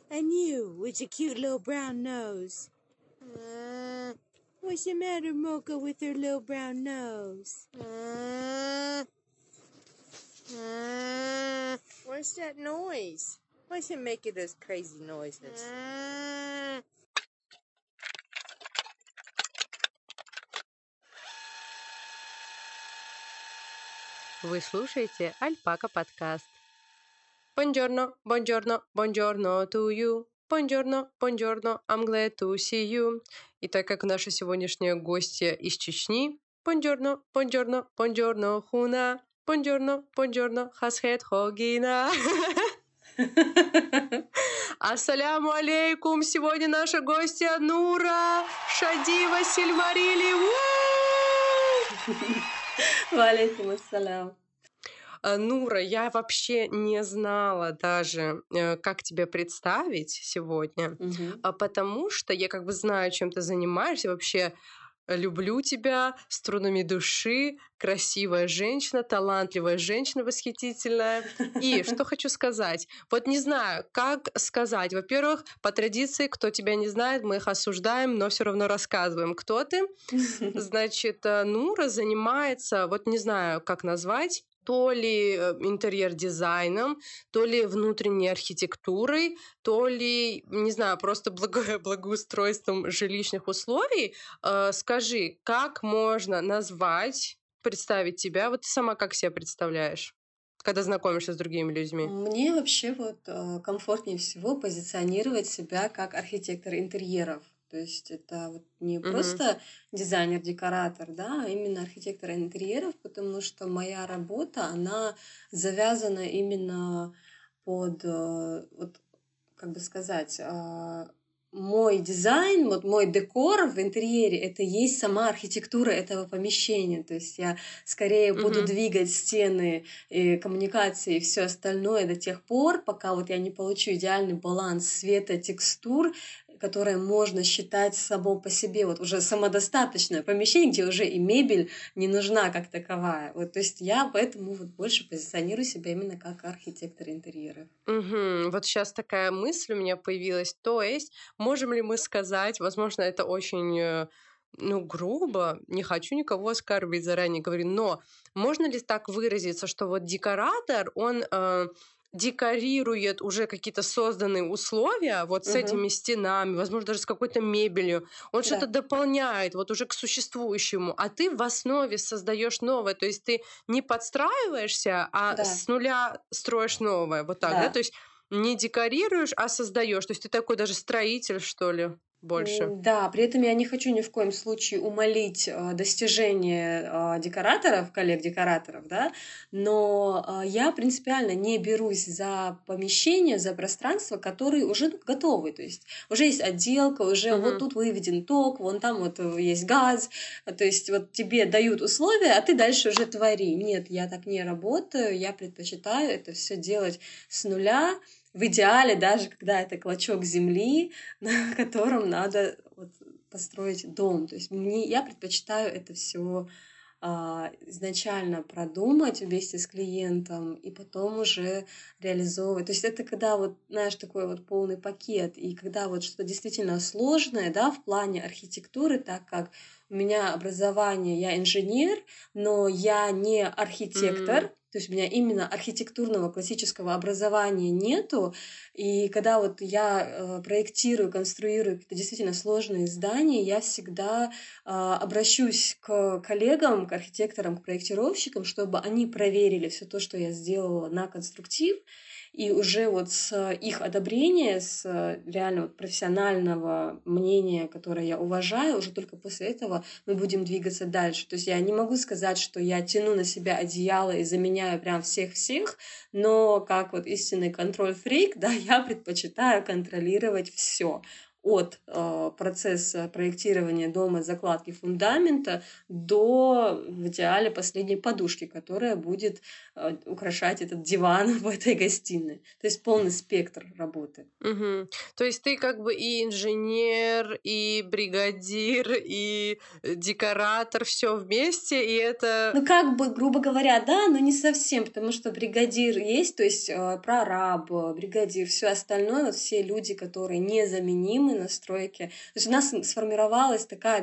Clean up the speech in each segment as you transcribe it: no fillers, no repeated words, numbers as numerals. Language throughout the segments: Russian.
And you, with your cute little brown nose. What's the matter, Mocha, with her little brown nose? What's that noise? Why's he making those crazy noises? Вы слушаете Альпака подкаст. Buongiorno, buongiorno, buongiorno to you. Buongiorno, buongiorno, I'm glad to see you. И так как наша сегодняшняя гостья из Чечни, buongiorno, buongiorno, buongiorno, Хуна. Buongiorno, buongiorno, хасхет хогина. Ассаляму алейкум! Сегодня наша гостья Нура Шадива Сильмарили. Валейкум ассалям. Нура, я вообще не знала даже, как тебя представить сегодня, потому что я как бы знаю, чем ты занимаешься, вообще люблю тебя, струнами души, красивая женщина, талантливая женщина, восхитительная. И что хочу сказать? Вот не знаю, как сказать. Во-первых, по традиции, кто тебя не знает, мы их осуждаем, но все равно рассказываем, кто ты. Значит, Нура занимается, вот не знаю, как назвать, то ли интерьер-дизайном, то ли внутренней архитектурой, то ли, не знаю, просто благоустройством жилищных условий. Скажи, как можно назвать, представить тебя? Вот ты сама как себя представляешь, когда знакомишься с другими людьми? Мне вообще вот комфортнее всего позиционировать себя как архитектор интерьеров. То есть это вот не просто дизайнер-декоратор, да, а именно архитектор интерьеров, потому что моя работа, она завязана именно под, вот, как бы сказать, мой дизайн, вот мой декор в интерьере, это есть сама архитектура этого помещения. То есть я скорее буду двигать стены, и коммуникации и все остальное до тех пор, пока вот я не получу идеальный баланс света, текстур, которое можно считать само по себе вот уже самодостаточное помещение, где уже и мебель не нужна как таковая. Вот, то есть я поэтому вот больше позиционирую себя именно как архитектор интерьеров. Вот сейчас такая мысль у меня появилась. То есть, можем ли мы сказать, возможно, это очень грубо, не хочу никого оскорбить, заранее говорю, но можно ли так выразиться, что вот декоратор, он декорирует уже какие-то созданные условия вот с этими стенами, возможно, даже с какой-то мебелью. Он что-то дополняет вот уже к существующему, а ты в основе создаешь новое. То есть ты не подстраиваешься, а с нуля строишь новое. Вот так, да? То есть не декорируешь, а создаешь. То есть ты такой даже строитель, что ли, больше. Да, при этом я не хочу ни в коем случае умалить достижения декораторов, коллег-декораторов, да, но я принципиально не берусь за помещения, за пространства, которые уже готовы, то есть уже есть отделка, уже вот тут выведен ток, вон там вот есть газ, то есть вот тебе дают условия, а ты дальше уже твори. Нет, я так не работаю, я предпочитаю это все делать с нуля, в идеале даже, когда это клочок земли, на котором надо вот построить дом. То есть я предпочитаю это все изначально продумать вместе с клиентом и потом уже реализовывать. То есть это когда вот, знаешь, такой вот полный пакет, и когда вот что-то действительно сложное, да, в плане архитектуры, так как у меня образование, я инженер, но я не архитектор, то есть у меня именно архитектурного классического образования нету, и когда вот я проектирую, конструирую какие-то действительно сложные здания, я всегда обращусь к коллегам, к архитекторам, к проектировщикам, чтобы они проверили все то, что я сделала на конструктив, и уже вот с их одобрения, с реально вот профессионального мнения, которое я уважаю, уже только после этого мы будем двигаться дальше. То есть я не могу сказать, что я тяну на себя одеяло и заменяю прям всех-всех, но как вот истинный контроль-фрик, да, я предпочитаю контролировать все от процесса проектирования дома, закладки фундамента до, в идеале, последней подушки, которая будет украшать этот диван в этой гостиной. То есть полный спектр работы. Мгм. То есть ты как бы и инженер, и бригадир, и декоратор, все вместе, и это... Ну, как бы, грубо говоря, да, но не совсем, потому что бригадир есть, то есть прораб, бригадир, все остальное, вот все люди, которые незаменимы на стройке. То есть у нас сформировалась такая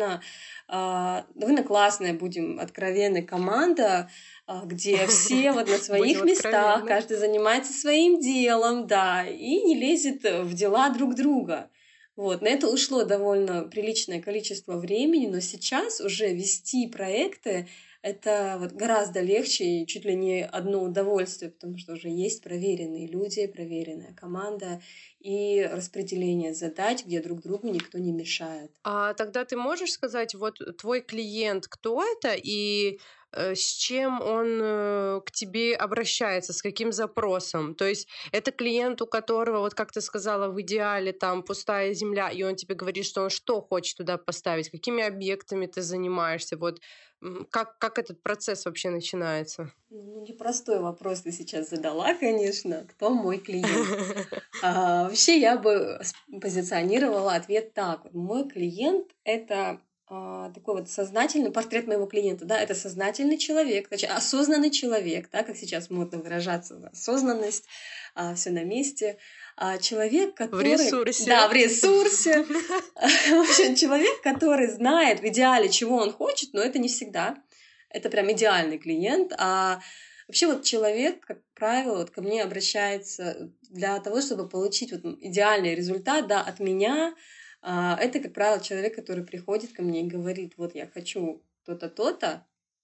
довольно классная, будем откровенны, команда, где все вот на своих Будем местах, откровенны. каждый занимается своим делом, да, и не лезет в дела друг друга. Вот, на это ушло довольно приличное количество времени, но сейчас уже вести проекты это вот гораздо легче и чуть ли не одно удовольствие, потому что уже есть проверенные люди, проверенная команда и распределение задач, где друг другу никто не мешает. А тогда ты можешь сказать, вот твой клиент, кто это и с чем он к тебе обращается, с каким запросом? То есть это клиент, у которого, вот как ты сказала, в идеале там пустая земля, и он тебе говорит, что он что хочет туда поставить, какими объектами ты занимаешься, вот как этот процесс вообще начинается? Ну, непростой вопрос ты сейчас задала, конечно. Кто мой клиент? Вообще я бы позиционировала ответ так. Вот мой клиент — это такой вот сознательный портрет моего клиента, да, это сознательный человек, значит, осознанный человек, да, как сейчас модно выражаться, да, осознанность, все на месте. Человек, В который... ресурсе. Да, в ресурсе. В общем, человек, который знает в идеале, чего он хочет, но это не всегда. Это прям идеальный клиент. А вообще вот человек, как правило, вот ко мне обращается для того, чтобы получить вот идеальный результат, да, от меня. Это, как правило, человек, который приходит ко мне и говорит: вот я хочу то-то, то-то,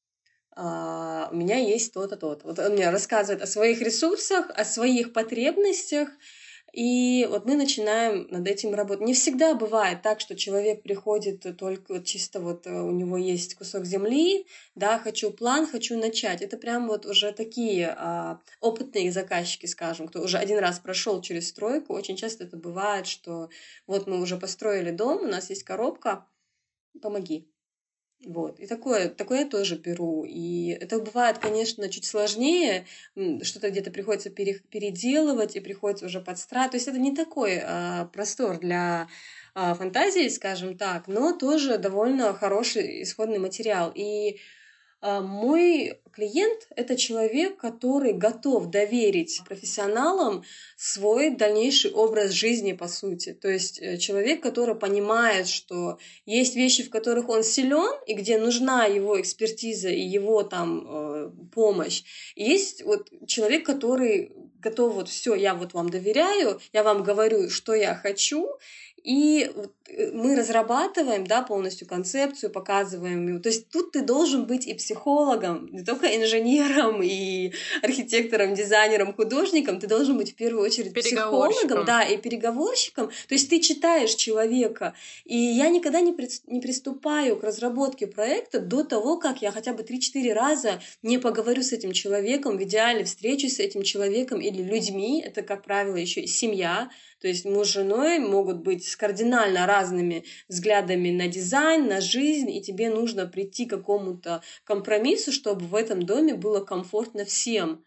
у меня есть то-то, то-то. Вот он мне рассказывает о своих ресурсах, о своих потребностях, и вот мы начинаем над этим работать. Не всегда бывает так, что человек приходит только вот чисто вот у него есть кусок земли, да, хочу план, хочу начать. Это прям вот уже такие опытные заказчики, скажем, кто уже один раз прошел через стройку. Очень часто это бывает, что вот мы уже построили дом, у нас есть коробка, помоги. Вот. И такое я тоже беру. И это бывает, конечно, чуть сложнее. Что-то где-то приходится переделывать, и приходится уже подстраивать. То есть это не такой простор для фантазии, скажем так, но тоже довольно хороший исходный материал. И мой клиент — это человек, который готов доверить профессионалам свой дальнейший образ жизни, по сути. То есть человек, который понимает, что есть вещи, в которых он силен, и где нужна его экспертиза и его там помощь. И есть вот человек, который готов вот все, я вот вам доверяю, я вам говорю, что я хочу, и мы разрабатываем, да, полностью концепцию, показываем ее. То есть тут ты должен быть и психологом, не только инженером, и архитектором, дизайнером, художником, ты должен быть в первую очередь психологом, да, и переговорщиком. То есть ты читаешь человека. И я никогда не приступаю к разработке проекта до того, как я хотя бы 3-4 раза не поговорю с этим человеком, в идеале встречусь с этим человеком или людьми. Это, как правило, еще и семья. То есть муж с женой могут быть с кардинально разными взглядами на дизайн, на жизнь, и тебе нужно прийти к какому-то компромиссу, чтобы в этом доме было комфортно всем.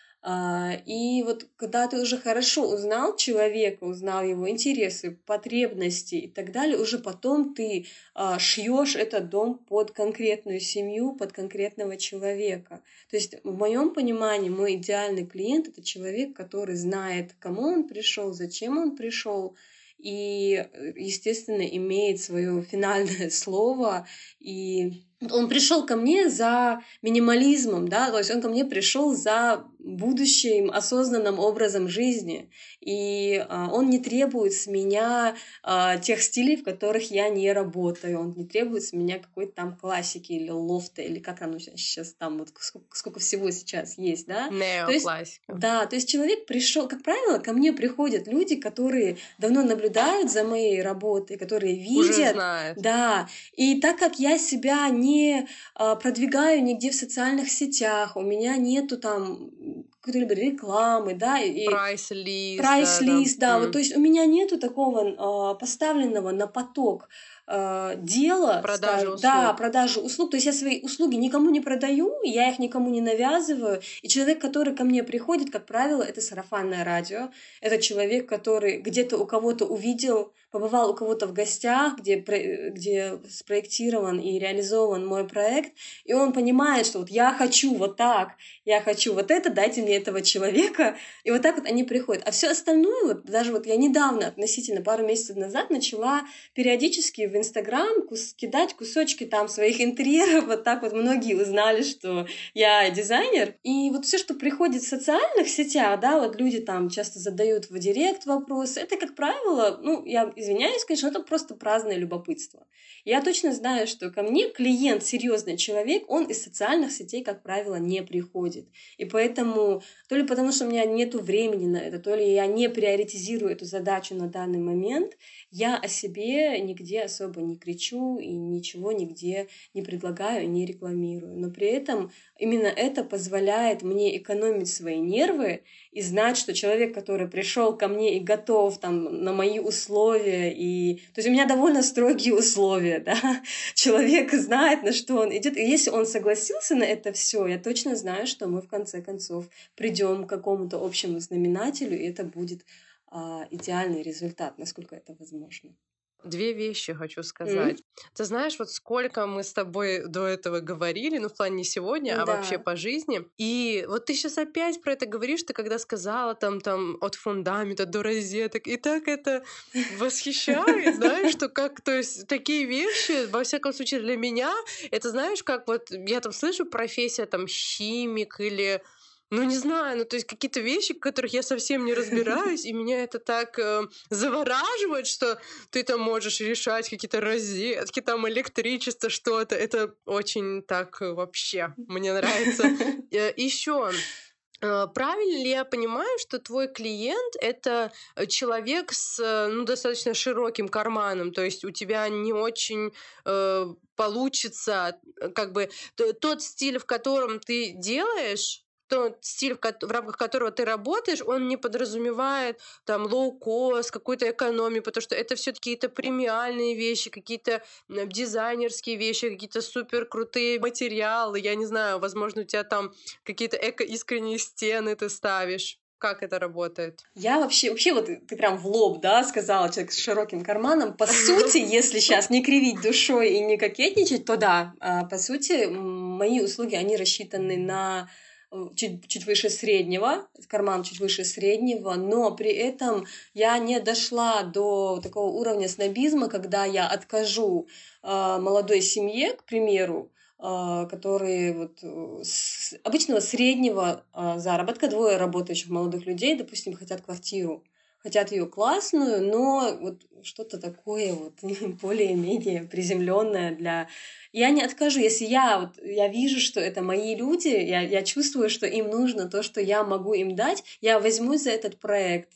И вот когда ты уже хорошо узнал человека, узнал его интересы, потребности и так далее, уже потом ты шьешь этот дом под конкретную семью, под конкретного человека. То есть в моем понимании мой идеальный клиент — это человек, который знает, к кому он пришел, зачем он пришел, и, естественно, имеет свое финальное слово. И он пришел ко мне за минимализмом, да, то есть он ко мне пришел за будущим осознанным образом жизни, и он не требует с меня тех стилей, в которых я не работаю, он не требует с меня какой-то там классики или лофта, или как оно сейчас там, вот сколько всего сейчас есть, да. Неоклассика. Да, то есть человек пришел, как правило, ко мне приходят люди, которые давно наблюдают за моей работой, которые видят. Уже знают. Да, и так как я себя не продвигаю нигде в социальных сетях, у меня нету там какой-то рекламы, да, и Прайс-лист, прайс-лист, да, вот, да. то есть у меня нету такого поставленного на поток дела, Продажа да, услуг. продажи услуг, то есть я свои услуги никому не продаю, я их никому не навязываю, и человек, который ко мне приходит, как правило, это сарафанное радио, это человек, который где-то у кого-то увидел, побывал у кого-то в гостях, где спроектирован и реализован мой проект, и он понимает, что вот я хочу вот так, я хочу вот это, дайте мне этого человека, и вот так вот они приходят. А все остальное, вот даже вот я недавно, относительно пару месяцев назад, начала периодически в Инстаграм кидать кусочки там своих интерьеров, вот так вот многие узнали, что я дизайнер. И вот все, что приходит в социальных сетях, да, вот люди там часто задают в директ вопросы, это, как правило, ну, я извиняюсь, конечно, это просто праздное любопытство. Я точно знаю, что ко мне клиент, серьезный человек, он из социальных сетей, как правило, не приходит. И поэтому, то ли потому, что у меня нету времени на это, то ли я не приоритизирую эту задачу на данный момент, я о себе нигде особо не кричу и ничего нигде не предлагаю, не рекламирую. Но при этом именно это позволяет мне экономить свои нервы и знать, что человек, который пришел ко мне и готов там на мои условия, и... То есть у меня довольно строгие условия, да, человек знает, на что он идет, и если он согласился на это все, я точно знаю, что мы в конце концов придем к какому-то общему знаменателю, и это будет идеальный результат, насколько это возможно. 2 вещи хочу сказать. Ты знаешь, вот сколько мы с тобой до этого говорили, ну, в плане не сегодня, а вообще Да. по жизни. И вот ты сейчас опять про это говоришь, ты когда сказала там от фундамента до розеток, и так это восхищает, знаешь, что как, то есть такие вещи, во всяком случае для меня, это знаешь, как вот я там слышу профессия там химик или ну, не знаю, ну, то есть какие-то вещи, в которых я совсем не разбираюсь, и меня это так завораживает, что ты там можешь решать какие-то розетки, там электричество, что-то. Это очень так вообще мне нравится. Еще правильно ли я понимаю, что твой клиент это человек с ну, достаточно широким карманом, то есть у тебя не очень получится как бы тот стиль, в котором ты делаешь, тот стиль, в рамках которого ты работаешь, он не подразумевает там лоу-кост, какую-то экономию, потому что это все-таки какие-то премиальные вещи, какие-то дизайнерские вещи, какие-то супер крутые материалы. Я не знаю, возможно, у тебя там какие-то эко-искренние стены ты ставишь. Как это работает? Я вообще вот ты прям в лоб, да, сказала, человек с широким карманом. По сути, если сейчас не кривить душой и не кокетничать, то да, по сути, мои услуги, они рассчитаны на чуть выше среднего, карман чуть выше среднего, но при этом я не дошла до такого уровня снобизма, когда я откажу молодой семье, к примеру, которые вот с обычного среднего заработка, двое работающих молодых людей, допустим, хотят квартиру, хотят ее классную, но вот что-то такое вот более-менее приземленное для... Я не откажу, если я вижу, что это мои люди, я чувствую, что им нужно то, что я могу им дать, я возьмусь за этот проект,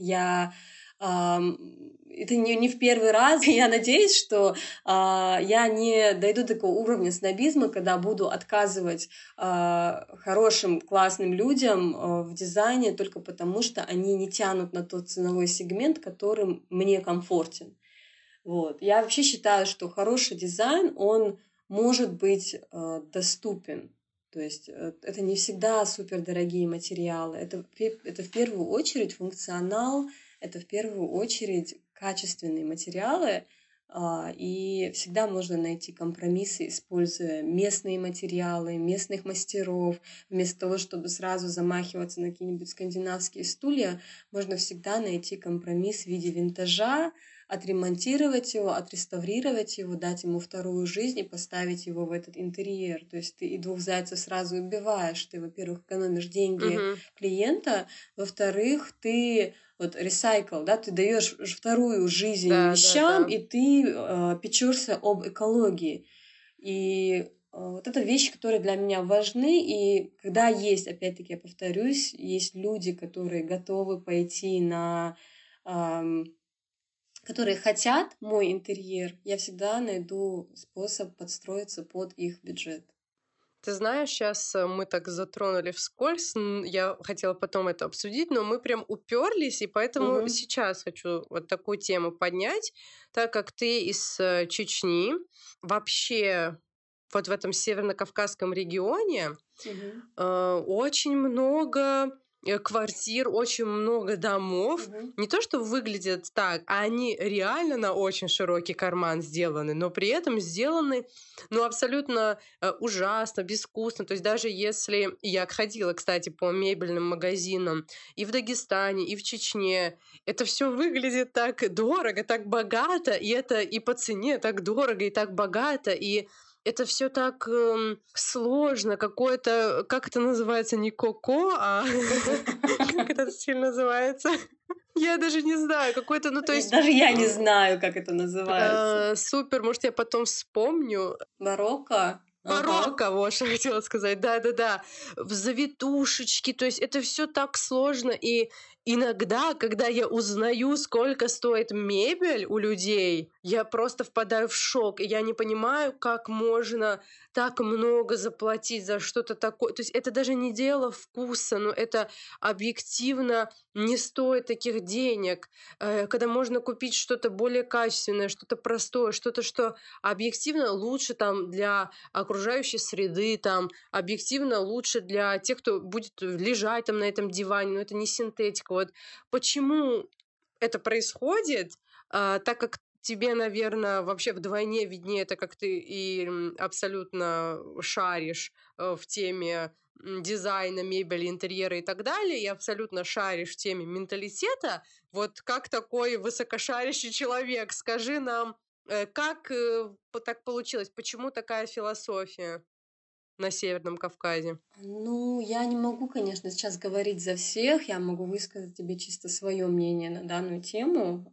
это не в первый раз. Я надеюсь, что я не дойду до такого уровня снобизма, когда буду отказывать хорошим, классным людям в дизайне только потому, что они не тянут на тот ценовой сегмент, который мне комфортен. Вот. Я вообще считаю, что хороший дизайн, он может быть доступен. То есть это не всегда супердорогие материалы. Это в первую очередь функционал, это в первую очередь качественные материалы, и всегда можно найти компромиссы, используя местные материалы, местных мастеров. Вместо того, чтобы сразу замахиваться на какие-нибудь скандинавские стулья, можно всегда найти компромисс в виде винтажа, отремонтировать его, отреставрировать его, дать ему вторую жизнь и поставить его в этот интерьер. То есть ты и двух зайцев сразу убиваешь. Ты, во-первых, экономишь деньги клиента, во-вторых, ты вот recycle, да, ты даешь вторую жизнь вещам, и ты печешься об экологии. И вот это вещи, которые для меня важны, и когда есть, опять-таки, я повторюсь, есть люди, которые готовы пойти на... которые хотят мой интерьер, я всегда найду способ подстроиться под их бюджет. Ты знаешь, сейчас мы так затронули вскользь, я хотела потом это обсудить, но мы прям уперлись, и поэтому Мгм. сейчас хочу вот такую тему поднять, так как ты из Чечни, вообще вот в этом северно-кавказском регионе Мгм. очень много квартир, очень много домов. Мгм. Не то, что выглядят так, а они реально на очень широкий карман сделаны, но при этом сделаны, ну, абсолютно ужасно, безвкусно. То есть даже если я ходила, кстати, по мебельным магазинам и в Дагестане, и в Чечне, это все выглядит так дорого, так богато, и это и по цене так дорого, и так богато, и это все так сложно, какое-то, как это называется, не коко, а как этот стиль называется? Я даже не знаю, какой-то, ну, то И есть даже я не знаю, как это называется. супер, может, я потом вспомню. Барокко? Ага. Барокко, вот что хотела сказать. Да-да-да. В завитушечки. То есть это все так сложно. И иногда, когда я узнаю, сколько стоит мебель у людей, я просто впадаю в шок. И я не понимаю, как можно так много заплатить за что-то такое. То есть это даже не дело вкуса, но это объективно не стоит таких денег. Когда можно купить что-то более качественное, что-то простое, что-то, что объективно лучше там для окружающей среды, там, объективно лучше для тех, кто будет лежать там на этом диване, но это не синтетика. Вот почему это происходит, так как тебе, наверное, вообще вдвойне виднее, так как ты и абсолютно шаришь в теме дизайна, мебели, интерьера и так далее, и абсолютно шаришь в теме менталитета, вот как такой высокошарящий человек, скажи нам, как так получилось? Почему такая философия на Северном Кавказе? Ну, я не могу, конечно, сейчас говорить за всех, я могу высказать тебе чисто свое мнение на данную тему.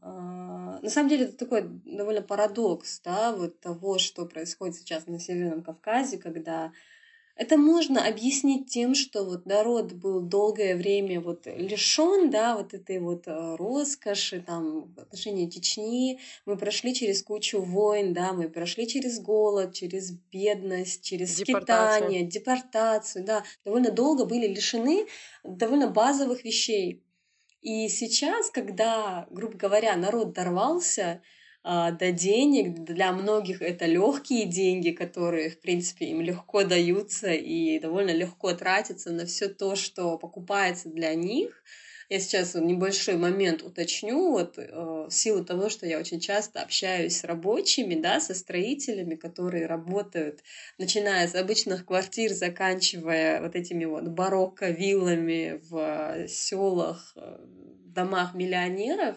На самом деле это такой довольно парадокс, да, вот того, что происходит сейчас на Северном Кавказе, когда это можно объяснить тем, что вот народ был долгое время вот лишен, да, вот этой вот роскоши, там, в отношении Чечни. Мы прошли через кучу войн, да, мы прошли через голод, через бедность, через Депортация. скитание, депортацию, да. Довольно долго были лишены довольно базовых вещей. И сейчас, когда, грубо говоря, народ дорвался до денег, для многих это легкие деньги, которые, в принципе, им легко даются и довольно легко тратятся на все то, что покупается для них. Я сейчас небольшой момент уточню, вот в силу того, что я очень часто общаюсь с рабочими, да, со строителями, которые работают, начиная с обычных квартир, заканчивая вот этими вот барокко-виллами в селах, домах миллионеров,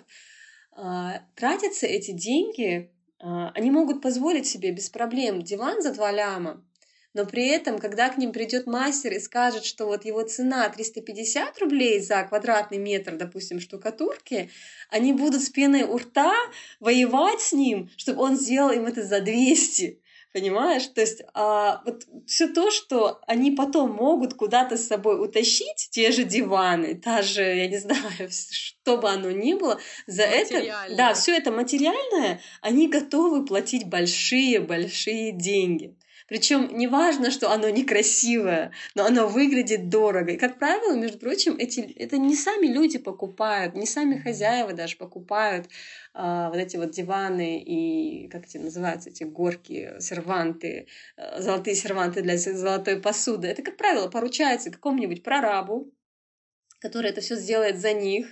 тратятся эти деньги, они могут позволить себе без проблем диван за 2 ляма, но при этом, когда к ним придет мастер и скажет, что вот его цена 350 рублей за квадратный метр, допустим, штукатурки, они будут с пеной у рта воевать с ним, чтобы он сделал им это за 200. Понимаешь? То есть вот все то, что они потом могут куда-то с собой утащить, те же диваны, та же, я не знаю, что бы оно ни было, за это, да, все это материальное, они готовы платить большие-большие деньги. Причем не важно, что оно некрасивое, но оно выглядит дорого. И, как правило, между прочим, это не сами люди покупают, не сами хозяева даже покупают вот эти вот диваны и, как эти называются, эти горки, серванты, золотые серванты для золотой посуды. Это, как правило, поручается какому-нибудь прорабу, который это все сделает за них,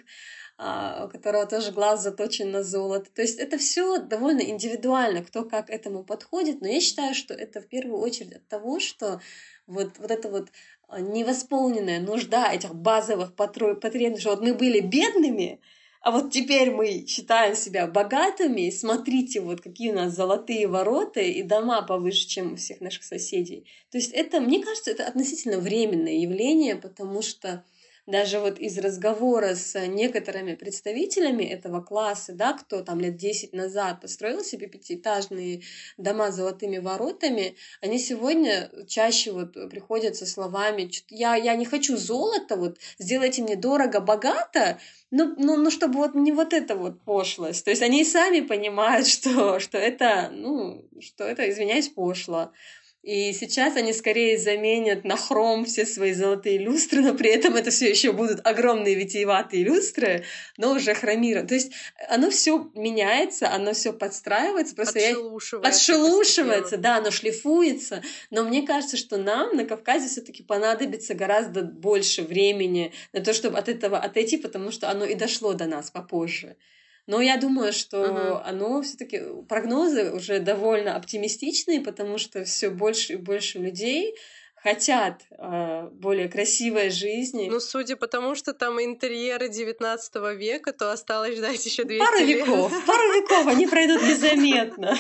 у которого тоже глаз заточен на золото. То есть это все довольно индивидуально, кто как к этому подходит, но я считаю, что это в первую очередь от того, что вот эта вот невосполненная нужда этих базовых потребностей, что вот мы были бедными, а вот теперь мы считаем себя богатыми, смотрите, вот какие у нас золотые ворота и дома повыше, чем у всех наших соседей. То есть это, мне кажется, это относительно временное явление, потому что даже вот из разговора с некоторыми представителями этого класса, да, кто там лет 10 назад построил себе пятиэтажные дома с золотыми воротами, они сегодня чаще вот приходят со словами: я не хочу золото, вот сделайте мне дорого-богато, но чтобы вот не вот это вот пошлость. То есть они и сами понимают, что это, ну, что это, извиняюсь, пошло. И сейчас они скорее заменят на хром все свои золотые люстры, но при этом это все еще будут огромные витиеватые люстры, но уже хромированы. То есть оно все меняется, оно все подстраивается, просто отшелушивается, да, оно шлифуется. Но мне кажется, что нам на Кавказе все-таки понадобится гораздо больше времени на то, чтобы от этого отойти, потому что оно и дошло до нас попозже. Но я думаю, что оно все-таки прогнозы уже довольно оптимистичные, потому что все больше и больше людей хотят более красивой жизни. Ну, судя по тому, что там интерьеры 19 века, то осталось ждать еще 200 пару лет. Пару веков, они пройдут незаметно.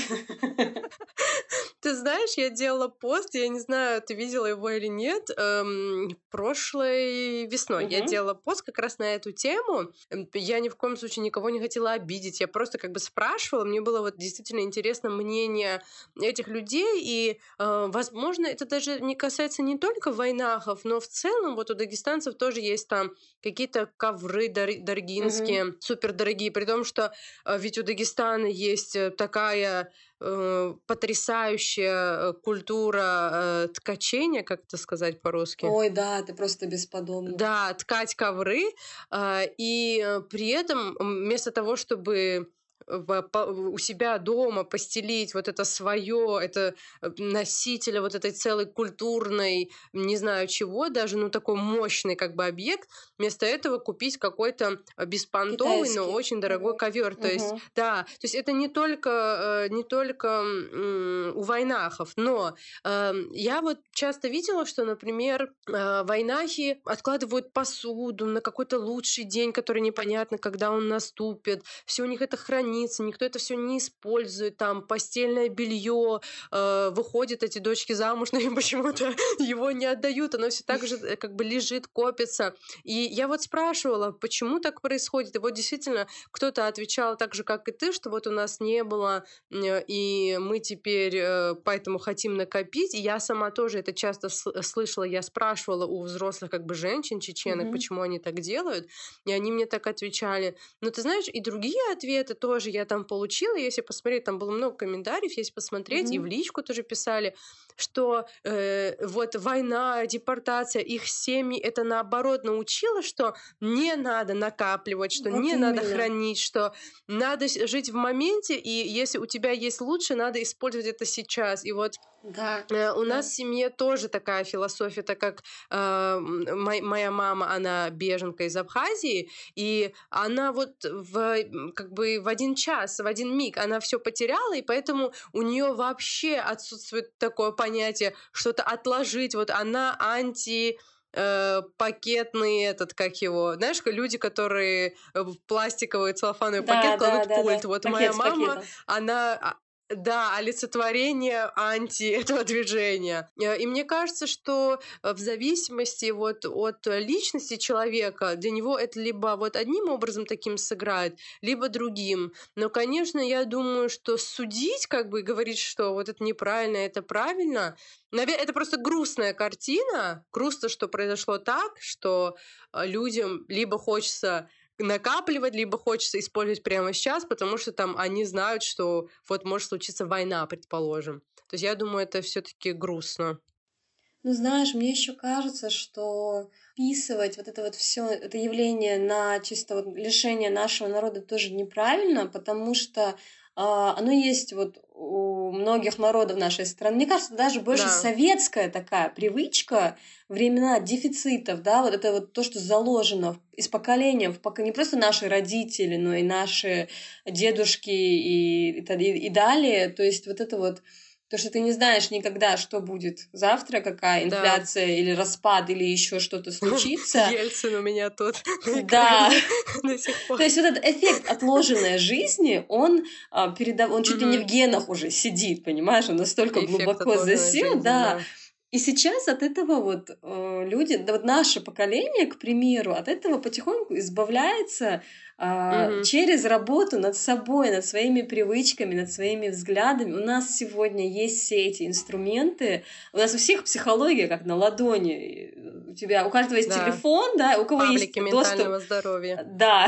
Ты знаешь, я делала пост, я не знаю, ты видела его или нет, прошлой весной. Я делала пост как раз на эту тему. Я ни в коем случае никого не хотела обидеть. Я просто как бы спрашивала, мне было вот действительно интересно мнение этих людей, и, возможно, это даже не касается не только вайнахов, но в целом вот у дагестанцев тоже есть там какие-то ковры даргинские, супер дорогие, при том, что ведь у Дагестана есть такая потрясающая культура ткачения, как это сказать по-русски? Ой, да, ты просто бесподобна. Да, ткать ковры, и при этом вместо того, чтобы у себя дома постелить вот это свое, это носителя вот этой целой культурной, не знаю чего, даже, ну, такой мощный как бы объект, вместо этого купить какой-то беспонтовый, но очень дорогой ковер. То есть, да, то есть это не только у вайнахов, но я вот часто видела, что, например, вайнахи откладывают посуду на какой-то лучший день, который непонятно, когда он наступит, все у них это хранится, никто это все не использует, там постельное белье, выходят эти дочки замуж, но им почему-то его не отдают, оно все так же как бы лежит, копится. И я вот спрашивала, почему так происходит, и вот действительно кто-то отвечал так же, как и ты, что вот у нас не было, и мы теперь поэтому хотим накопить, и я сама тоже это часто слышала, я спрашивала у взрослых как бы женщин чеченок, почему они так делают, и они мне так отвечали. Но ты знаешь, и другие ответы тоже я там получила, если посмотреть, там было много комментариев, если посмотреть, и в личку тоже писали, что вот война, депортация, их семьи это наоборот научило, что не надо накапливать, что вот не именно надо хранить, что надо жить в моменте, и если у тебя есть лучше, надо использовать это сейчас. И вот у нас в семье тоже такая философия, так как моя мама, она беженка из Абхазии, и она вот как бы в один час, в один миг она все потеряла, и поэтому у нее вообще отсутствует такое понятие что-то отложить. Вот она пакетный этот, как его, знаешь, люди, которые в пластиковый целлофановый пакет кладут пульт. Вот пакет моя мама, она... Да, олицетворение этого движения. И мне кажется, что в зависимости вот от личности человека для него это либо вот одним образом таким сыграет, либо другим. Но, конечно, я думаю, что судить, как бы говорить, что вот это неправильно, это правильно, наверное, это просто грустная картина. Грустно, что произошло так, что людям либо хочется накапливать, либо хочется использовать прямо сейчас, потому что там они знают, что вот может случиться война, предположим. То есть я думаю, это все-таки грустно. Ну, знаешь, мне еще кажется, что описывать вот это вот все это явление на чисто вот лишение нашего народа тоже неправильно, потому что оно есть вот у многих народов нашей страны. Мне кажется, даже больше советская такая привычка, времена дефицитов, да, вот это вот то, что заложено из поколения в поколение, не просто наши родители, но и наши дедушки и далее. То есть вот это вот то, что ты не знаешь никогда, что будет завтра, какая инфляция или распад, или еще что-то случится. Ельцин у меня тут. Да. То есть вот этот эффект отложенной жизни, он чуть ли не в генах уже сидит, понимаешь? Он настолько глубоко засел, да. И сейчас от этого вот люди, да вот наше поколение, к примеру, от этого потихоньку избавляется через работу над собой, над своими привычками, над своими взглядами. У нас сегодня есть все эти инструменты. У нас у всех психология как на ладони. у каждого есть телефон, да, у кого Паблики есть ментального доступ... здоровья. Да,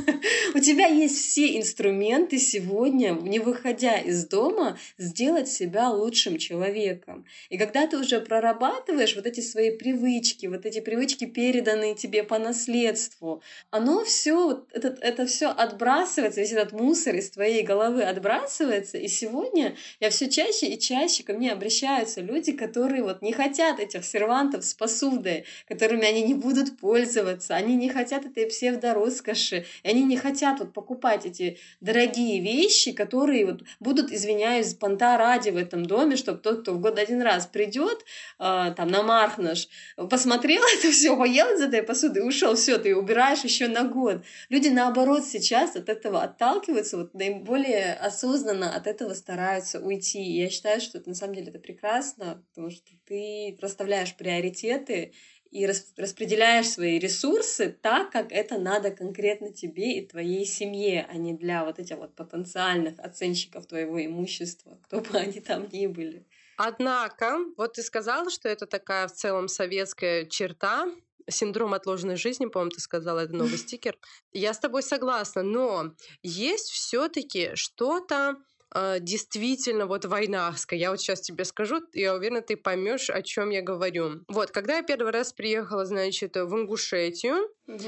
у тебя есть все инструменты сегодня, не выходя из дома, сделать себя лучшим человеком. И когда ты уже прорабатываешь вот эти свои привычки, вот эти привычки, переданные тебе по наследству, оно все, это все отбрасывается, весь этот мусор из твоей головы отбрасывается. И сегодня я все чаще и чаще ко мне обращаются люди, которые вот не хотят этих сервантов с посудой, которыми они не будут пользоваться, они не хотят этой псевдороскоши, и они не хотят вот покупать эти дорогие вещи, которые вот будут, извиняюсь, понта ради в этом доме, чтобы тот, кто в год один раз придет, там на Мархнаш, посмотрел это все, поел из этой посуды и ушел, все, ты убираешь еще на год. Люди наоборот сейчас от этого отталкиваются, вот наиболее осознанно от этого стараются уйти. И я считаю, что это, на самом деле это прекрасно, потому что ты расставляешь приоритеты и распределяешь свои ресурсы так, как это надо конкретно тебе и твоей семье, а не для вот этих вот потенциальных оценщиков твоего имущества, кто бы они там ни были. Однако, вот ты сказала, что это такая в целом советская черта, синдром отложенной жизни, по-моему, ты сказала, это новый стикер. Я с тобой согласна, но есть все-таки что-то действительно вот войнахское. Я вот сейчас тебе скажу, я уверена, ты поймешь, о чем я говорю. Вот, когда я первый раз приехала, значит, в Ингушетию,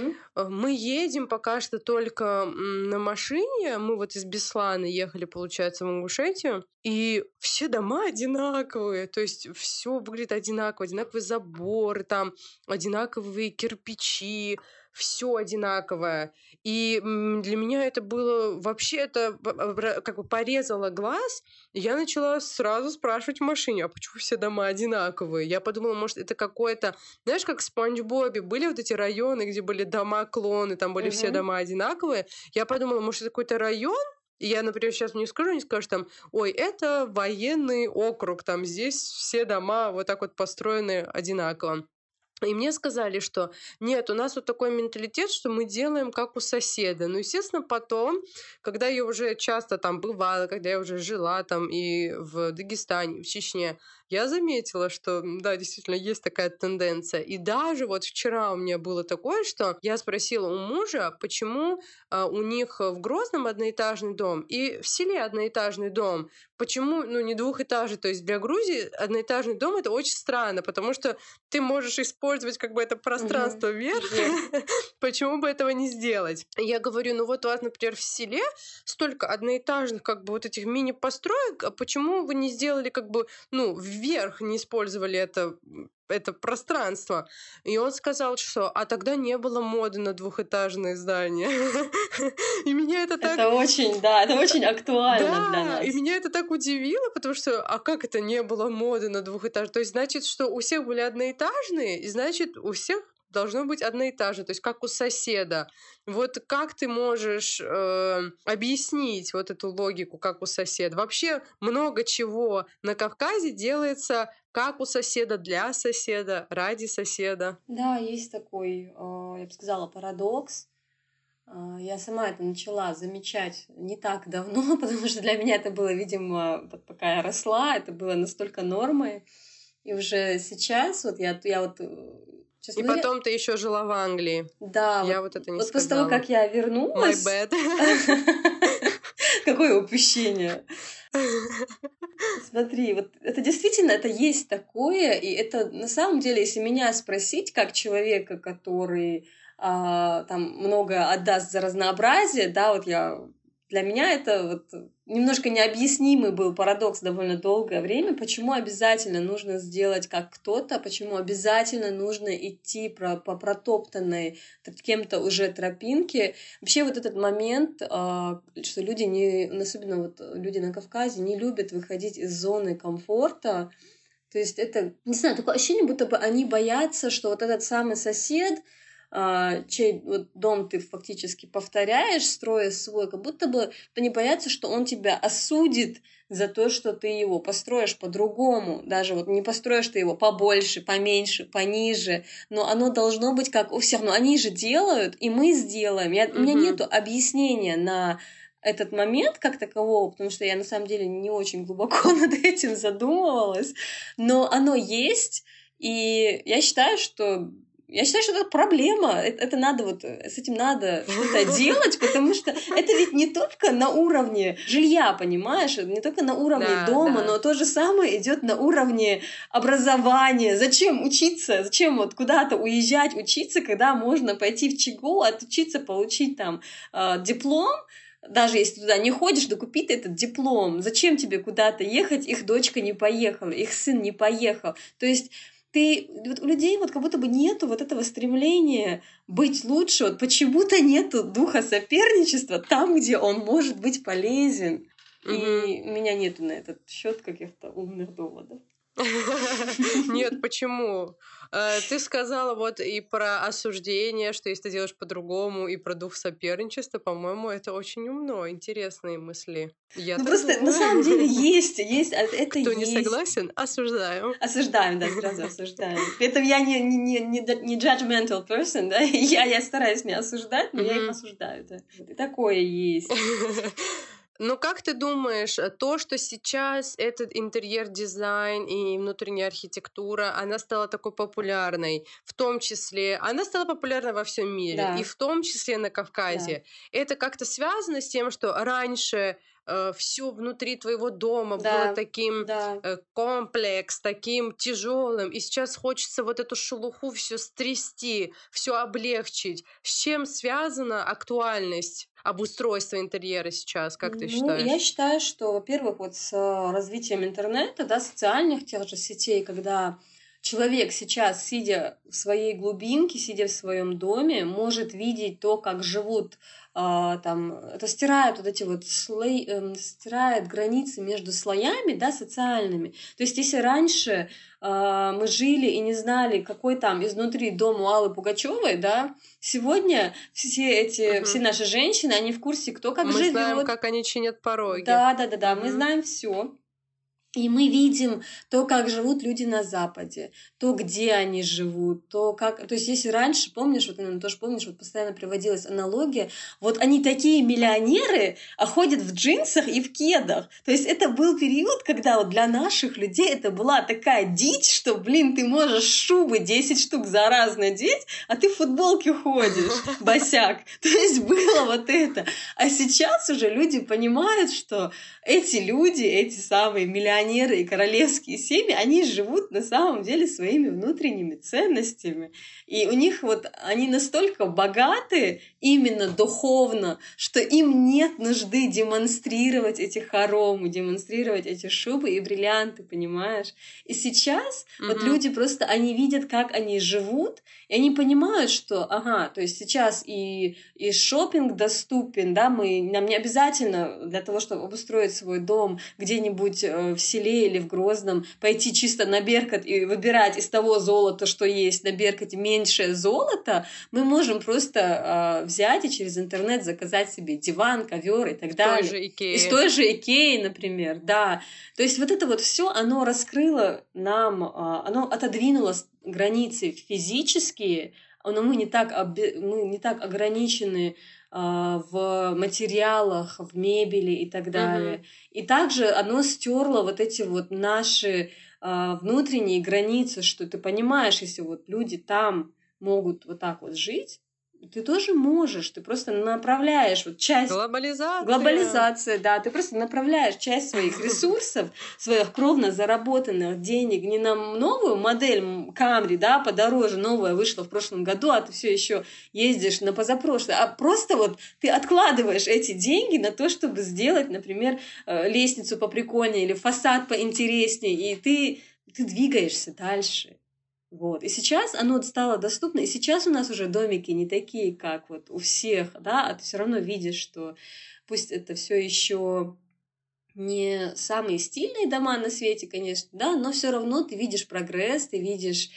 мы едем пока что только на машине. Мы вот из Беслана ехали, получается, в Ингушетию. И все дома одинаковые. То есть все выглядит одинаково. Одинаковые заборы, там одинаковые кирпичи. Все одинаковое. И для меня это было вообще, это как бы порезало глаз. И я начала сразу спрашивать в машине, а почему все дома одинаковые? Я подумала, может, это какое-то... Знаешь, как в Спанч Бобе были вот эти районы, где были дома-клоны, там были все дома одинаковые. Я подумала, может, это какой-то район? И я, например, сейчас не скажу, не скажу там, ой, это военный округ, там здесь все дома вот так вот построены одинаково. И мне сказали, что нет, у нас вот такой менталитет, что мы делаем как у соседа. Ну, естественно, потом, когда я уже часто там бывала, когда я уже жила там и в Дагестане, в Чечне, я заметила, что, да, действительно, есть такая тенденция. И даже вот вчера у меня было такое, что я спросила у мужа, почему у них в Грозном одноэтажный дом и в селе одноэтажный дом. Почему, ну, не двухэтажный? То есть для Грузии одноэтажный дом — это очень странно, потому что ты можешь использовать как бы это пространство вверх. Почему бы этого не сделать? Я говорю, ну вот у вас, например, в селе столько одноэтажных как бы вот этих мини-построек, а почему вы не сделали как бы, ну, вверх, не использовали это пространство? И он сказал, что а тогда не было моды на двухэтажные здания. И меня это так... Это очень, да, это очень актуально для нас. И меня это так удивило, потому что, а как это не было моды на двухэтажные? То есть, значит, что у всех были одноэтажные, и значит, у всех должно быть одноэтажное, то есть как у соседа. Вот как ты можешь объяснить вот эту логику, как у соседа? Вообще много чего на Кавказе делается как у соседа, для соседа, ради соседа. Да, есть такой, я бы сказала, парадокс. Я сама это начала замечать не так давно, потому что для меня это было, видимо, пока я росла, это было настолько нормой. И уже сейчас, вот я вот... И потом ты еще жила в Англии. Да, я вот это не вот сказала. после того, как я вернулась... My bad. Какое упущение. Смотри, вот это действительно, это есть такое, и это на самом деле, если меня спросить, как человека, который там много отдаст за разнообразие, да, вот для меня это вот немножко необъяснимый был парадокс довольно долгое время, почему обязательно нужно сделать как кто-то, почему обязательно нужно идти по протоптанной кем-то уже тропинке. Вообще вот этот момент, что люди, особенно вот люди на Кавказе, не любят выходить из зоны комфорта. То есть это, не знаю, такое ощущение, будто бы они боятся, что вот этот самый сосед, чей вот дом ты фактически повторяешь, строя свой, как будто бы они боятся, что он тебя осудит за то, что ты его построишь по-другому. Даже вот не построишь ты его побольше, поменьше, пониже, но оно должно быть как у всех. Но они же делают, и мы сделаем. У меня нету объяснения на этот момент как такового, потому что я на самом деле не очень глубоко над этим задумывалась, но оно есть, и я считаю, что я считаю, что это проблема. Это надо вот, с этим надо что-то делать, потому что это ведь не только на уровне жилья, понимаешь, не только на уровне дома, но то же самое идет на уровне образования. Зачем учиться? Зачем вот куда-то уезжать, учиться, когда можно пойти в ЧГУ, отучиться, получить там диплом, даже если ты туда не ходишь, да купи ты этот диплом. Зачем тебе куда-то ехать? Их дочка не поехала, их сын не поехал. То есть вот у людей вот как будто бы нету вот этого стремления быть лучше. Вот почему-то нету духа соперничества там, где он может быть полезен. И у меня нету на этот счет каких-то умных доводов. Нет, почему? Ты сказала вот и про осуждение, что если ты делаешь по-другому, и про дух соперничества, по-моему, это очень умно, интересные мысли. Я просто думаю. На самом деле есть, это Кто есть. не согласен, осуждаем. Осуждаем, да, сразу осуждаем. При этом я не judgmental person, да, я стараюсь не осуждать, но я их осуждаю, да. И такое есть. Ну, как ты думаешь, то, что сейчас этот интерьер-дизайн и внутренняя архитектура, она стала такой популярной, в том числе, она стала популярна во всем мире, и в том числе на Кавказе, это как-то связано с тем, что раньше все внутри твоего дома было таким комплекс, таким тяжелым, и сейчас хочется вот эту шелуху все стрясти, все облегчить. С чем связана актуальность обустройства интерьера сейчас, как ты считаешь? Я считаю, что, во-первых, вот с развитием интернета, да, социальных тех же сетей, когда человек сейчас, сидя в своей глубинке, сидя в своем доме, может видеть то, как живут там, это стирает вот эти вот слои, стирает границы между слоями, да, социальными. То есть, если раньше мы жили и не знали, какой там изнутри дом у Аллы Пугачевой, да, сегодня все наши женщины, они в курсе, кто как живет. Мы знаем, как они чинят пороги. Да, мы знаем все. И мы видим то, как живут люди на Западе, то, где они живут, то, как... То есть, если раньше, помнишь, вот, наверное, тоже помнишь, вот постоянно приводилась аналогия, вот они такие миллионеры, а ходят в джинсах и в кедах. То есть, это был период, когда вот для наших людей это была такая дичь, что, блин, ты можешь шубы 10 штук за раз надеть, а ты в футболке ходишь, босяк. То есть, было вот это. А сейчас уже люди понимают, что эти люди, эти самые миллионеры и королевские семьи, они живут на самом деле своими внутренними ценностями. И у них вот они настолько богаты именно духовно, что им нет нужды демонстрировать эти хоромы, демонстрировать эти шубы и бриллианты, понимаешь? И сейчас вот люди просто, они видят, как они живут, и они понимают, что, то есть сейчас и шопинг доступен, да, нам не обязательно для того, чтобы обустроить свой дом где-нибудь в селе или в Грозном, пойти чисто на Беркут и выбирать из того золота, что есть на Беркуте, меньшее золото, мы можем просто взять и через интернет заказать себе диван, ковер и так далее. Из той же Икеи, например, да. То есть вот это вот все, оно раскрыло нам, оно отодвинуло границы физические, но мы не так ограничены в материалах, в мебели и так далее. И также оно стерло вот эти вот наши внутренние границы, что ты понимаешь, если вот люди там могут вот так вот жить, ты тоже можешь, ты просто направляешь вот часть... Глобализация, да, ты просто направляешь часть своих ресурсов, своих кровно заработанных денег не на новую модель Camry, да, подороже, новая вышла в прошлом году, а ты все еще ездишь на позапрошлое, а просто вот ты откладываешь эти деньги на то, чтобы сделать, например, лестницу поприкольнее или фасад поинтереснее, и ты двигаешься дальше. Вот. И сейчас оно стало доступно, и сейчас у нас уже домики не такие, как вот у всех, да, а ты все равно видишь, что пусть это все еще не самые стильные дома на свете, конечно, да, но все равно ты видишь прогресс, ты видишь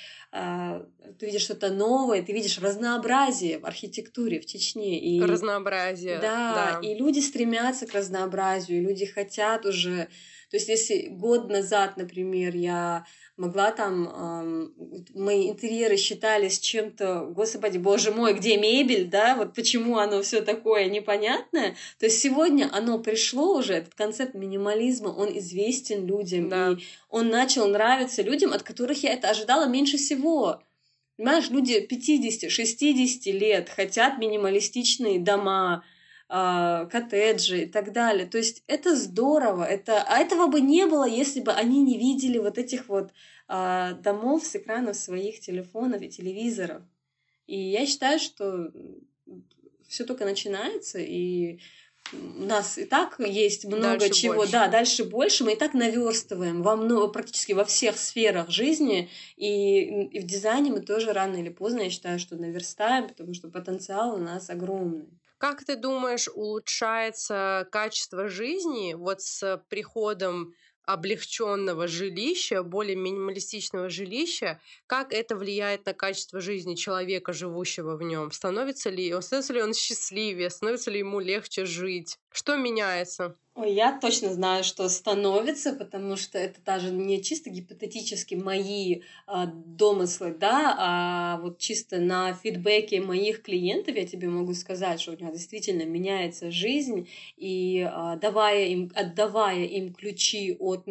что-то новое, ты видишь разнообразие в архитектуре в Чечне. И, разнообразие, да. И люди стремятся к разнообразию, люди хотят уже... То есть если год назад, например, я могла там... мои интерьеры считались чем-то... Господи, боже мой, где мебель, да? Вот почему оно все такое непонятное. То есть сегодня оно пришло уже, этот концепт минимализма, он известен людям. Да. И он начал нравиться людям, от которых я это ожидала меньше всего. Понимаешь, люди 50-60 лет хотят минималистичные дома, коттеджи и так далее. То есть это здорово. А этого бы не было, если бы они не видели вот этих вот домов с экранов своих телефонов и телевизоров. И я считаю, что все только начинается, и у нас и так есть много Дальше чего, больше. да, дальше больше, мы и так наверстываем практически во всех сферах жизни, и в дизайне мы тоже рано или поздно, я считаю, что наверстаем, потому что потенциал у нас огромный. Как ты думаешь, улучшается качество жизни вот с приходом облегченного жилища, более минималистичного жилища? Как это влияет на качество жизни человека, живущего в нем? Становится ли он счастливее? Становится ли ему легче жить? Что меняется? Ой, я точно знаю, что становится, потому что это даже не чисто гипотетически мои домыслы, да, а вот чисто на фидбэке моих клиентов я тебе могу сказать, что у них действительно меняется жизнь, и отдавая им ключи от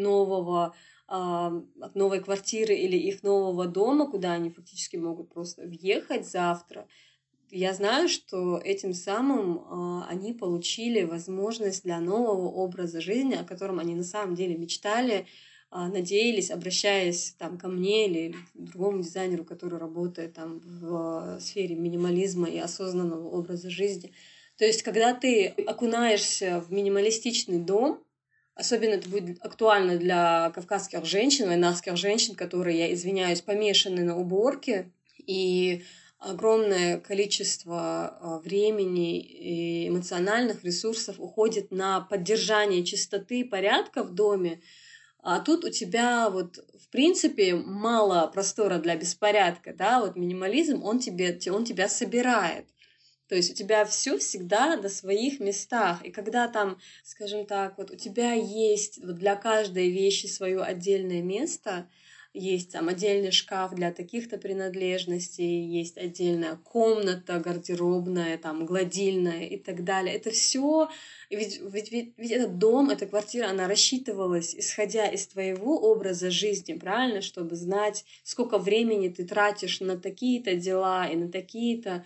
новой квартиры или их нового дома, куда они фактически могут просто въехать завтра, я знаю, что этим самым они получили возможность для нового образа жизни, о котором они на самом деле мечтали, надеялись, обращаясь там, ко мне или к другому дизайнеру, который работает там, в сфере минимализма и осознанного образа жизни. То есть, когда ты окунаешься в минималистичный дом, особенно это будет актуально для кавказских женщин, вайнахских женщин, которые, я извиняюсь, помешаны на уборке, и огромное количество времени и эмоциональных ресурсов уходит на поддержание чистоты и порядка в доме, а тут у тебя вот в принципе мало простора для беспорядка, да, вот минимализм, он тебя собирает. То есть у тебя все всегда на своих местах. И когда там, скажем так, вот у тебя есть вот для каждой вещи свое отдельное место, есть там отдельный шкаф для таких-то принадлежностей, есть отдельная комната гардеробная, там гладильная и так далее. Это все, ведь этот дом, эта квартира, она рассчитывалась, исходя из твоего образа жизни, правильно, чтобы знать, сколько времени ты тратишь на такие-то дела и на такие-то.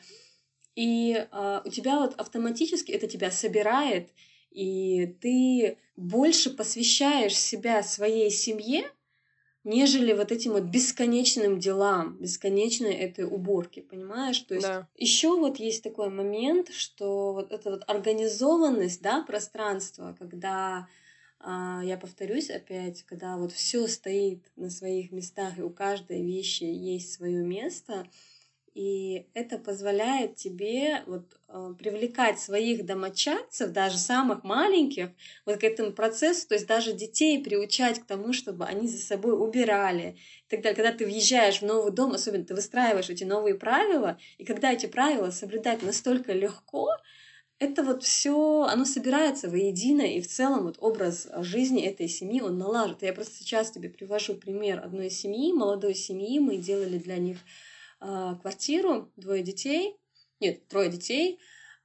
И у тебя вот автоматически это тебя собирает, и ты больше посвящаешь себя своей семье, нежели вот этим вот бесконечным делам, бесконечной этой уборке, понимаешь? То есть Да. еще вот есть такой момент, что вот эта вот организованность, да, пространства, когда я повторюсь опять, когда вот все стоит на своих местах, и у каждой вещи есть свое место, и это позволяет тебе вот привлекать своих домочадцев, даже самых маленьких, вот к этому процессу, то есть даже детей приучать к тому, чтобы они за собой убирали. Тогда, когда ты въезжаешь в новый дом, особенно ты выстраиваешь эти новые правила, и когда эти правила соблюдать настолько легко, это вот все, оно собирается воедино, и в целом вот образ жизни этой семьи, он налажен. Я просто сейчас тебе привожу пример одной семьи, молодой семьи, мы делали для них квартиру, 2 детей, нет, 3 детей,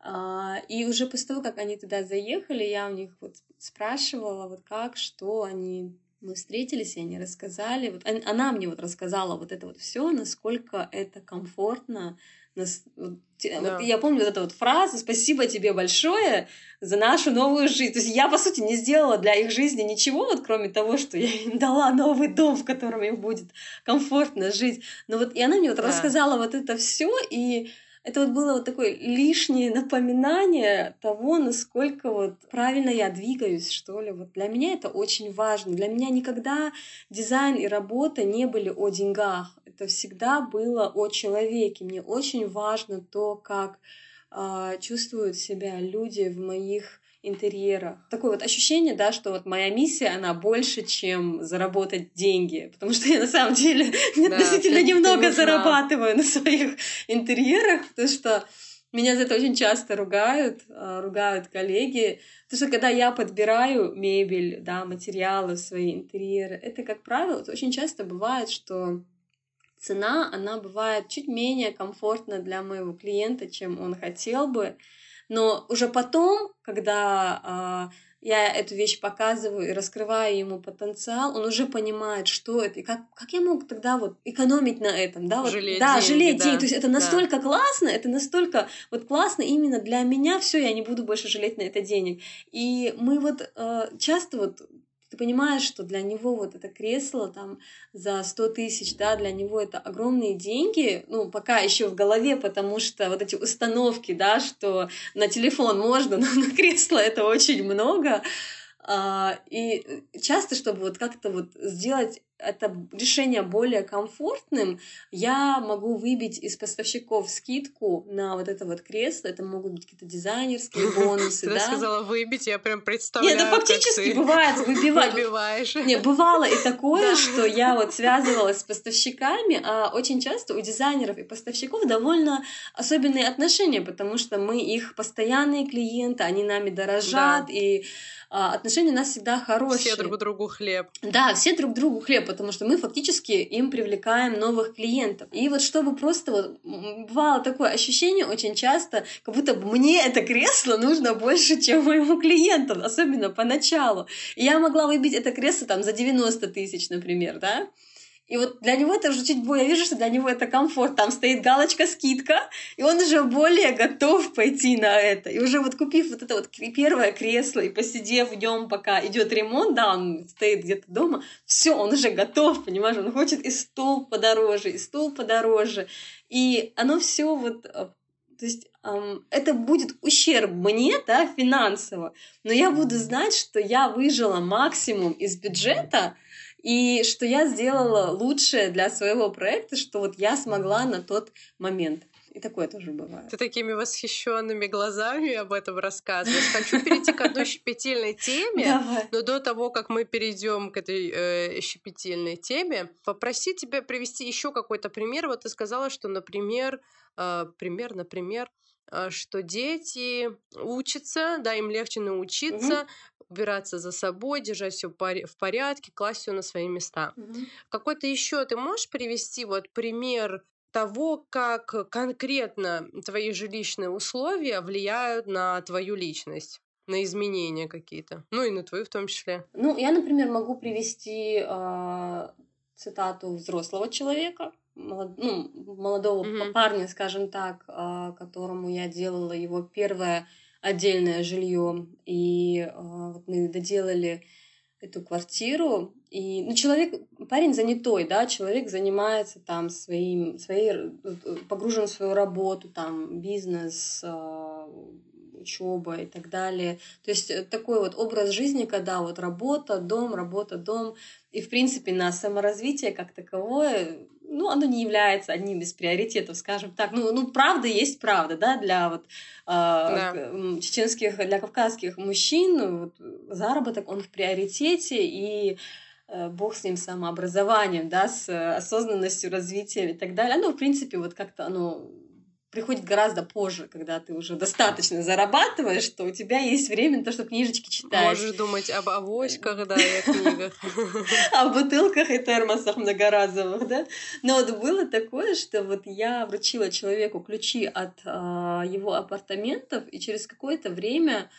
и уже после того, как они туда заехали, я у них вот спрашивала, вот как, что мы встретились, и они рассказали, вот она мне вот рассказала вот это вот все, насколько это комфортно. Вот я помню вот эту вот фразу «Спасибо тебе большое за нашу новую жизнь». То есть я, по сути, не сделала для их жизни ничего, вот кроме того, что я им дала новый дом, в котором им будет комфортно жить. Но вот и она мне вот рассказала вот это все, и это вот было вот такое лишнее напоминание того, насколько вот правильно я двигаюсь, что ли. Вот для меня это очень важно. Для меня никогда дизайн и работа не были о деньгах. Это всегда было о человеке. Мне очень важно то, как чувствуют себя люди в моих интерьерах. Такое вот ощущение, да, что вот моя миссия, она больше, чем заработать деньги, потому что я на самом деле относительно немного зарабатываю на своих интерьерах, потому что меня за это очень часто ругают коллеги, потому что когда я подбираю мебель, да, материалы в свои интерьеры, это, как правило, очень часто бывает, что цена, она бывает чуть менее комфортна для моего клиента, чем он хотел бы. Но уже потом, когда я эту вещь показываю и раскрываю ему потенциал, он уже понимает, что это, и как я мог тогда вот экономить на этом, да, вот, Жалеть да, деньги, жалеть деньги, да, то есть это да. настолько классно, это настолько вот классно именно для меня, все, я не буду больше жалеть на это денег. И мы вот часто вот ты понимаешь, что для него вот это кресло там за 100 тысяч, да, для него это огромные деньги, ну, пока еще в голове, потому что вот эти установки, да, что на телефон можно, но на кресло это очень много. И часто, чтобы вот как-то вот сделать это решение более комфортным, я могу выбить из поставщиков скидку на вот это вот кресло. Это могут быть какие-то дизайнерские бонусы, Ты да. сказала выбить, я прям Нет, представляю, это фактически как ты бывает выбивать. выбиваешь. Не, бывало и такое, Да. что я вот связывалась с поставщиками, а очень часто у дизайнеров и поставщиков довольно особенные отношения, потому что мы их постоянные клиенты, они нами дорожат, Да. и отношения у нас всегда хорошие. Все друг другу хлеб. Да, все друг другу хлеб, потому что мы фактически им привлекаем новых клиентов. И вот чтобы просто вот бывало такое ощущение очень часто, как будто бы мне это кресло нужно больше, чем моему клиенту, особенно поначалу. И я могла выбить это кресло там за 90 тысяч, например, да? И вот для него это уже чуть более, я вижу, что для него это комфорт, там стоит галочка скидка, и он уже более готов пойти на это. И уже вот купив вот это вот первое кресло и посидев в нем, пока идет ремонт, да, он стоит где-то дома, все, он уже готов, понимаешь, он хочет и стул подороже, и стул подороже. И оно все вот, то есть это будет ущерб мне, да, финансово, но я буду знать, что я выжила максимум из бюджета, и что я сделала лучшее для своего проекта, что вот я смогла на тот момент. И такое тоже бывает. Ты такими восхищенными глазами об этом рассказываешь. Хочу перейти к одной щепетильной теме, Давай. но до того, как мы перейдем к этой щепетильной теме, попроси тебя привести еще какой-то пример. Вот ты сказала, что, например, что дети учатся, да, им легче научиться, убираться за собой, держать все в порядке, класть все на свои места. Какой-то еще ты можешь привести вот пример того, как конкретно твои жилищные условия влияют на твою личность, на изменения какие-то, ну и на твою в том числе? Ну, я, например, могу привести цитату взрослого человека, молодого парня, скажем так, которому я делала его первое отдельное жилье, и вот мы доделали эту квартиру, и парень занятой, да, человек занимается там погружен в свою работу, там бизнес, учеба и так далее. То есть такой вот образ жизни, когда вот работа, дом, и в принципе на саморазвитие как таковое, ну, оно не является одним из приоритетов, скажем так. Ну, правда есть правда, да, для вот чеченских, для кавказских мужчин вот, заработок, он в приоритете, и бог с ним самообразованием, да, с осознанностью, развитием и так далее. Оно, в принципе, вот как-то оно приходит гораздо позже, когда ты уже достаточно зарабатываешь, что у тебя есть время на то, чтобы книжечки читать. Можешь думать об авоськах, да, и о книгах. О бутылках и термосах многоразовых, да. Но вот было такое, что вот я вручила человеку ключи от его апартаментов, и через какое-то время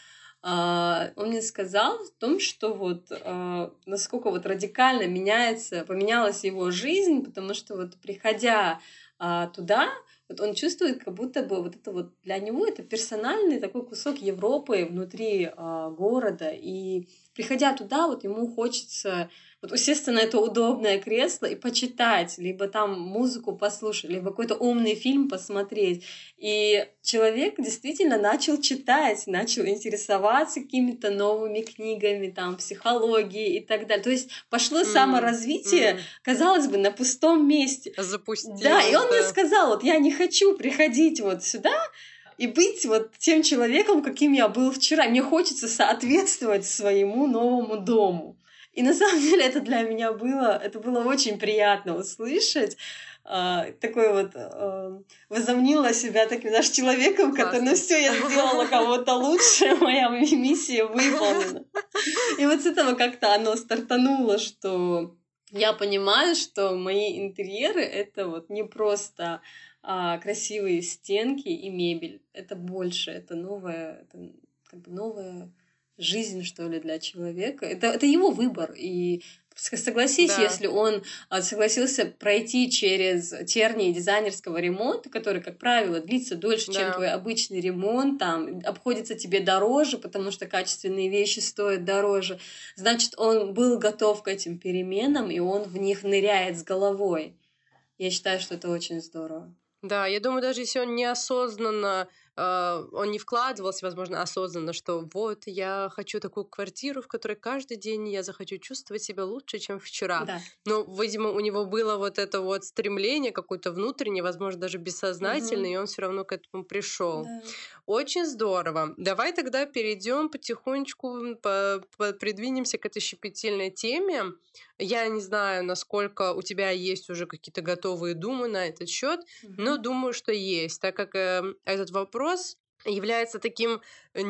он мне сказал о том, что вот насколько вот радикально поменялась его жизнь, потому что вот приходя туда, вот он чувствует, как будто бы вот это вот для него это персональный такой кусок Европы внутри города, и приходя туда, вот ему хочется вот усесться на это удобное кресло и почитать, либо там музыку послушать, либо какой-то умный фильм посмотреть. И человек действительно начал читать, начал интересоваться какими-то новыми книгами, там, психологией и так далее. То есть пошло саморазвитие, казалось бы, на пустом месте. Запустилось, да, и он мне сказал, вот я не хочу приходить вот сюда и быть вот тем человеком, каким я был вчера. Мне хочется соответствовать своему новому дому. И на самом деле это для меня было очень приятно услышать. Такой вот возомнила себя таким, знаешь, человеком, который, ну все, я сделала кого-то лучше, моя миссия выполнена. И вот с этого как-то оно стартануло, что я понимаю, что мои интерьеры — это вот не просто красивые стенки и мебель. Это больше, это новое, это как бы новое жизнь, что ли, для человека. Это его выбор. И согласись, Да. если он согласился пройти через тернии дизайнерского ремонта, который, как правило, длится дольше, чем Да. твой обычный ремонт, там, обходится тебе дороже, потому что качественные вещи стоят дороже, значит, он был готов к этим переменам, и он в них ныряет с головой. Я считаю, что это очень здорово. Да, я думаю, даже если он неосознанно, он не вкладывался, возможно, осознанно, что вот я хочу такую квартиру, в которой каждый день я захочу чувствовать себя лучше, чем вчера. Да. Но, видимо, у него было вот это вот стремление какое-то внутреннее, возможно, даже бессознательное, и он все равно к этому пришел. Да. Очень здорово. Давай тогда перейдем потихонечку, придвинемся к этой щепетильной теме. Я не знаю, насколько у тебя есть уже какие-то готовые думы на этот счет, но думаю, что есть, так как этот вопрос является таким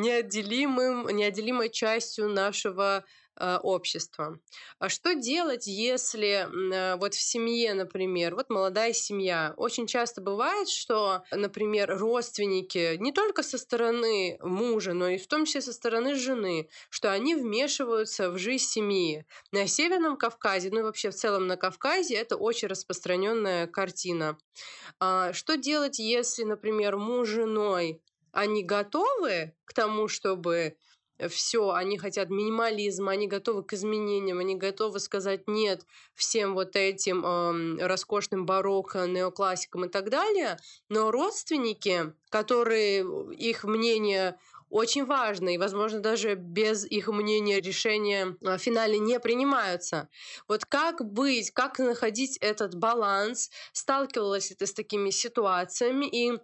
неотделимой частью нашего общества. А что делать, если вот в семье, например, вот молодая семья, очень часто бывает, что, например, родственники не только со стороны мужа, но и в том числе со стороны жены, что они вмешиваются в жизнь семьи. На Северном Кавказе, ну и вообще в целом на Кавказе, это очень распространенная картина. Что делать, если, например, муж с женой, они готовы к тому, чтобы все, они хотят минимализма, они готовы к изменениям, они готовы сказать нет всем вот этим роскошным барокко, неоклассикам и так далее, но родственники, которые их мнение очень важно, и, возможно, даже без их мнения решения финально не принимаются. Вот как быть, как находить этот баланс? Сталкивалась ли ты с такими ситуациями? И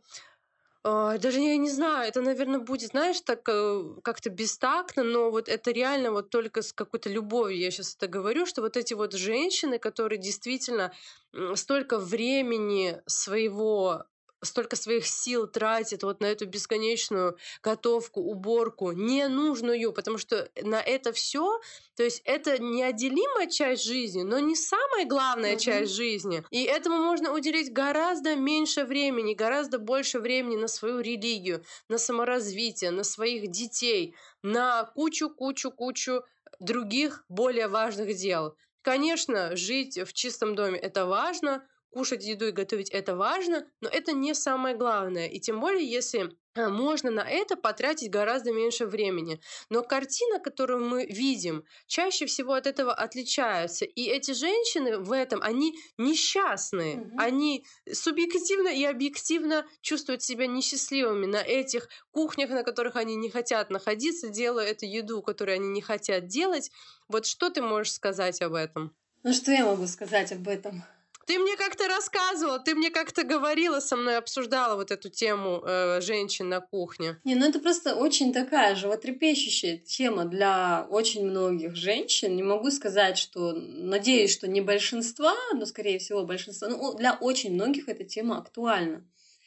даже я не знаю, это, наверное, будет, знаешь, так как-то бестактно, но вот это реально вот только с какой-то любовью я сейчас это говорю, что вот эти вот женщины, которые действительно столько времени своего, столько своих сил тратят вот на эту бесконечную готовку, уборку, ненужную, потому что на это все, то есть это неотделимая часть жизни, но не самая главная часть жизни. И этому можно уделить гораздо меньше времени, гораздо больше времени на свою религию, на саморазвитие, на своих детей, на кучу других более важных дел. Конечно, жить в чистом доме — это важно, кушать еду и готовить — это важно, но это не самое главное. И тем более, если можно на это потратить гораздо меньше времени. Но картина, которую мы видим, чаще всего от этого отличаются. И эти женщины в этом, они несчастные. Они субъективно и объективно чувствуют себя несчастливыми на этих кухнях, на которых они не хотят находиться, делая эту еду, которую они не хотят делать. Вот что ты можешь сказать об этом? Ну, что я могу сказать об этом? Ты мне как-то рассказывала, ты мне как-то говорила со мной, обсуждала вот эту тему женщин на кухне. Не, ну это просто очень такая животрепещущая тема для очень многих женщин. Не могу сказать, что... Надеюсь, что не большинства, но, скорее всего, большинства. Ну, для очень многих эта тема актуальна.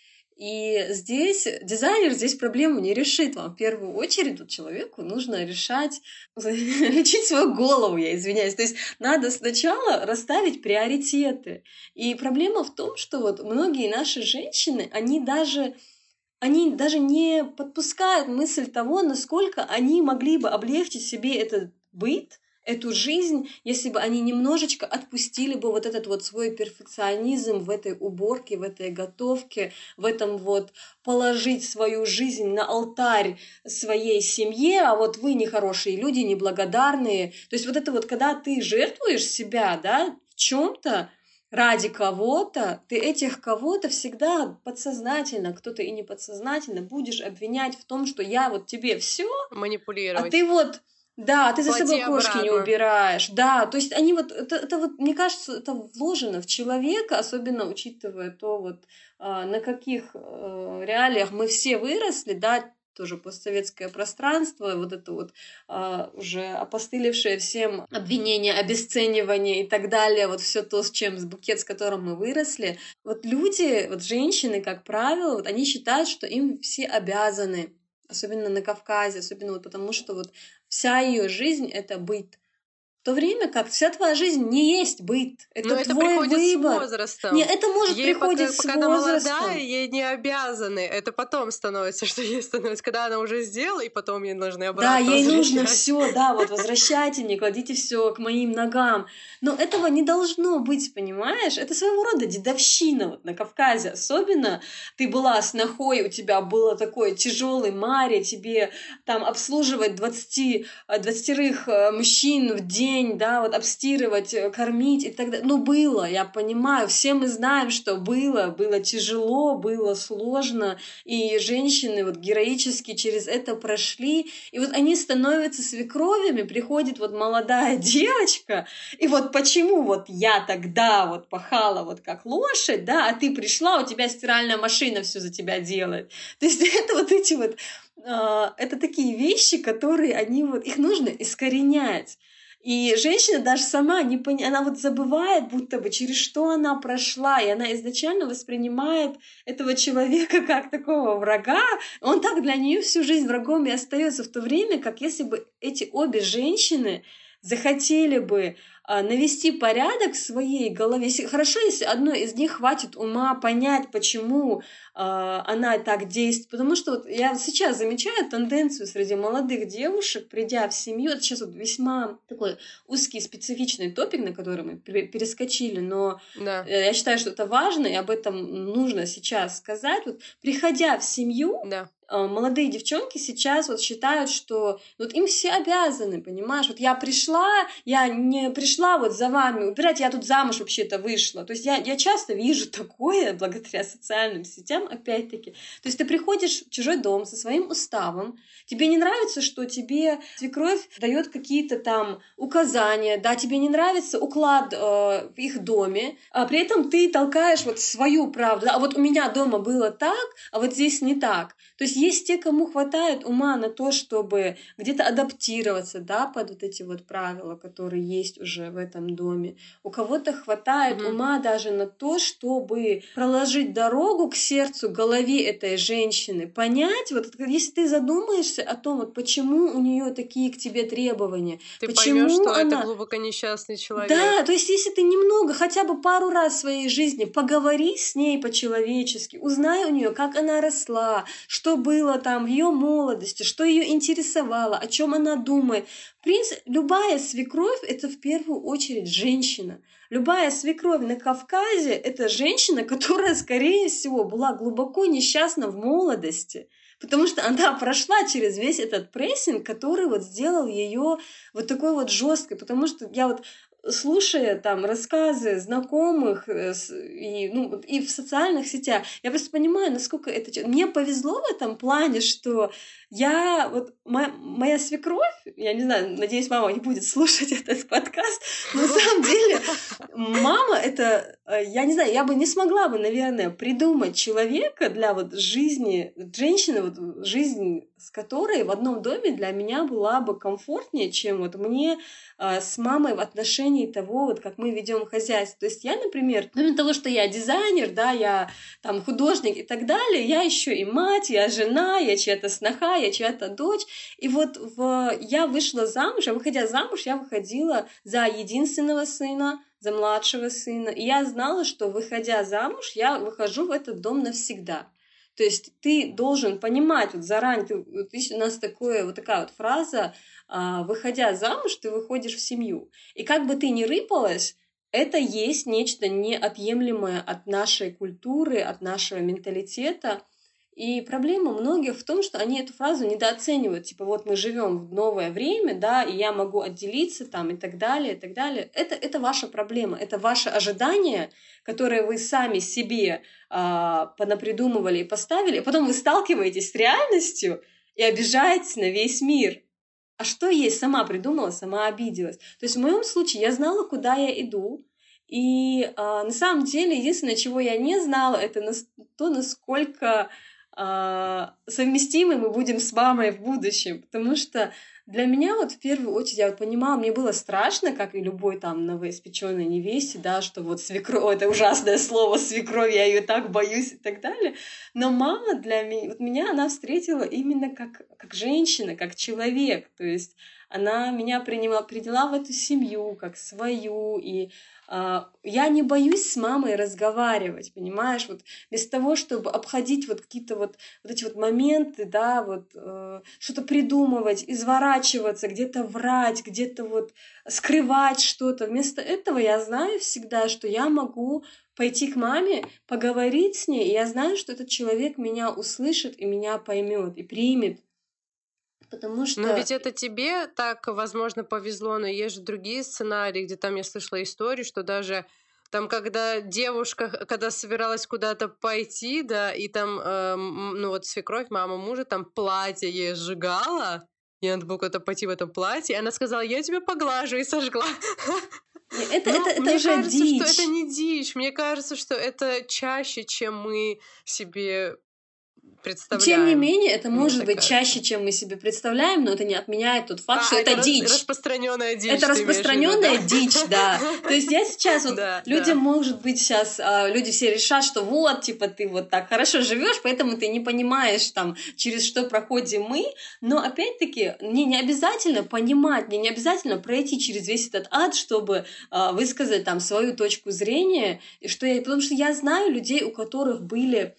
И здесь дизайнер здесь проблему не решит вам. В первую очередь тут человеку нужно лечить свою голову, я извиняюсь. То есть надо сначала расставить приоритеты. И проблема в том, что вот многие наши женщины, они даже не подпускают мысль того, насколько они могли бы облегчить себе этот быт, эту жизнь, если бы они немножечко отпустили бы вот этот вот свой перфекционизм в этой уборке, в этой готовке, в этом вот положить свою жизнь на алтарь своей семье, а вот вы нехорошие люди, неблагодарные. То есть вот это вот, когда ты жертвуешь себя, да, в чем-то, ради кого-то, ты этих кого-то всегда подсознательно, кто-то и не подсознательно будешь обвинять в том, что я вот тебе все, Манипулировать. а ты вот, да, ты за Плати собой крошки не обратно. убираешь, да, то есть они вот, это вот, мне кажется, это вложено в человека, особенно учитывая то вот, на каких реалиях мы все выросли, да, тоже постсоветское пространство, вот это вот уже опостылевшее всем обвинение, обесценивание и так далее, вот все то, с букет, с которым мы выросли. Вот люди, вот женщины, как правило, вот они считают, что им все обязаны, особенно на Кавказе, особенно вот потому, что вот вся ее жизнь — это быт. В то время как вся твоя жизнь не есть быт. Это Но это твой приходит с выбор. возрастом. Не, это может Ей приходить с пока она молодая, возрастом. ей не обязаны. Это потом становится, что ей становится, когда она уже сделала, и потом ей должны Да, обратно ей нужно возвращать. все, да, вот возвращайте мне, кладите все к моим ногам. Но этого не должно быть, понимаешь? Это своего рода дедовщина вот на Кавказе. Особенно ты была снохой, у тебя было такое тяжелый маре, тебе там обслуживать 20 мужчин в день, да, вот обстирывать, кормить и так далее. Ну, было, я понимаю, все мы знаем, что было тяжело, было сложно, и женщины вот героически через это прошли, и вот они становятся свекровями, приходит вот молодая девочка, и вот почему вот я тогда вот пахала вот как лошадь, да, а ты пришла, у тебя стиральная машина все за тебя делает. То есть это вот эти вот, это такие вещи, которые они вот, их нужно искоренять. И женщина даже сама не она вот забывает, будто бы через что она прошла, и она изначально воспринимает этого человека как такого врага, он так для нее всю жизнь врагом и остается, в то время как если бы эти обе женщины захотели бы навести порядок в своей голове. Хорошо, если одной из них хватит ума понять, почему она так действует. Потому что вот я сейчас замечаю тенденцию среди молодых девушек, придя в семью. Это сейчас вот весьма такой узкий специфичный топик, на который мы перескочили, но Да. я считаю, что это важно, и об этом нужно сейчас сказать. Вот, приходя в семью, Да. молодые девчонки сейчас вот считают, что вот им все обязаны, понимаешь? Вот я пришла, я не пришла вот за вами убирать, я тут замуж вообще-то вышла. То есть я часто вижу такое благодаря социальным сетям, опять-таки. То есть ты приходишь в чужой дом со своим уставом, тебе не нравится, что тебе свекровь дает какие-то там указания, да, тебе не нравится уклад в их доме, а при этом ты толкаешь вот свою правду. А вот у меня дома было так, а вот здесь не так. То есть те, кому хватает ума на то, чтобы где-то адаптироваться, да, под вот эти вот правила, которые есть уже в этом доме. У кого-то хватает ума даже на то, чтобы проложить дорогу к сердцу, к голове этой женщины, понять, вот если ты задумаешься о том, вот почему у нее такие к тебе требования, ты почему поймешь, что она... это глубоко несчастный человек. Да, то есть если ты немного, хотя бы пару раз в своей жизни поговори с ней по-человечески, узнай у нее, как она росла, что было там в ее молодости, что ее интересовало, о чем она думает. В принципе, любая свекровь — это в первую очередь женщина. Любая свекровь на Кавказе — это женщина, которая, скорее всего, была глубоко несчастна в молодости. Потому что она прошла через весь этот прессинг, который вот сделал ее вот такой вот жесткой. Потому что я вот, слушая там рассказы знакомых и в социальных сетях, я просто понимаю, насколько это... Мне повезло в этом плане, что я вот моя свекровь, я не знаю, надеюсь, мама не будет слушать этот подкаст, но на самом деле мама это, я не знаю, я бы не смогла бы, наверное, придумать человека для вот жизни, женщины, вот жизнь с которой в одном доме для меня была бы комфортнее, чем вот мне с мамой в отношении того, вот как мы ведем хозяйство. То есть я, например, кроме того, что я дизайнер, да, я там художник и так далее, я еще и мать, я жена, я чья-то сноха, я чья-то дочь. И вот я вышла замуж, а выходя замуж, я выходила за единственного сына, за младшего сына. И я знала, что, выходя замуж, я выхожу в этот дом навсегда. То есть ты должен понимать вот заранее, у нас вот такая вот фраза, выходя замуж, ты выходишь в семью. И как бы ты ни рыпалась, это есть нечто неотъемлемое от нашей культуры, от нашего менталитета. И проблема многих в том, что они эту фразу недооценивают. Типа, вот мы живем в новое время, да, и я могу отделиться там и так далее, и так далее. Это ваша проблема, это ваше ожидание, которое вы сами себе понапридумывали и поставили, а потом вы сталкиваетесь с реальностью и обижаетесь на весь мир. А что есть? Сама придумала, сама обиделась. То есть в моем случае я знала, куда я иду. И на самом деле единственное, чего я не знала, это то, насколько совместимы мы будем с мамой в будущем. Потому что для меня вот в первую очередь, я вот понимала, мне было страшно, как и любой там новоиспеченной невесте, да, что вот свекровь, это ужасное слово свекровь, я ее так боюсь и так далее. Но мама для меня, вот меня она встретила именно как женщина, как человек. То есть она меня приняла в эту семью как свою, и я не боюсь с мамой разговаривать, понимаешь, вот без того, чтобы обходить вот какие-то вот эти вот моменты, да, вот что-то придумывать, изворачиваться, где-то врать, где-то вот скрывать что-то. Вместо этого я знаю всегда, что я могу пойти к маме, поговорить с ней, и я знаю, что этот человек меня услышит и меня поймет и примет. Потому что... Но ведь это тебе так, возможно, повезло, но есть же другие сценарии, где там я слышала историю, что даже там, когда девушка, когда собиралась куда-то пойти, да, и там, ну вот свекровь, мама мужа, там платье ей сжигала, и надо было куда-то пойти в этом платье, и она сказала, я тебя поглажу, и сожгла. Это Мне уже кажется, что это дичь. не дичь. Мне кажется, что это чаще, чем мы себе представляем. Тем не менее, это Мне может так быть кажется. чаще, чем мы себе представляем, но это не отменяет тот факт, что это дичь. Распространенная дичь. Это распространенная дичь, да. То есть я сейчас вот людям, может быть, сейчас люди все решат, что вот, типа, ты вот так хорошо живешь, поэтому ты не понимаешь там, через что проходим мы. Но опять-таки, мне не обязательно понимать, мне не обязательно пройти через весь этот ад, чтобы высказать там свою точку зрения, и что потому что я знаю людей, у которых были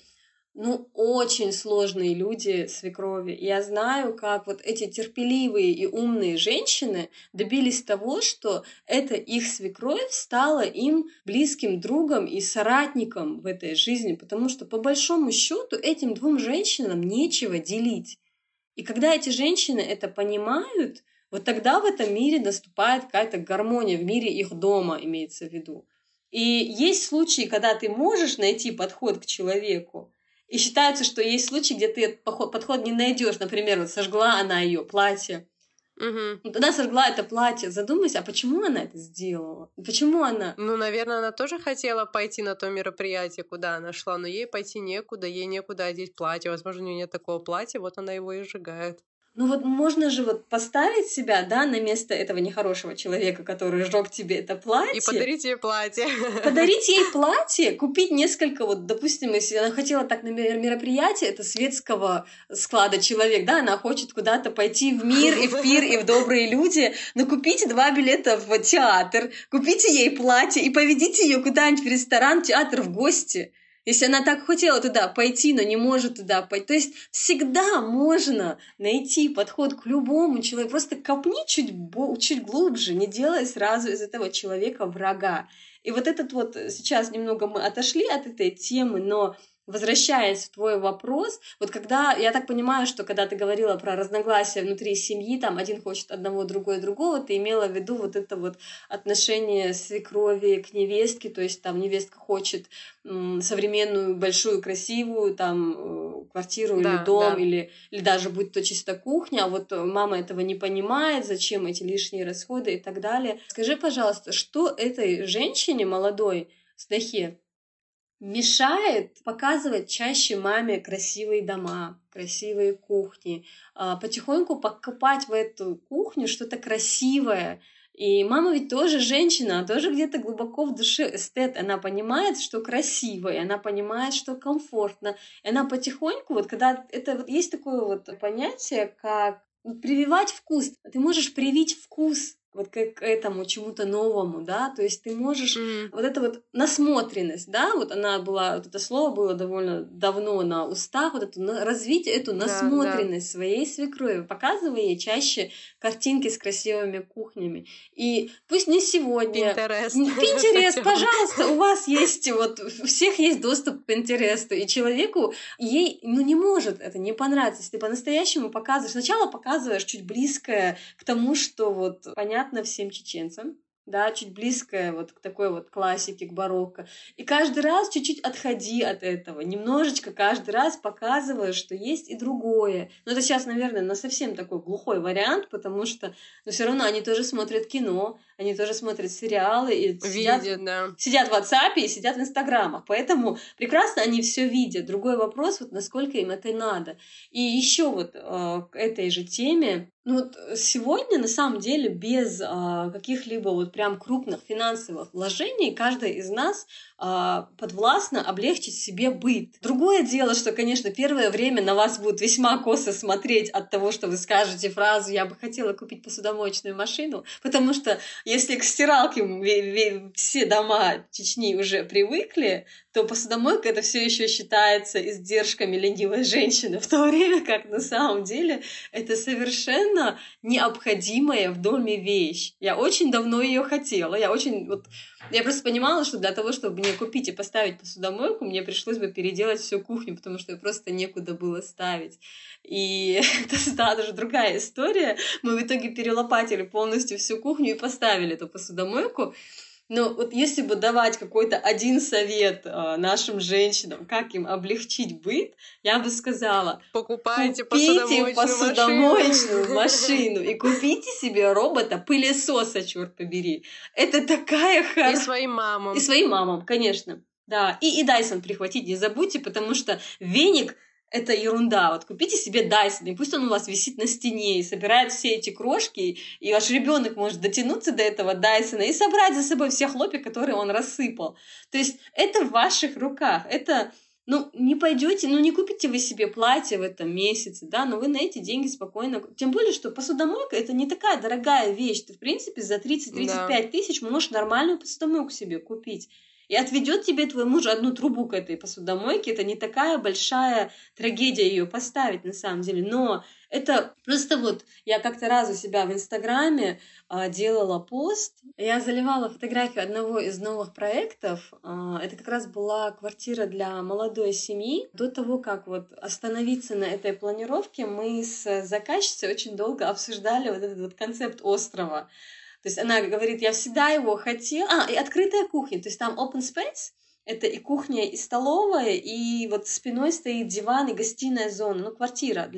очень сложные люди, свекрови. Я знаю, как вот эти терпеливые и умные женщины добились того, что эта их свекровь стала им близким другом и соратником в этой жизни, потому что по большому счету этим двум женщинам нечего делить. И когда эти женщины это понимают, вот тогда в этом мире наступает какая-то гармония, в мире их дома имеется в виду. И есть случаи, когда ты можешь найти подход к человеку, и считается, что есть случаи, где ты этот подход не найдешь. Например, вот сожгла она ее платье. Угу. Она сожгла это платье. Задумайся, а почему она это сделала? Почему она? Ну, наверное, она тоже хотела пойти на то мероприятие, куда она шла, но ей пойти некуда, ей некуда одеть платье. Возможно, у нее нет такого платья, вот она его и сжигает. Ну вот можно же вот поставить себя, да, на место этого нехорошего человека, который сжег тебе это платье. И подарить ей платье. Подарить ей платье, купить несколько, вот, допустим, если она хотела так на мероприятие, это светского склада человек, да, она хочет куда-то пойти в мир, и в пир, и в добрые люди, но купите 2 билета в театр, купите ей платье и поведите ее куда-нибудь в ресторан, театр, в гости. Если она так хотела туда пойти, но не может туда пойти. То есть всегда можно найти подход к любому человеку. Просто копни чуть глубже, не делай сразу из этого человека врага. И вот этот вот сейчас немного мы отошли от этой темы, но возвращаясь в твой вопрос, вот когда, я так понимаю, что когда ты говорила про разногласия внутри семьи, там один хочет одного, другой другого, ты имела в виду вот это вот отношение свекрови к невестке, то есть там невестка хочет современную, большую, красивую там квартиру или дом, или даже будь то чисто кухня, а вот мама этого не понимает, зачем эти лишние расходы и так далее. Скажи, пожалуйста, что этой женщине, молодой снохе, мешает показывать чаще маме красивые дома, красивые кухни, потихоньку покупать в эту кухню что-то красивое. И мама ведь тоже женщина, она тоже где-то глубоко в душе эстет. Она понимает, что красиво, и она понимает, что комфортно. И она потихоньку, вот когда это вот есть такое вот понятие, как прививать вкус. Ты можешь привить вкус вот к этому чему-то новому, да, то есть ты можешь вот это вот насмотренность, да, вот она была, вот это слово было довольно давно на устах, вот это развить эту насмотренность своей свекрови, показывая ей чаще картинки с красивыми кухнями. И пусть не сегодня. Pinterest, пожалуйста, у вас есть, вот у всех есть доступ к Pinterest, и человеку ей, не может это не понравиться, если ты по-настоящему показываешь, сначала показываешь чуть близкое к тому, что вот понятно всем чеченцам, да, чуть близкое вот к такой вот классике, к барокко. И каждый раз чуть-чуть отходи от этого, немножечко каждый раз показывая, что есть и другое. Но это сейчас, наверное, на совсем такой глухой вариант, потому что, все равно они тоже смотрят кино, они тоже смотрят сериалы и сидят в WhatsApp и сидят в Инстаграмах. Поэтому прекрасно они все видят. Другой вопрос, вот насколько им это надо. И еще вот к этой же теме, Ну вот сегодня, на самом деле, без каких-либо вот прям крупных финансовых вложений, каждый из нас подвластно облегчить себе быт. Другое дело, что, конечно, первое время на вас будут весьма косо смотреть от того, что вы скажете фразу «я бы хотела купить посудомоечную машину», потому что если к стиралке все дома Чечни уже привыкли, то посудомойка это все еще считается издержками ленивой женщины, в то время как на самом деле это совершенно необходимая в доме вещь. Я очень давно ее хотела. Я просто понимала, что для того, чтобы мне купить и поставить посудомойку, мне пришлось бы переделать всю кухню, потому что ее просто некуда было ставить. И это даже другая история. Мы в итоге перелопатили полностью всю кухню и поставили эту посудомойку. Но вот если бы давать какой-то один совет нашим женщинам, как им облегчить быт, я бы сказала: Покупайте купите посудомоечную машину. машину и купите себе робота-пылесоса, черт побери. Это такая И своим мамам. И своим мамам, конечно. Да, и Dyson прихватить не забудьте, потому что веник это ерунда. Вот купите себе Dyson, и пусть он у вас висит на стене и собирает все эти крошки, и ваш ребенок может дотянуться до этого Дайсона и собрать за собой все хлопья, которые он рассыпал. То есть это в ваших руках. Это, не пойдете, не купите вы себе платье в этом месяце, да, но вы на эти деньги спокойно... Тем более, что посудомойка это не такая дорогая вещь. Ты, в принципе, за 30-35 тысяч можешь нормальную посудомойку себе купить. И отведет тебе твой муж одну трубу к этой посудомойке. Это не такая большая трагедия ее поставить на самом деле. Но это просто вот я как-то раз у себя в Инстаграме делала пост. Я заливала фотографию одного из новых проектов. Это как раз была квартира для молодой семьи. До того, как вот остановиться на этой планировке, мы с заказчицей очень долго обсуждали вот этот вот концепт острова. То есть она говорит, я всегда его хотела... и открытая кухня, то есть там open space, это и кухня, и столовая, и вот спиной стоит диван и гостиная зона, квартира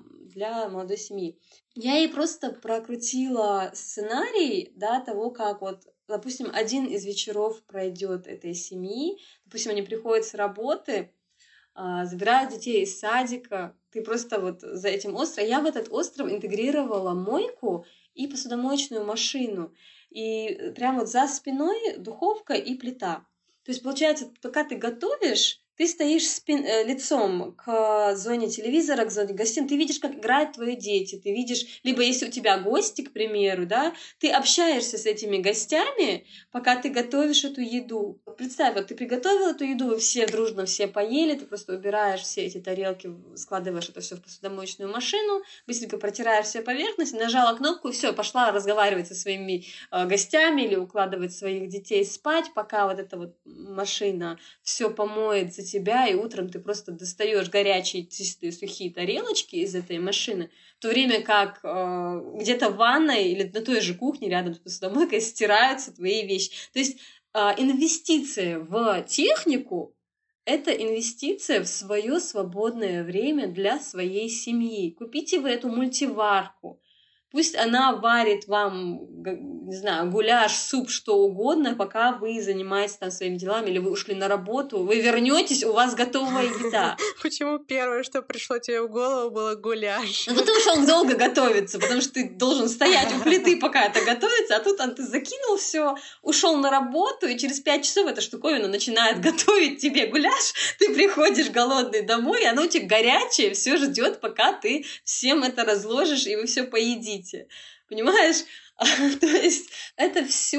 для молодой семьи. Я ей просто прокрутила сценарий, да, того, как вот, допустим, один из вечеров пройдет этой семьи, допустим, они приходят с работы, забирают детей из садика, ты просто вот за этим островом... Я в этот остров интегрировала мойку и посудомоечную машину. И прямо вот за спиной духовка и плита. То есть, получается, пока ты готовишь, ты стоишь лицом к зоне телевизора, к зоне гостиной, ты видишь, как играют твои дети, ты видишь, либо если у тебя гости, к примеру, да, ты общаешься с этими гостями, пока ты готовишь эту еду. Представь, вот ты приготовил эту еду, вы все дружно все поели, ты просто убираешь все эти тарелки, складываешь это все в посудомоечную машину, быстренько протираешь все поверхности, нажала кнопку, и все, пошла разговаривать со своими гостями или укладывать своих детей спать, пока вот эта вот машина все помоет за тебя, и утром ты просто достаешь горячие, чистые, сухие тарелочки из этой машины, в то время как где-то в ванной или на той же кухне рядом с посудомойкой стираются твои вещи. То есть инвестиция в технику — это инвестиция в свое свободное время для своей семьи. Купите вы эту мультиварку. Пусть она варит вам, не знаю, гуляш, суп, что угодно, пока вы занимаетесь там своими делами, или вы ушли на работу, вы вернетесь, у вас готовая еда. Почему первое, что пришло тебе в голову, было гуляш? Потому что он долго готовится, потому что ты должен стоять у плиты, пока это готовится, а тут ты закинул все, ушел на работу, и через 5 часов эта штуковина начинает готовить тебе гуляш, ты приходишь голодный домой, и оно у тебя горячее, все ждет, пока ты всем это разложишь, и вы все поедите. Понимаешь? То есть это все,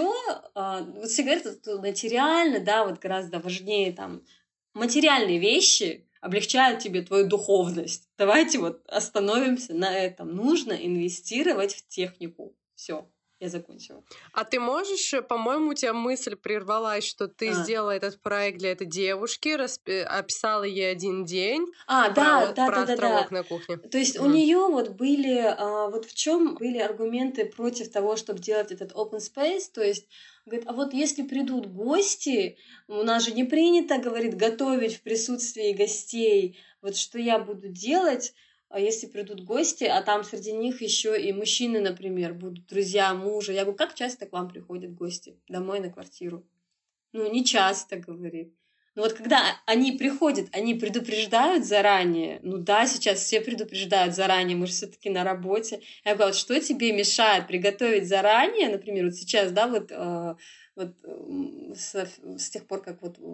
вот все говорят, что материально, да, вот гораздо важнее там материальные вещи облегчают тебе твою духовность. Давайте вот остановимся на этом. Нужно инвестировать в технику. Все. Я закончила. А ты можешь, по-моему, у тебя мысль прервалась, что ты сделала этот проект для этой девушки, описала ей один день про островок на кухне. То есть у нее вот были, вот в чем были аргументы против того, чтобы делать этот open space, то есть говорит, а вот если придут гости, у нас же не принято, говорит, готовить в присутствии гостей, вот что я буду делать, если придут гости, а там среди них еще и мужчины, например, будут друзья мужа. Я говорю, как часто к вам приходят гости домой на квартиру? Не часто, говорит. Но вот когда они приходят, они предупреждают заранее. Ну да, сейчас все предупреждают заранее, мы же все-таки на работе. Я говорю, вот что тебе мешает приготовить заранее, например, вот сейчас, да, с тех пор, как вот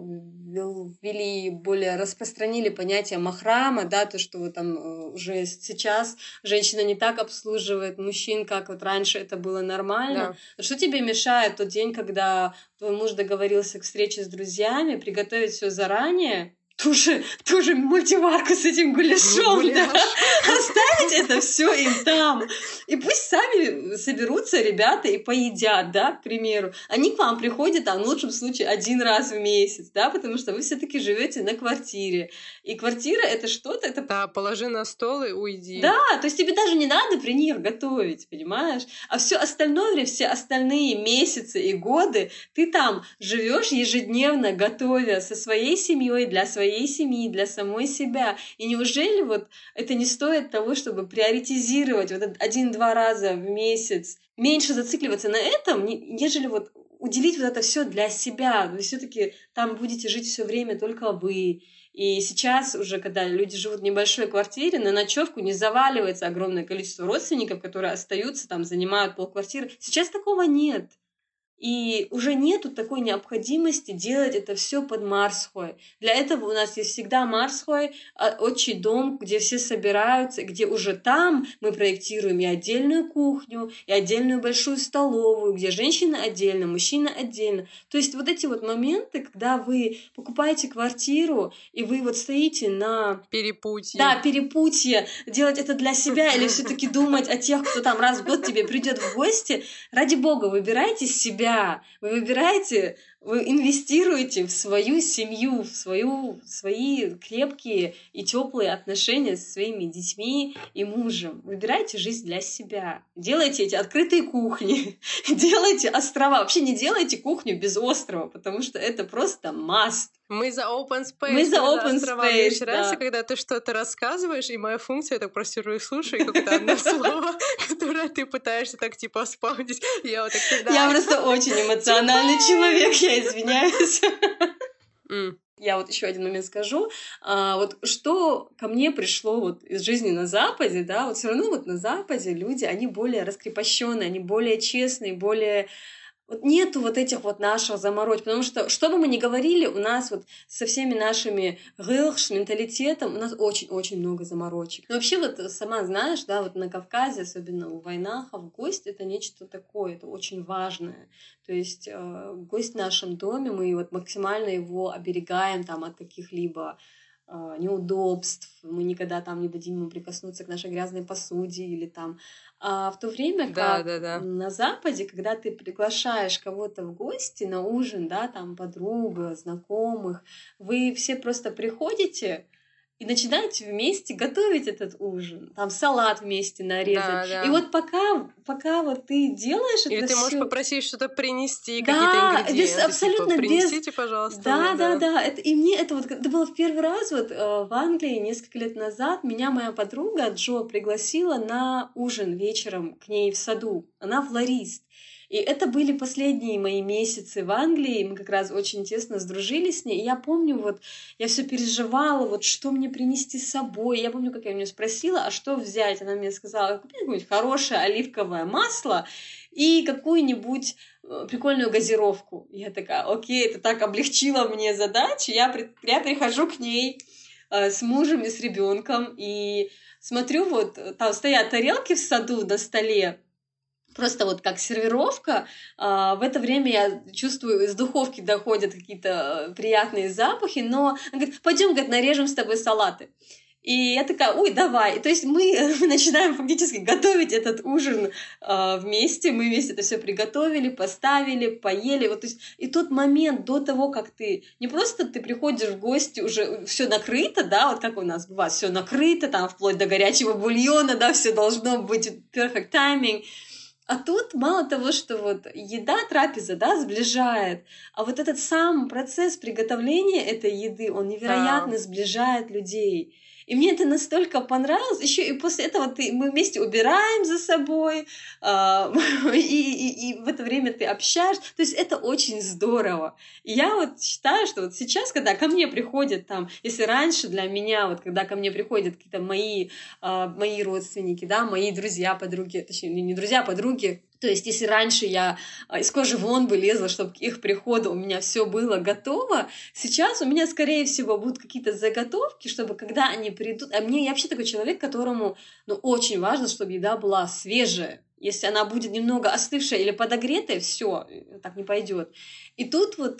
ввели, более распространили понятие махрама, да, то, что вот там уже сейчас женщина не так обслуживает мужчин, как вот раньше это было нормально. Да. Что тебе мешает тот день, когда твой муж договорился к встрече с друзьями, приготовить все заранее, ту же мультиварку с этим гуляшом, да, оставить это все им там. И пусть сами соберутся ребята и поедят, да, к примеру. Они к вам приходят, там, в лучшем случае, 1 раз в месяц, да, потому что вы все-таки живете на квартире. И квартира — это что-то, это... Да, положи на стол и уйди. Да, то есть тебе даже не надо при них готовить, понимаешь? А все остальное время, все остальные месяцы и годы ты там живешь ежедневно, готовя со своей семьей, для своей семьи, для самой себя. И неужели вот это не стоит того, чтобы приоритизировать вот 1-2 раза в месяц, меньше зацикливаться на этом, нежели вот уделить вот это все для себя? Вы все-таки там будете жить все время только вы. И сейчас уже, когда люди живут в небольшой квартире, на ночевку не заваливается огромное количество родственников, которые остаются, там, занимают полквартиры. Сейчас такого нет. И уже нету такой необходимости делать это все под Марсхой. Для этого у нас есть всегда Марсхой, отчий дом, где все собираются, где уже там мы проектируем и отдельную кухню, и отдельную большую столовую, где женщина отдельно, мужчина отдельно. То есть вот эти вот моменты, когда вы покупаете квартиру, и вы вот стоите на... Перепутье. Да, перепутье, делать это для себя или все-таки думать о тех, кто там раз в год тебе придет в гости. Ради бога, выбирайте себя. Вы выбираете, вы инвестируете в свою семью, в свои крепкие и теплые отношения со своими детьми и мужем. Выбирайте жизнь для себя. Делайте эти открытые кухни, делайте острова. Вообще не делайте кухню без острова, потому что это просто must. Мы за open space. Мы за open острова. space, Мне очень нравится, да. когда ты что-то рассказываешь, и моя функция — это просто сижу и слушаю, как это одно слово, которое ты пытаешься так типа вспомнить. Я вот так кидаю. Я просто очень эмоциональный человек, я извиняюсь. Я вот еще один момент скажу. Вот что ко мне пришло вот из жизни на Западе, да, вот все равно вот на Западе люди, они более раскрепощенные, они более честные, более... Вот нету вот этих вот наших заморочек, потому что бы мы ни говорили, у нас вот со всеми нашими менталитетом у нас очень-очень много заморочек. Но вообще вот сама знаешь, да, вот на Кавказе, особенно у вайнахов, гость — это нечто такое, это очень важное. То есть гость в нашем доме, мы вот максимально его оберегаем там от каких-либо неудобств, мы никогда там не дадим ему прикоснуться к нашей грязной посуде или там. А в то время как на Западе, когда ты приглашаешь кого-то в гости на ужин, да, там подруга, знакомых, вы все просто приходите и начинаете вместе готовить этот ужин. Там салат вместе нарезать. И вот пока вот ты делаешь это. Или ты всё... можешь попросить что-то принести, какие-то ингредиенты. Абсолютно типа, принесите, пожалуйста. Да. И мне это было в первый раз вот в Англии несколько лет назад. Меня моя подруга Джо пригласила на ужин вечером к ней в саду. Она флорист. И это были последние мои месяцы в Англии, мы как раз очень тесно сдружились с ней. И я помню, вот я все переживала, вот что мне принести с собой. Я помню, как я у нее спросила, а что взять? Она мне сказала, купи какое-нибудь хорошее оливковое масло и какую-нибудь прикольную газировку. Я такая, окей, это так облегчило мне задачу. Я прихожу к ней с мужем и с ребенком и смотрю, вот там стоят тарелки в саду на столе, просто вот как сервировка. В это время я чувствую, из духовки доходят какие-то приятные запахи, но она говорит, пойдем, говорит, нарежем с тобой салаты. И я такая, ой, давай. То есть мы начинаем фактически готовить этот ужин вместе. Мы вместе это все приготовили, поставили, поели. Вот, то есть, и тот момент до того, как ты... Не просто ты приходишь в гости, уже все накрыто, да, вот как у нас бывает, все накрыто, там вплоть до горячего бульона, да, все должно быть perfect timing. А тут мало того, что вот еда, трапеза, да, сближает, а вот этот сам процесс приготовления этой еды, он невероятно сближает людей. И мне это настолько понравилось. Еще и после этого мы вместе убираем за собой, и в это время ты общаешься. То есть это очень здорово. И я вот считаю, что вот сейчас, когда ко мне приходят там, если раньше для меня, вот когда ко мне приходят какие-то мои родственники, да, мои друзья, подруги, точнее, не друзья, а подруги, то есть, если раньше я из кожи вон бы лезла, чтобы к их приходу у меня все было готово, сейчас у меня, скорее всего, будут какие-то заготовки, чтобы когда они придут... я вообще такой человек, которому очень важно, чтобы еда была свежая. Если она будет немного остывшая или подогретая, все, так не пойдет. И тут вот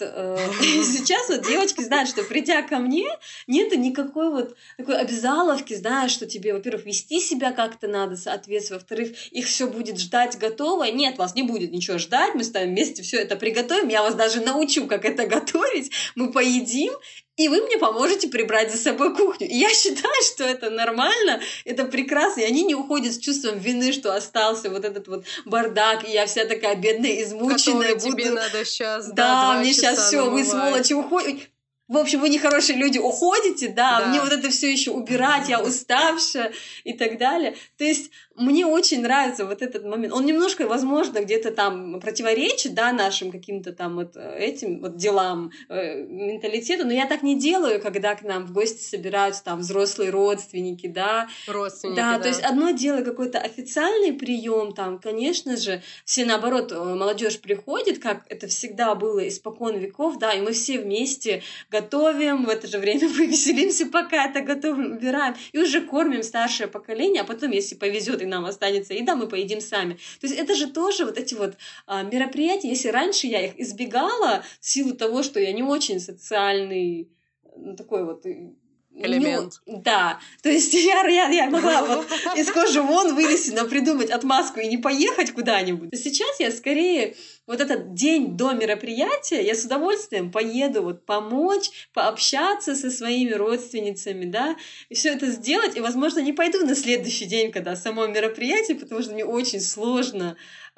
сейчас вот девочки знают, что придя ко мне, нету никакой вот такой обязаловки, знаешь, что тебе, во-первых, вести себя как-то надо, соответственно, во-вторых, их все будет ждать готово. Нет, вас не будет ничего ждать, мы с вами вместе все это приготовим, я вас даже научу, как это готовить, мы поедим, и вы мне поможете прибрать за собой кухню. И я считаю, что это нормально, это прекрасно, и они не уходят с чувством вины, что остался вот этот вот бардак, и я вся такая бедная, измученная. Который тебе надо сейчас, да, мне сейчас все, вы сволочи уходите. В общем, вы нехорошие люди, уходите, да, мне вот это все еще убирать, я уставшая и так далее. То есть мне очень нравится вот этот момент. Он немножко, возможно, где-то там противоречит, да, нашим каким-то там вот этим вот делам, менталитету, но я так не делаю, когда к нам в гости собираются там взрослые родственники, да. Родственники, да. То есть одно дело какой-то официальный прием, там, конечно же, все наоборот, молодежь приходит, как это всегда было испокон веков, да, и мы все вместе готовим, в это же время мы веселимся, пока это готовим, убираем, и уже кормим старшее поколение, а потом, если повезет и нам останется еда, мы поедим сами. То есть это же тоже вот эти вот мероприятия, если раньше я их избегала в силу того, что я не очень социальный, такой вот... элемент. Да, то есть я могла вот из кожи вон вылезти, но придумать отмазку и не поехать куда-нибудь. Сейчас я скорее вот этот день до мероприятия, я с удовольствием поеду вот помочь, пообщаться со своими родственницами, да, и все это сделать, и, возможно, не пойду на следующий день, когда само мероприятие, потому что мне очень сложно,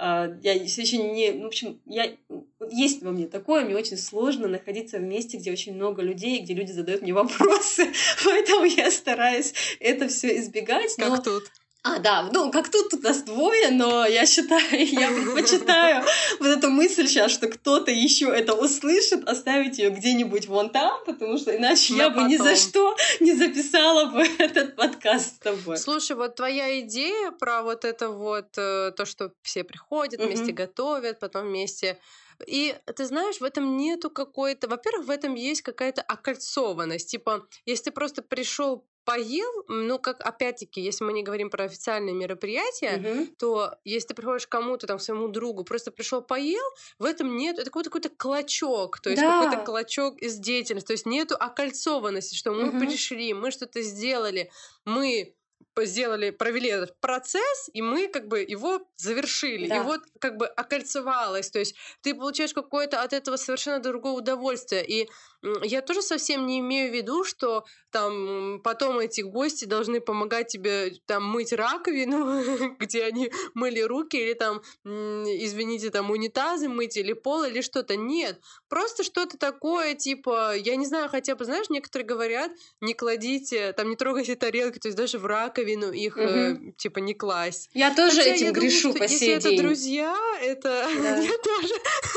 я все еще не, в общем, есть во мне такое, мне очень сложно находиться в месте, где очень много людей, где люди задают мне вопросы, поэтому я стараюсь это все избегать. Как тут? Да, как тут нас двое, но я предпочитаю вот эту мысль сейчас, что кто-то еще это услышит, оставить ее где-нибудь вон там, потому что иначе я бы ни за что не записала бы этот подкаст с тобой. Слушай, вот твоя идея про вот это вот, то, что все приходят, вместе готовят, потом вместе... И ты знаешь, в этом нету какой-то... Во-первых, в этом есть какая-то окольцованность. Типа, если ты просто пришел, поел, как опять-таки, если мы не говорим про официальные мероприятия, то если ты приходишь к кому-то, там, своему другу, просто пришел, поел, в этом нет, это какой-то клочок, то есть какой-то клочок из деятельности, то есть нету окольцованности, что мы пришли, мы что-то сделали, мы провели этот процесс, и мы как бы его завершили. И вот как бы окольцевалось. То есть ты получаешь какое-то от этого совершенно другое удовольствие. И я тоже совсем не имею в виду, что там потом эти гости должны помогать тебе там мыть раковину, где они мыли руки, или там, извините, там унитазы мыть, или пол, или что-то. Нет. Просто что-то такое, типа, я не знаю, хотя бы, знаешь, некоторые говорят, не кладите, там, не трогайте тарелки, то есть даже в раковину их, типа, не класть. Я тоже этим грешу по сей день. Если это друзья, это... Я тоже...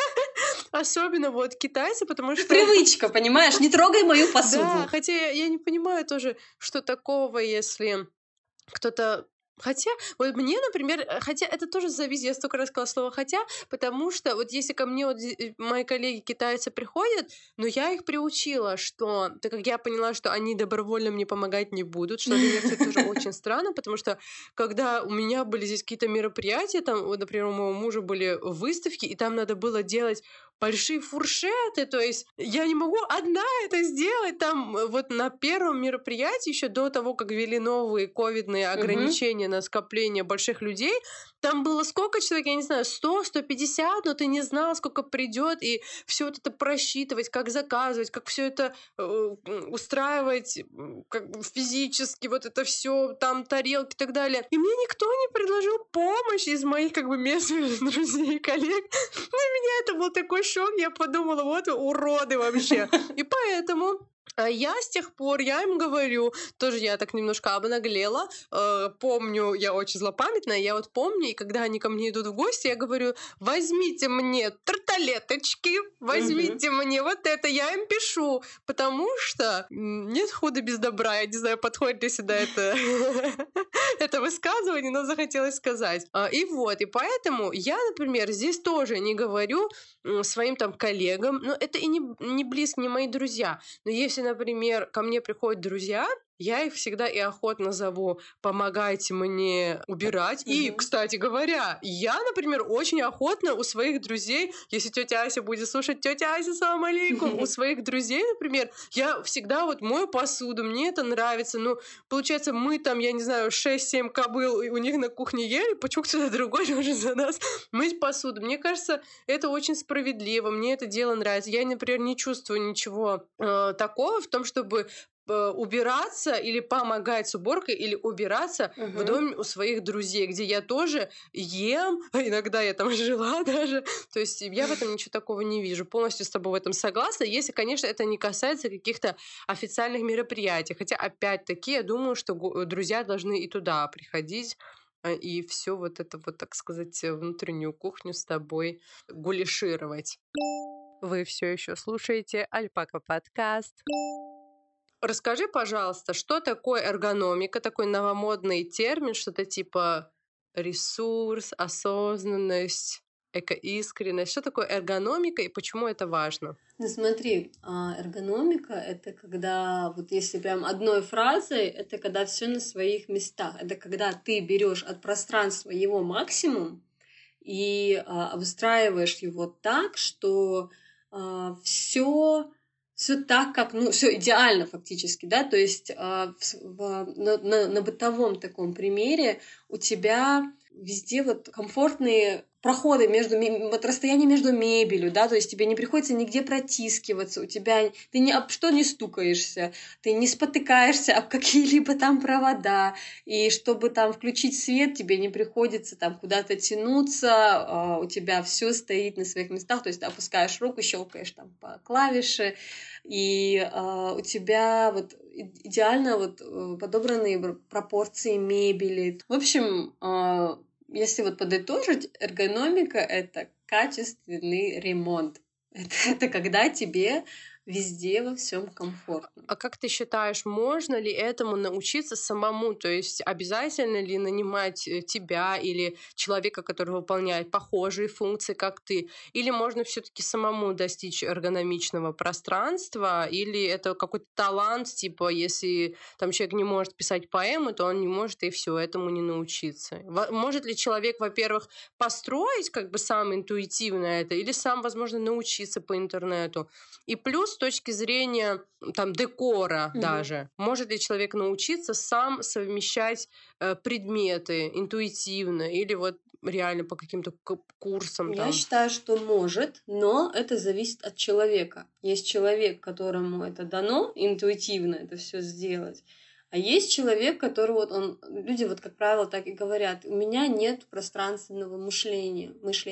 Особенно вот китайцы, потому что... Привычка, понимаешь? Не трогай мою посуду. Да, хотя я не понимаю тоже, что такого, если кто-то... Хотя, вот мне, например, хотя это тоже зависит, я столько раз сказала слово «хотя», потому что вот если ко мне вот мои коллеги-китайцы приходят, но я их приучила, что, так как я поняла, что они добровольно мне помогать не будут, что для них это тоже очень странно, потому что когда у меня были здесь какие-то мероприятия, там, вот, например, у моего мужа были выставки, и там надо было делать большие фуршеты, то есть я не могу одна это сделать. Там вот на первом мероприятии, еще до того, как ввели новые ковидные ограничения на скопление больших людей, там было сколько человек, я не знаю, 100, 150, но ты не знал, сколько придет, и все вот это просчитывать, как заказывать, как все это устраивать как физически, вот это все, там тарелки и так далее. И мне никто не предложил помощь из моих как бы местных друзей и коллег. Для меня это был такой шок, я подумала, вот уроды вообще. И поэтому А я с тех пор, я им говорю, тоже я так немножко обнаглела, помню, я очень злопамятная, я вот помню, и когда они ко мне идут в гости, я говорю, возьмите мне тарталеточки, возьмите мне вот это, я им пишу, потому что нет худа без добра, я не знаю, подходит ли сюда это высказывание, но захотелось сказать. И вот, и поэтому я, например, здесь тоже не говорю своим там коллегам, но это и не близкие, не мои друзья, но если, например, ко мне приходят друзья, я их всегда и охотно зову, помогайте мне убирать. И, кстати говоря, я, например, очень охотно у своих друзей, если тетя Ася будет слушать, тетя Ася, салам алейкум, у своих друзей, например, я всегда вот мою посуду, мне это нравится. Ну, получается, мы там, я не знаю, 6-7 кобыл у них на кухне ели, почему кто-то другой должен за нас мыть посуду. Мне кажется, это очень справедливо, мне это дело нравится. Я, например, не чувствую ничего такого в том, чтобы убираться или помогать с уборкой, или убираться в доме у своих друзей, где я тоже ем, а иногда я там жила даже. То есть я в этом ничего такого не вижу. Полностью с тобой в этом согласна, если, конечно, это не касается каких-то официальных мероприятий. Хотя, опять-таки, я думаю, что друзья должны и туда приходить, и все вот это вот, так сказать, внутреннюю кухню с тобой гуляшировать. Вы все еще слушаете Альпака подкаст. Расскажи, пожалуйста, что такое эргономика, такой новомодный термин, что-то типа ресурс, осознанность, экоискренность. Что такое эргономика и почему это важно? Ну смотри, эргономика — это когда, вот если прям одной фразой, это когда все на своих местах. Это когда ты берешь от пространства его максимум и обустраиваешь его так, что все так, как, ну, все идеально фактически, да, то есть на бытовом таком примере у тебя везде вот комфортные проходы вот расстояние между мебелью, да, то есть тебе не приходится нигде протискиваться, ты ни об что не стукаешься, ты не спотыкаешься об какие-либо там провода, и чтобы там включить свет, тебе не приходится там куда-то тянуться, у тебя все стоит на своих местах, то есть ты опускаешь руку, щелкаешь там по клавише, и у тебя вот идеально вот подобранные пропорции мебели. В общем, если вот подытожить, эргономика — это качественный ремонт. Это когда тебе везде во всем комфортно. А как ты считаешь, можно ли этому научиться самому? То есть обязательно ли нанимать тебя или человека, который выполняет похожие функции, как ты? Или можно все-таки самому достичь эргономичного пространства? Или это какой-то талант, типа, если там человек не может писать поэмы, то он не может и все, этому не научиться? Может ли человек, во-первых, построить как бы сам интуитивно это, или сам, возможно, научиться по интернету? И плюс с точки зрения там декора даже, может ли человек научиться сам совмещать предметы интуитивно или вот реально по каким-то курсам? Я считаю, что может, но это зависит от человека. Есть человек, которому это дано интуитивно это все сделать, а есть человек, который вот люди вот, как правило, так и говорят: у меня нет пространственного мышления.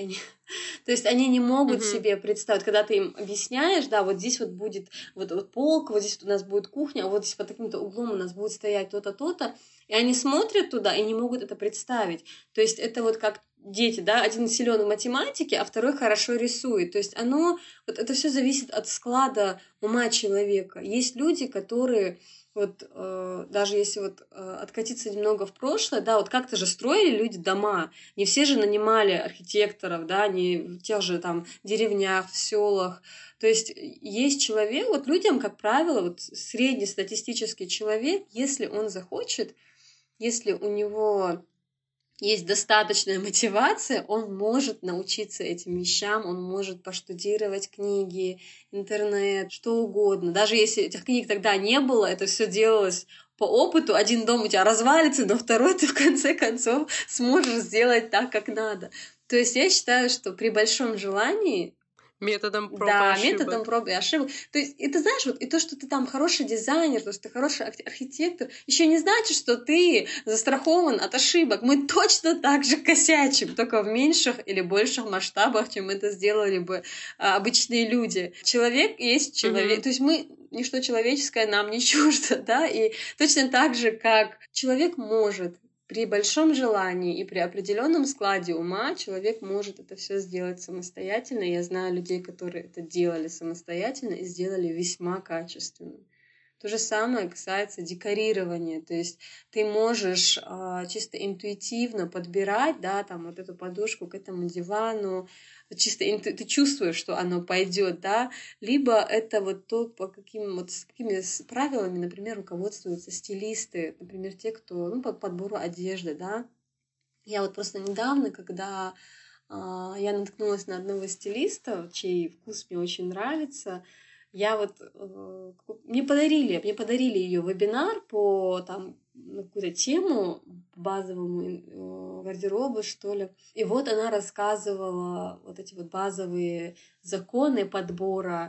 То есть они не могут себе представить, когда ты им объясняешь, да, вот здесь вот будет вот полка, вот здесь вот у нас будет кухня, а вот здесь под таким-то углом у нас будет стоять то-то, то-то, и они смотрят туда и не могут это представить. То есть это вот как дети, да, один силен в математике, а второй хорошо рисует. То есть вот это все зависит от склада ума человека. Есть люди, которые вот даже если вот откатиться немного в прошлое, да, вот как-то же строили люди дома, не все же нанимали архитекторов, да, не в тех же там деревнях, в селах. То есть есть человек, вот людям, как правило, вот среднестатистический человек, если он захочет, если у него есть достаточная мотивация, он может научиться этим вещам, он может поштудировать книги, интернет, что угодно. Даже если этих книг тогда не было, это все делалось по опыту. Один дом у тебя развалится, но второй ты в конце концов сможешь сделать так, как надо. То есть я считаю, что при большом желании Методом проб и Да, методом ошибок. проб и ошибок. То есть, и ты знаешь, вот и то, что ты там хороший дизайнер, то, что ты хороший архитектор, еще не значит, что ты застрахован от ошибок. Мы точно так же косячим, только в меньших или больших масштабах, чем это сделали бы обычные люди. Человек есть человек. То есть мы ничто человеческое нам не чуждо, да, и точно так же, как человек может при большом желании и при определенном складе ума человек может это все сделать самостоятельно. Я знаю людей, которые это делали самостоятельно и сделали весьма качественно. То же самое касается декорирования. То есть ты можешь чисто интуитивно подбирать, да, там вот эту подушку к этому дивану, чисто ты чувствуешь, что оно пойдет, да, либо это вот то, с какими правилами, например, руководствуются стилисты, например, те, кто, по подбору одежды, да. Я вот просто недавно, когда я наткнулась на одного стилиста, чей вкус мне очень нравится, я вот мне подарили ее вебинар по на какую-то тему базовому гардеробу, что ли. И вот она рассказывала вот эти вот базовые законы подбора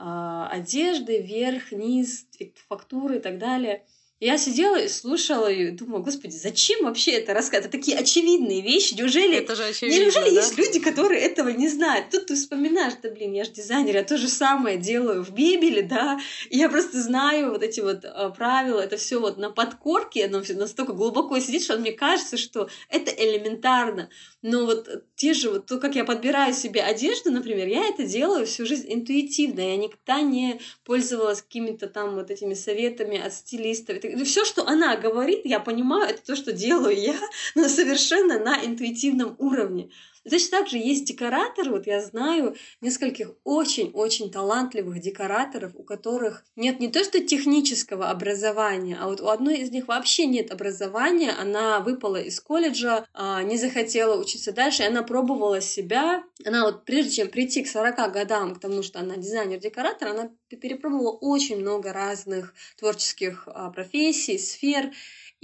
одежды, верх, низ, фактуры и так далее. Я сидела и слушала ее и думала, господи, зачем вообще это рассказывать? Это такие очевидные вещи. Это же очевидно, неужели да? есть люди, которые этого не знают? Тут ты вспоминаешь, да блин, я же дизайнер, я то же самое делаю в мебели, да, и я просто знаю вот эти вот правила, это все вот на подкорке, оно все настолько глубоко сидит, что мне кажется, что это элементарно. Но вот те же, вот то, как я подбираю себе одежду, например, я это делаю всю жизнь интуитивно, я никогда не пользовалась какими-то там вот этими советами от стилистов. Все, что она говорит, я понимаю, это то, что делаю я, но совершенно на интуитивном уровне. Точно так же есть декораторы, вот я знаю нескольких очень-очень талантливых декораторов, у которых нет не то что технического образования, а вот у одной из них вообще нет образования, она выпала из колледжа, не захотела учиться дальше, и она пробовала себя, она вот прежде чем прийти к 40 годам, к тому, что она дизайнер-декоратор, она перепробовала очень много разных творческих профессий, сфер,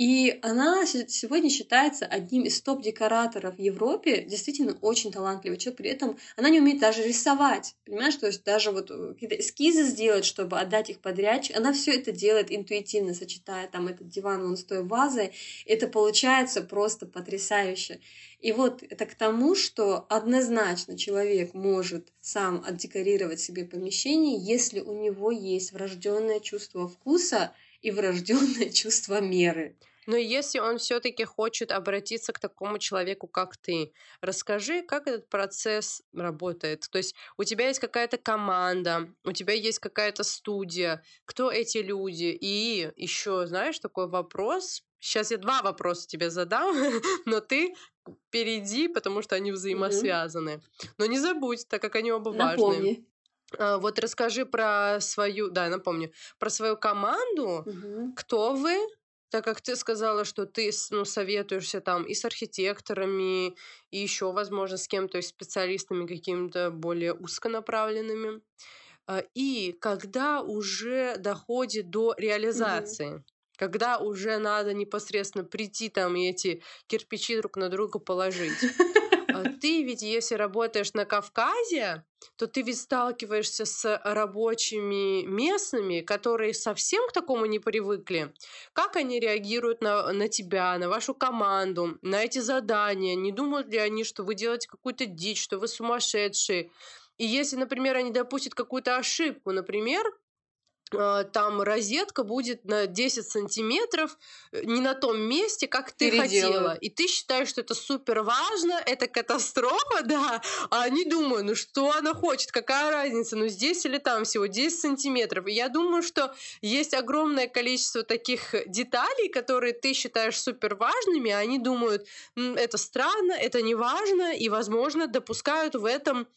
и она сегодня считается одним из топ-декораторов в Европе, действительно очень талантливый человек, при этом она не умеет даже рисовать, понимаешь, то есть даже вот какие-то эскизы сделать, чтобы отдать их подрядчику, она все это делает интуитивно, сочетая там этот диван вон с той вазой, это получается просто потрясающе. И вот это к тому, что однозначно человек может сам отдекорировать себе помещение, если у него есть врожденное чувство вкуса и врожденное чувство меры. Но если он все-таки хочет обратиться к такому человеку, как ты, расскажи, как этот процесс работает. То есть у тебя есть какая-то команда, у тебя есть какая-то студия, кто эти люди? И еще, знаешь, такой вопрос. Сейчас я 2 вопроса тебе задам, но ты впереди, потому что они взаимосвязаны. Но не забудь, так как они оба важные. Напомни. Вот расскажи про свою, да, напомню, про свою команду, кто вы, так как ты сказала, что ты советуешься там и с архитекторами, и еще, возможно, с кем-то, из специалистами какими-то более узконаправленными. И когда уже доходит до реализации, когда уже надо непосредственно прийти там и эти кирпичи друг на друга положить. Ты ведь, если работаешь на Кавказе, то ты ведь сталкиваешься с рабочими местными, которые совсем к такому не привыкли. Как они реагируют на тебя, на вашу команду, на эти задания? Не думают ли они, что вы делаете какую-то дичь, что вы сумасшедшие? И если, например, они допустят какую-то ошибку, например, там розетка будет на 10 сантиметров не на том месте, как ты хотела. И ты считаешь, что это супер важно, это катастрофа, да, а они думают, ну что она хочет, какая разница, ну здесь или там всего 10 сантиметров. И я думаю, что есть огромное количество таких деталей, которые ты считаешь супер важными, а они думают, это странно, это не важно, и, возможно, допускают в этом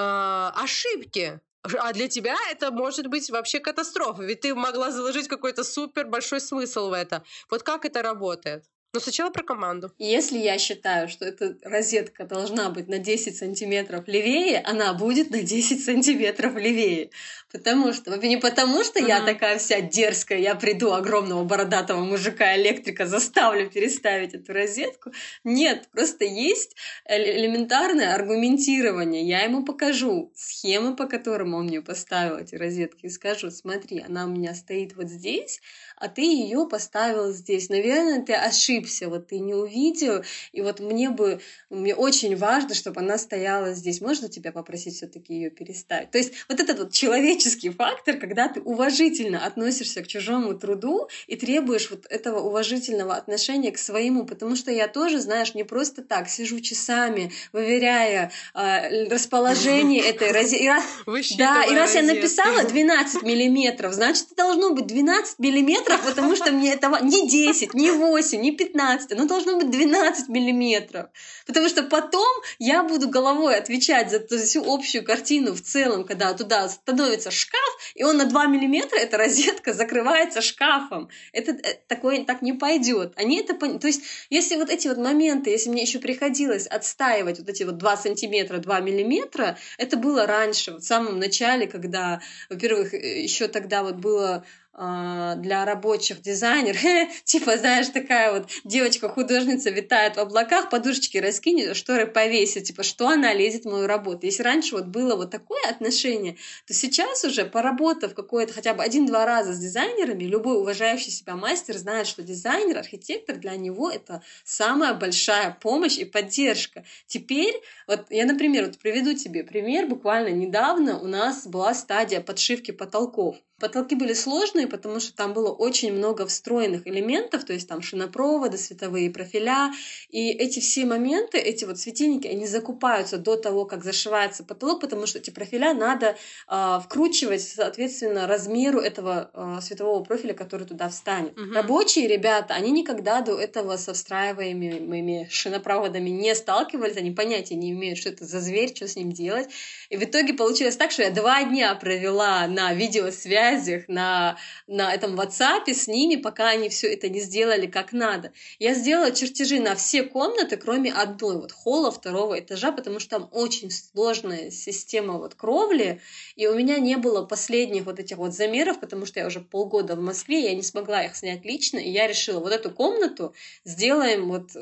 ошибки. А для тебя это может быть вообще катастрофа, ведь ты могла заложить какой-то супер большой смысл в это. Вот как это работает? Но сначала про команду. Если я считаю, что эта розетка должна быть на 10 сантиметров левее, она будет на 10 сантиметров левее. Потому что, не потому что я такая вся дерзкая, я приду огромного бородатого мужика-электрика, заставлю переставить эту розетку. Нет, просто есть элементарное аргументирование. Я ему покажу схемы, по которым он мне поставил эти розетки, и скажу: смотри, она у меня стоит вот здесь, а ты ее поставил здесь. Наверное, ты ошибся, вот ты не увидел, и вот мне очень важно, чтобы она стояла здесь. Можно тебя попросить все-таки ее переставить? То есть вот этот вот человеческий фактор, когда ты уважительно относишься к чужому труду и требуешь вот этого уважительного отношения к своему, потому что я тоже, знаешь, не просто так сижу часами, выверяя расположение этой розетки. Да, и раз я написала 12 миллиметров, значит, это должно быть 12 миллиметров, потому что мне этого не 10, не 8, не 15, оно должно быть 12 миллиметров. Потому что потом я буду головой отвечать за всю общую картину в целом, когда туда становится шкаф, и он на 2 миллиметра, эта розетка закрывается шкафом. Это такое так не пойдет. То есть, если вот эти вот моменты, если мне еще приходилось отстаивать вот эти вот 2 сантиметра, 2 миллиметра, это было раньше, в самом начале, когда, во-первых, еще тогда вот было для рабочих дизайнер, типа, знаешь, такая вот девочка-художница витает в облаках, подушечки раскинет, шторы повесит, типа, что она лезет в мою работу. Если раньше вот было вот такое отношение, то сейчас уже, поработав какое-то хотя бы 1-2 раза с дизайнерами, любой уважающий себя мастер знает, что дизайнер, архитектор, для него это самая большая помощь и поддержка. Теперь, вот я, например, вот приведу тебе пример, буквально недавно у нас была стадия подшивки потолков. Потолки были сложные, потому что там было очень много встроенных элементов, то есть там шинопроводы, световые профиля, и эти все моменты, эти вот светильники, они закупаются до того, как зашивается потолок, потому что эти профиля надо вкручивать, соответственно, размеру этого светового профиля, который туда встанет. Рабочие ребята, они никогда до этого со встраиваемыми шинопроводами не сталкивались, они понятия не имеют, что это за зверь, что с ним делать. И в итоге получилось так, что я 2 дня провела на видеосвязи, на этом WhatsApp с ними, пока они все это не сделали как надо. Я сделала чертежи на все комнаты, кроме одной, вот холла 2-го этажа, потому что там очень сложная система вот кровли, и у меня не было последних вот этих вот замеров, потому что я уже полгода в Москве, я не смогла их снять лично, и я решила, вот эту комнату сделаем вот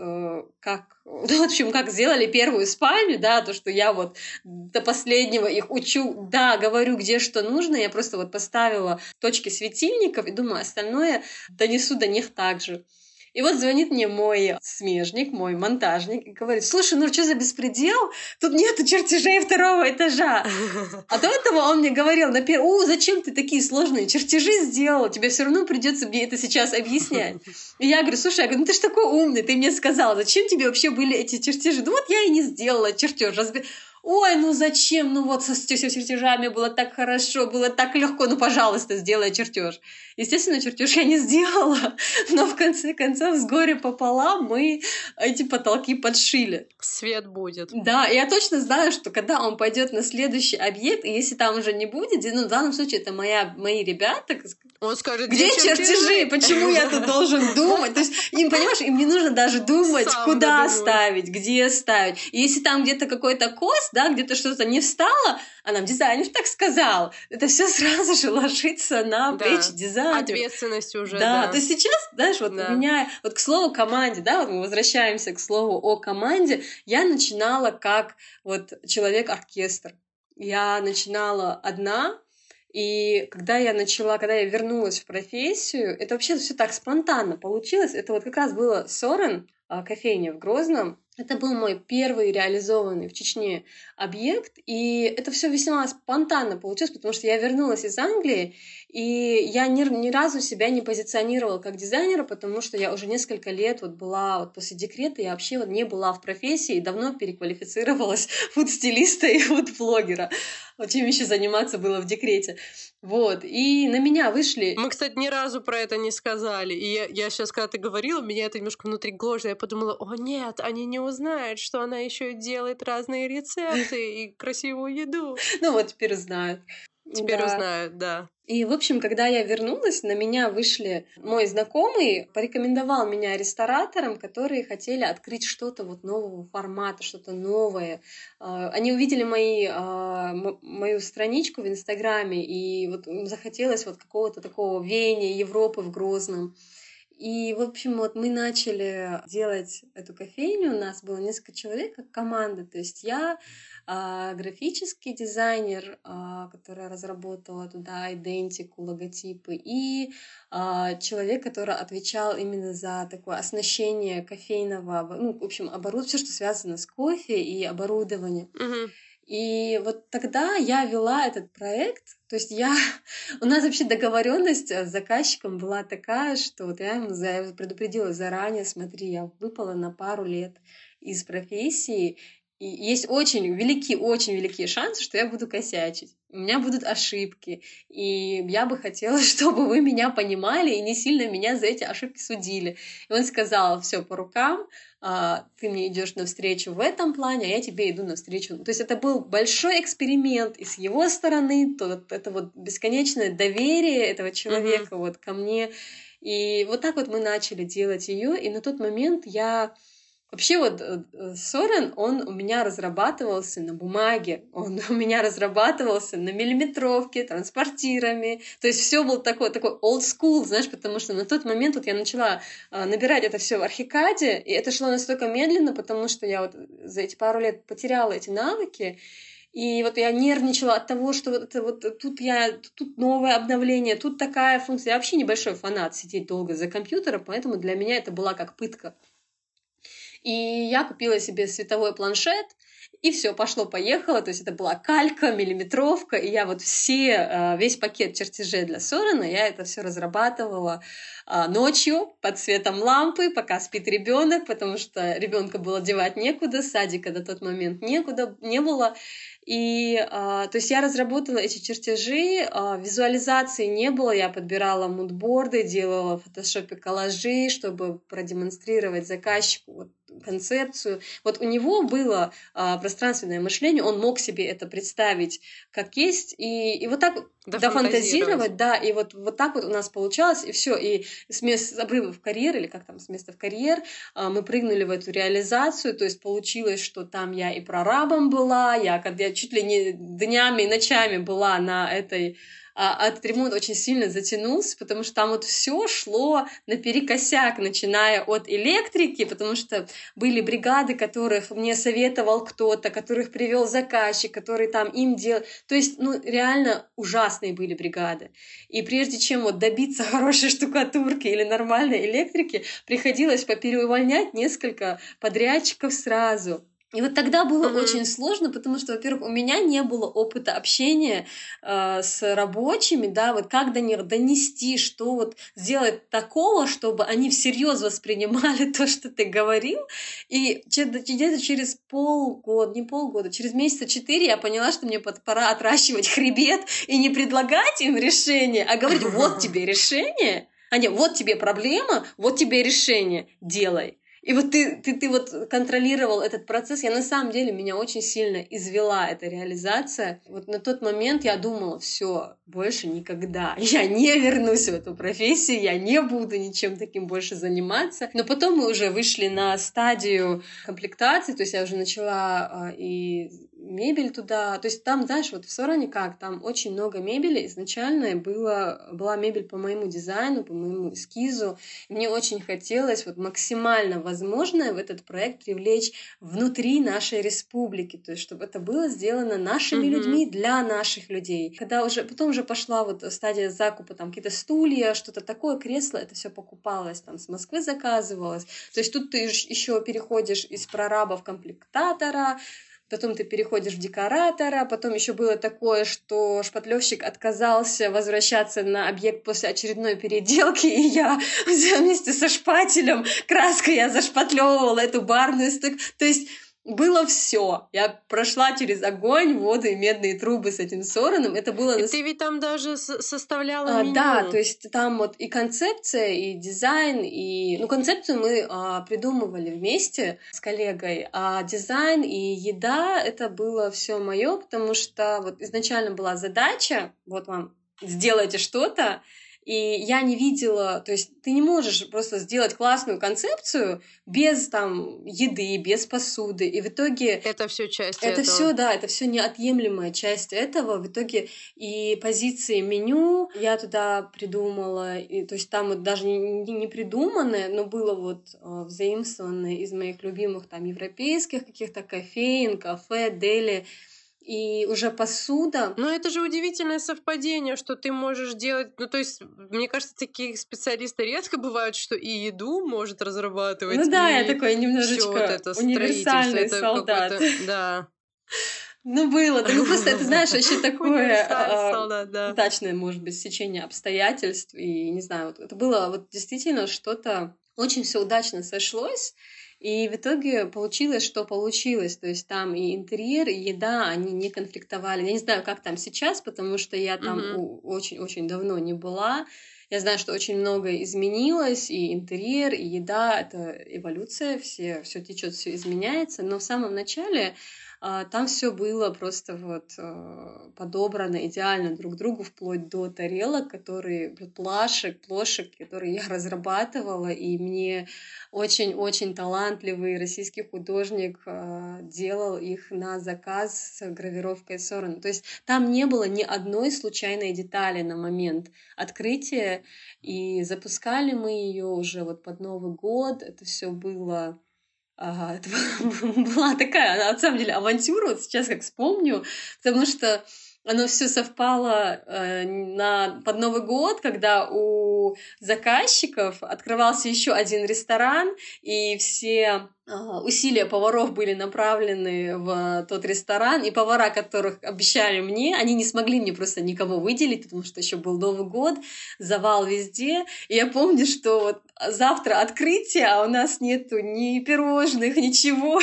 в общем, как сделали первую спальню, да, то, что я вот до последнего их учу, да, говорю, где что нужно, я просто вот поставила точки светильников и думаю, остальное донесу до них также. И вот звонит мне мой смежник, мой монтажник, и говорит: слушай, ну что за беспредел? Тут нету чертежей 2-го этажа. А до этого он мне говорил, зачем ты такие сложные чертежи сделал? Тебе все равно придется мне это сейчас объяснять. И я говорю: слушай, ну ты ж такой умный, ты мне сказал, зачем тебе вообще были эти чертежи? Ну вот я и не сделала чертеж. Ой, ну зачем? Ну вот с чертежами было так хорошо, было так легко. Ну, пожалуйста, сделай чертеж. Естественно, чертеж я не сделала, но в конце концов с горя пополам мы эти потолки подшили. Свет будет. Да, я точно знаю, что когда он пойдет на следующий объект, и если там уже не будет, ну, в данном случае это мои ребята, он скажет: где чертежи? Почему я тут должен думать? То есть им, понимаешь, им не нужно даже думать, куда ставить, где ставить. И если там где-то какой-то кост, да, где-то что-то не встало, а нам дизайнер так сказал, это все сразу же ложится на плечи дизайнера. Ответственность уже, да. То есть сейчас, знаешь, вот у меня, вот к слову команде, да, вот мы возвращаемся к слову о команде, я начинала как вот человек-оркестр. Я начинала одна, и когда я вернулась в профессию, это вообще все так спонтанно получилось. Это вот как раз было Сорен, кофейня в Грозном. Это был мой первый реализованный в Чечне объект, и это все весьма спонтанно получилось, потому что я вернулась из Англии, и я ни разу себя не позиционировала как дизайнера, потому что я уже несколько лет вот была вот после декрета, я вообще вот не была в профессии и давно переквалифицировалась в фуд-стилиста и фуд-блогера. Вот чем еще заниматься было в декрете. Вот, и на меня вышли... Мы, кстати, ни разу про это не сказали. И я сейчас, когда ты говорила, меня это немножко внутри гложет. Я подумала: о нет, они не узнают, что она еще делает разные рецепты и красивую еду. Ну вот теперь знают. Теперь Да. узнают, да. И, в общем, когда я вернулась, на меня вышли... Мой знакомый порекомендовал меня рестораторам, которые хотели открыть что-то вот нового формата, что-то новое. Они увидели мою страничку в Инстаграме, и вот им захотелось вот какого-то такого веяния Европы в Грозном. И, в общем, вот мы начали делать эту кофейню, у нас было несколько человек, как команда, то есть я графический дизайнер, которая разработала туда идентику, логотипы, и человек, который отвечал именно за такое оснащение кофейного, ну, в общем, все, что связано с кофе и оборудование. И вот тогда я вела этот проект, то есть у нас вообще договоренность с заказчиком была такая, что вот я ему предупредила заранее, смотри, я выпала на пару лет из профессии, и есть очень великие шансы, что я буду косячить. У меня будут ошибки, и я бы хотела, чтобы вы меня понимали и не сильно меня за эти ошибки судили. И он сказал: все по рукам, ты мне идешь навстречу в этом плане, а я тебе иду навстречу. То есть это был большой эксперимент и с его стороны, это вот бесконечное доверие этого человека вот ко мне. И вот так вот мы начали делать ее, и на тот момент вообще вот Сорен, он у меня разрабатывался на бумаге, он у меня разрабатывался на миллиметровке, транспортирами, то есть все был такой old school, знаешь, потому что на тот момент вот я начала набирать это все в Архикаде, и это шло настолько медленно, потому что я вот за эти пару лет потеряла эти навыки, и вот я нервничала от того, что тут новое обновление, тут такая функция. Я вообще небольшой фанат сидеть долго за компьютером, поэтому для меня это была как пытка. И я купила себе световой планшет, и все, пошло-поехало. То есть это была калька, миллиметровка, и я вот весь пакет чертежей для Сорена, я это все разрабатывала ночью под светом лампы, пока спит ребенок, потому что ребенка было девать некуда, садика на тот момент не было. И, то есть я разработала эти чертежи, визуализации не было, я подбирала мудборды, делала в фотошопе коллажи, чтобы продемонстрировать заказчику вот концепцию. Вот у него было пространственное мышление, он мог себе это представить как есть, и вот так дофантазировать, да, и вот так вот у нас получалось, и все, и с обрыва в карьер, или как там, с места в карьер, мы прыгнули в эту реализацию, то есть получилось, что там я и прорабом была, я чуть ли не днями и ночами была на этой... Этот ремонт очень сильно затянулся, потому что там вот все шло наперекосяк, начиная от электрики, потому что были бригады, которых мне советовал кто-то, которых привел заказчик, который там им делал. То есть, ну, реально ужасные были бригады. И прежде чем вот добиться хорошей штукатурки или нормальной электрики, приходилось попереувольнять несколько подрядчиков сразу. И вот тогда было очень сложно, потому что, во-первых, у меня не было опыта общения с рабочими, да, вот как до них донести, что вот сделать такого, чтобы они всерьез воспринимали то, что ты говорил. И где-то через через месяца 4 я поняла, что мне пора отращивать хребет и не предлагать им решение, а говорить: вот тебе решение, а не вот тебе проблема, вот тебе решение, делай. И вот ты вот контролировал этот процесс. На самом деле меня очень сильно извела эта реализация. Вот на тот момент я думала: все, больше никогда я не вернусь в эту профессию, я не буду ничем таким больше заниматься. Но потом мы уже вышли на стадию комплектации, то есть я уже начала и мебель туда. То есть там, знаешь, вот в Сорене там очень много мебели. Изначально была мебель по моему дизайну, по моему эскизу. Мне очень хотелось вот максимально возможное в этот проект привлечь внутри нашей республики, то есть чтобы это было сделано нашими людьми для наших людей. Потом уже пошла вот стадия закупа, там какие-то стулья, что-то такое, кресло, это все покупалось, там с Москвы заказывалось. То есть тут ты еще переходишь из прораба в комплектатора, потом ты переходишь в декоратора, потом еще было такое, что шпатлевщик отказался возвращаться на объект после очередной переделки, и я вместе со шпателем, краской я зашпатлевывала эту барную стык. То есть было все. Я прошла через огонь, воду и медные трубы с этим Сораном. Это было... И ты ведь там даже составляла меню. Да, то есть там вот и концепция, и дизайн, и... Ну, концепцию мы придумывали вместе с коллегой, а дизайн и еда — это было все мое, потому что вот изначально была задача, вот вам сделайте что-то, и я не видела, то есть ты не можешь просто сделать классную концепцию без там еды, без посуды, и в итоге... Это все часть Это этого. все, да, это все неотъемлемая часть этого. В итоге и позиции меню я туда придумала, и, то есть там вот даже не придуманное, но было вот взаимствованное из моих любимых там европейских каких-то кофеин, кафе, дели. И уже посуда. Но это же удивительное совпадение, что ты можешь делать... Ну, то есть, мне кажется, такие специалисты редко бывают, что и еду может разрабатывать. Ну да, и я такой немножечко вот это универсальный это солдат. Да. Ну, было. Да, ну, просто это, знаешь, еще такое солдат, да. удачное, может быть, стечение обстоятельств. И, не знаю, вот это было вот действительно что-то... Очень все удачно сошлось. И в итоге получилось, что получилось. То есть там и интерьер, и еда, они не конфликтовали. Я не знаю, как там сейчас, потому что я там очень-очень давно не была. Я знаю, что очень многое изменилось, и интерьер, и еда — это эволюция, все течет, все изменяется. Но в самом начале там все было просто вот подобрано идеально друг к другу, вплоть до тарелок, которые плошек, которые я разрабатывала, и мне очень-очень талантливый российский художник делал их на заказ с гравировкой Сорена. То есть там не было ни одной случайной детали на момент открытия, и запускали мы ее уже вот под Новый год. Это все было... это была такая, на самом деле, авантюра, вот сейчас как вспомню, потому что оно все совпало под Новый год, когда у заказчиков открывался еще один ресторан, и все усилия поваров были направлены в тот ресторан, и повара, которых обещали мне, они не смогли мне просто никого выделить, потому что еще был Новый год, завал везде. И я помню, что вот завтра открытие, а у нас нету ни пирожных, ничего.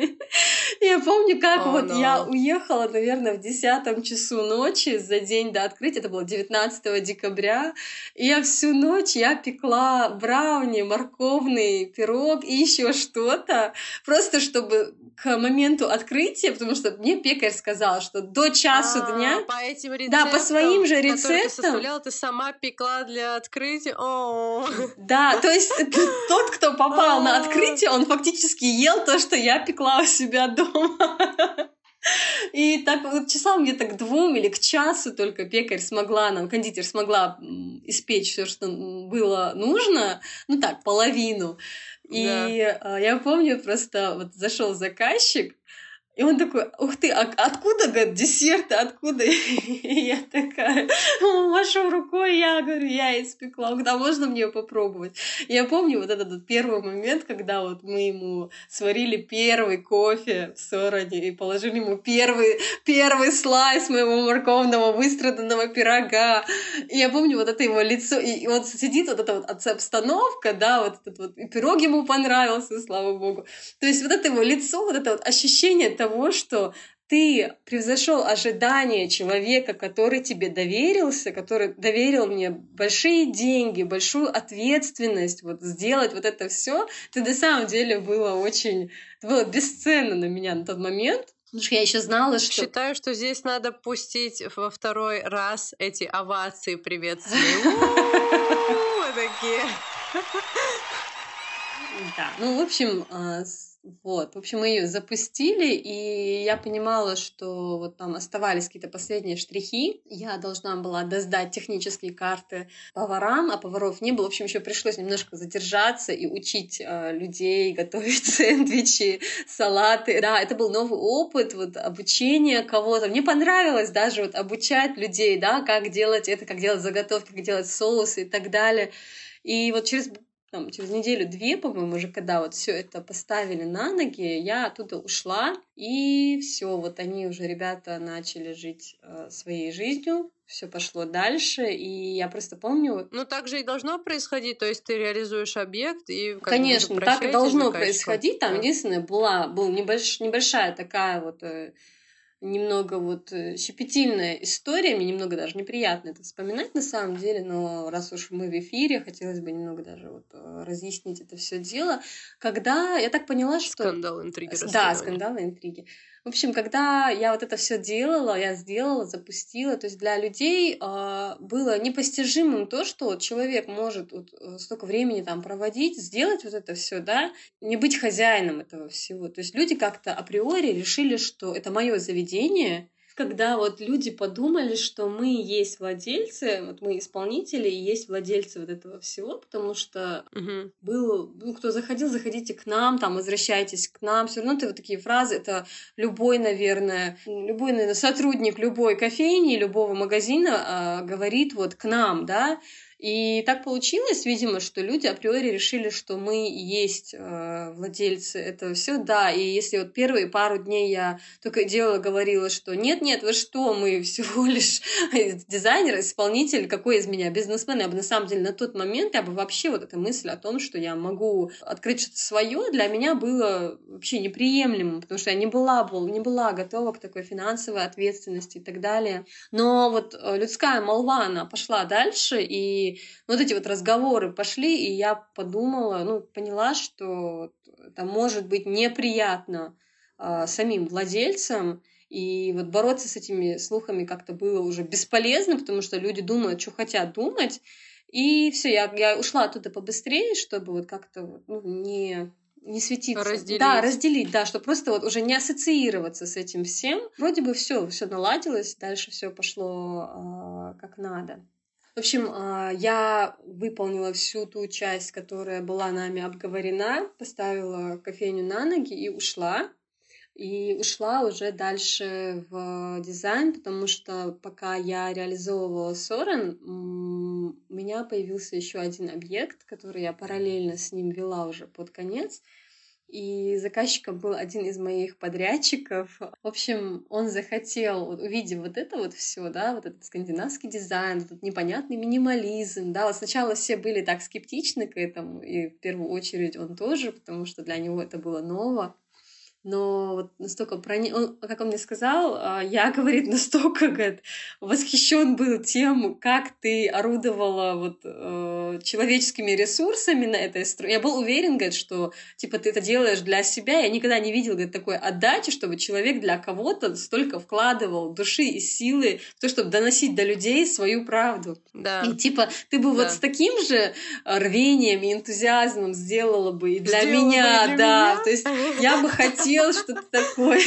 Я помню, как я уехала, наверное, в 10 часу ночи за день до открытия, это было 19 декабря, и я всю ночь пекла брауни, морковный пирог и еще что-то, просто чтобы к моменту открытия, потому что мне пекарь сказал, что до часу дня... По этим рецептам, да, по своим же рецептам. Которые ты составляла, ты сама пекла для открытия. Да, то есть тот, кто попал на открытие, он фактически ел то, что я пекла у себя дома. И так вот часам где-то к 2 или к часу только кондитер смогла испечь все, что было нужно, ну так, половину. И я помню, просто вот зашел заказчик, и он такой: ух ты, а откуда, говорит, десерты, откуда? И я такая машу рукой, я говорю, я испекла, когда можно мне попробовать? И я помню вот этот вот первый момент, когда вот мы ему сварили первый кофе в Сороне и положили ему первый слайс моего морковного выстраданного пирога. И я помню вот это его лицо, и он сидит, вот эта вот обстановка, да, вот этот вот, и пирог ему понравился, слава богу. То есть вот это его лицо, вот это вот ощущение того, что ты превзошел ожидания человека, который тебе доверился, который доверил мне большие деньги, большую ответственность, вот сделать вот это все, это на самом деле было бесценно на меня на тот момент. Потому что я еще знала, что... Считаю, что здесь надо пустить во второй раз эти овации приветственные. Такие. Да, ну, в общем, мы ее запустили, и я понимала, что вот там оставались какие-то последние штрихи. Я должна была сдать технические карты поварам, а поваров не было. В общем, еще пришлось немножко задержаться и учить людей готовить сэндвичи, салаты. Да, это был новый опыт, вот обучение кого-то. Мне понравилось даже вот обучать людей, да, как делать это, как делать заготовки, как делать соусы и так далее. И вот через там, через неделю-две, по-моему, уже когда вот все это поставили на ноги, я оттуда ушла, и все, вот они уже, ребята, начали жить своей жизнью, все пошло дальше, и я просто помню... Ну, так же и должно происходить, то есть ты реализуешь объект, и как бы вы Конечно, так и прощаетесь с должно заказчиком. происходить. Там Да. единственное, была небольшая такая вот немного вот щепетильная история, мне немного даже неприятно это вспоминать на самом деле, но раз уж мы в эфире, хотелось бы немного даже вот разъяснить это все дело. Когда я так поняла, что... Скандал, интриги, Да, расследования. скандалы, интриги. В общем, когда я вот это все делала, я сделала, запустила, то есть для людей было непостижимым то, что вот человек может вот столько времени там проводить, сделать вот это все, да, не быть хозяином этого всего. То есть люди как-то априори решили, что это мое заведение, когда вот люди подумали, что мы есть владельцы, вот мы исполнители и есть владельцы вот этого всего, потому что Мгм. был, ну, кто заходил, заходите к нам, там, возвращайтесь к нам. Все равно ты вот такие фразы, это любой, наверное, сотрудник любой кофейни, любого магазина говорит вот к нам, да. И так получилось, видимо, что люди априори решили, что мы и есть владельцы этого все, да. И если вот первые пару дней я только говорила, что нет-нет, вы что, мы всего лишь дизайнер, исполнитель, какой из меня бизнесмен, я бы на самом деле на тот момент, я бы вообще вот эта мысль о том, что я могу открыть что-то свое, для меня было вообще неприемлемым, потому что я не была готова к такой финансовой ответственности и так далее. Но вот людская молва, она пошла дальше, и вот эти вот разговоры пошли, и я подумала, ну, поняла, что это может быть неприятно самим владельцам, и вот бороться с этими слухами как-то было уже бесполезно, потому что люди думают, что хотят думать. И все, я ушла оттуда побыстрее, чтобы вот как-то вот, ну, не светиться. Разделить. Да, разделить, да, чтобы просто вот уже не ассоциироваться с этим всем. Вроде бы все наладилось, дальше все пошло как надо. В общем, я выполнила всю ту часть, которая была нами обговорена, поставила кофейню на ноги и ушла. И ушла уже дальше в дизайн, потому что пока я реализовывала Сорен, у меня появился еще один объект, который я параллельно с ним вела уже под конец. И заказчиком был один из моих подрядчиков. В общем, он захотел, увидев вот это вот все, да, вот этот скандинавский дизайн, этот непонятный минимализм, да, вот сначала все были так скептичны к этому, и в первую очередь он тоже, потому что для него это было ново. Но вот настолько как он мне сказал, я, говорит, настолько, говорит, восхищен был тем, как ты орудовала вот человеческими ресурсами на этой стройке. Я был уверен, говорит, что типа ты это делаешь для себя. Я никогда не видел, говорит, такой отдачи, чтобы человек для кого-то столько вкладывал души и силы в то, чтобы доносить до людей свою правду. Да. И типа ты бы вот с таким же рвением и энтузиазмом сделала бы и для меня, да. То есть я бы хотела что-то такое.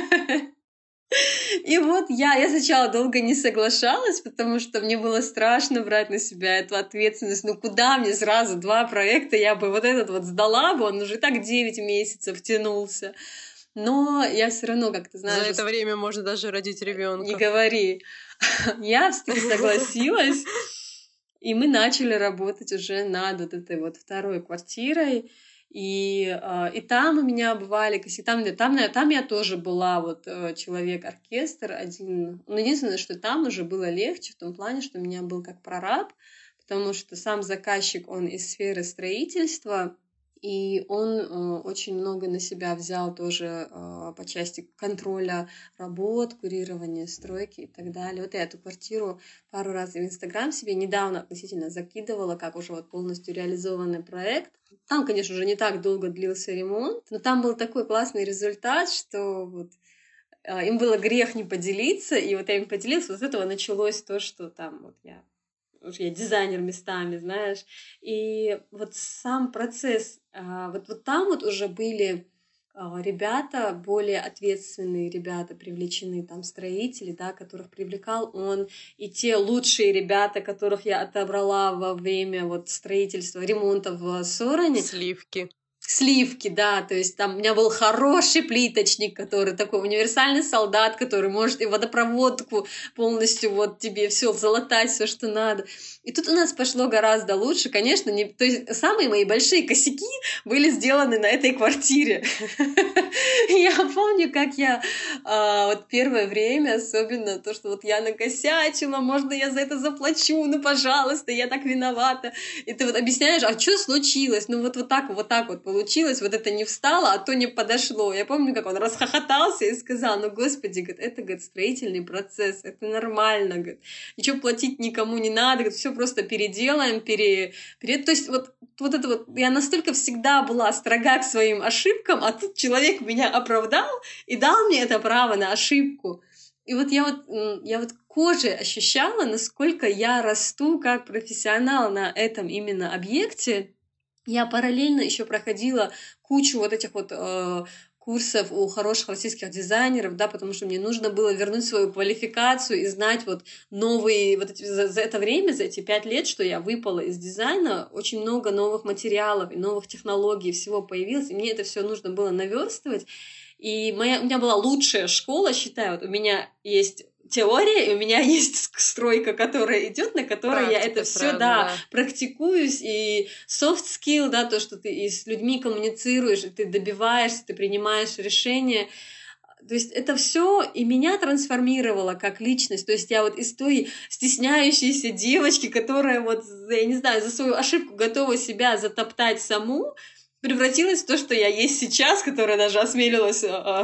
И вот я сначала долго не соглашалась, потому что мне было страшно брать на себя эту ответственность. Ну куда мне сразу 2 проекта, я бы вот этот вот сдала бы, он уже так 9 месяцев тянулся. Но я все равно как-то, знаешь... За это время можно даже родить ребенка. Не говори. Я согласилась, и мы начали работать уже над вот этой вот второй квартирой. И там у меня бывали там я тоже была вот человек-оркестр один. Но единственное, что там уже было легче в том плане, что у меня был как прораб, потому что сам заказчик, он из сферы строительства, и он очень много на себя взял тоже по части контроля работ, курирования стройки и так далее. Вот я эту квартиру пару раз в Инстаграм себе недавно относительно закидывала, как уже вот полностью реализованный проект. Там, конечно, уже не так долго длился ремонт, но там был такой классный результат, что вот им было грех не поделиться, и вот я им поделилась, вот с этого началось то, что там вот я дизайнер местами, знаешь, и вот сам процесс, вот там вот уже были ребята, более ответственные ребята привлечены, там строители, да, которых привлекал он, и те лучшие ребята, которых я отобрала во время вот строительства, ремонта в Соране. Сливки. Сливки, да, то есть там у меня был хороший плиточник, который такой универсальный солдат, который может и водопроводку полностью вот тебе все залатать, все, что надо. И тут у нас пошло гораздо лучше, конечно, не, то есть самые мои большие косяки были сделаны на этой квартире. Я помню, как я вот первое время, особенно то, что вот я накосячила, можно я за это заплачу, ну, пожалуйста, я так виновата. И ты вот объясняешь, а что случилось? Ну, вот так вот получилось, вот это не встало, а то не подошло. Я помню, как он расхохотался и сказал, ну, господи, говорит, это, говорит, строительный процесс, это нормально, говорит, ничего платить никому не надо, говорит, все просто переделаем, то есть вот это вот, я настолько всегда была строга к своим ошибкам, а тут человек меня оправдал и дал мне это право на ошибку. И вот я вот кожей ощущала, насколько я расту как профессионал на этом именно объекте. Я параллельно еще проходила кучу вот этих вот курсов у хороших российских дизайнеров, да, потому что мне нужно было вернуть свою квалификацию и знать вот новые, вот эти, за это время, за эти 5 лет, что я выпала из дизайна, очень много новых материалов и новых технологий, всего появилось, и мне это все нужно было наверстывать. И у меня была лучшая школа, считаю, вот у меня есть теория, и у меня есть стройка, которая идет, на которой я это все, да, практикуюсь, и soft skill, да, то, что ты и с людьми коммуницируешь, и ты добиваешься, ты принимаешь решения. То есть это все и меня трансформировало как личность. То есть я вот из той стесняющейся девочки, которая вот, я не знаю, за свою ошибку готова себя затоптать саму, превратилась в то, что я есть сейчас, которая даже осмелилась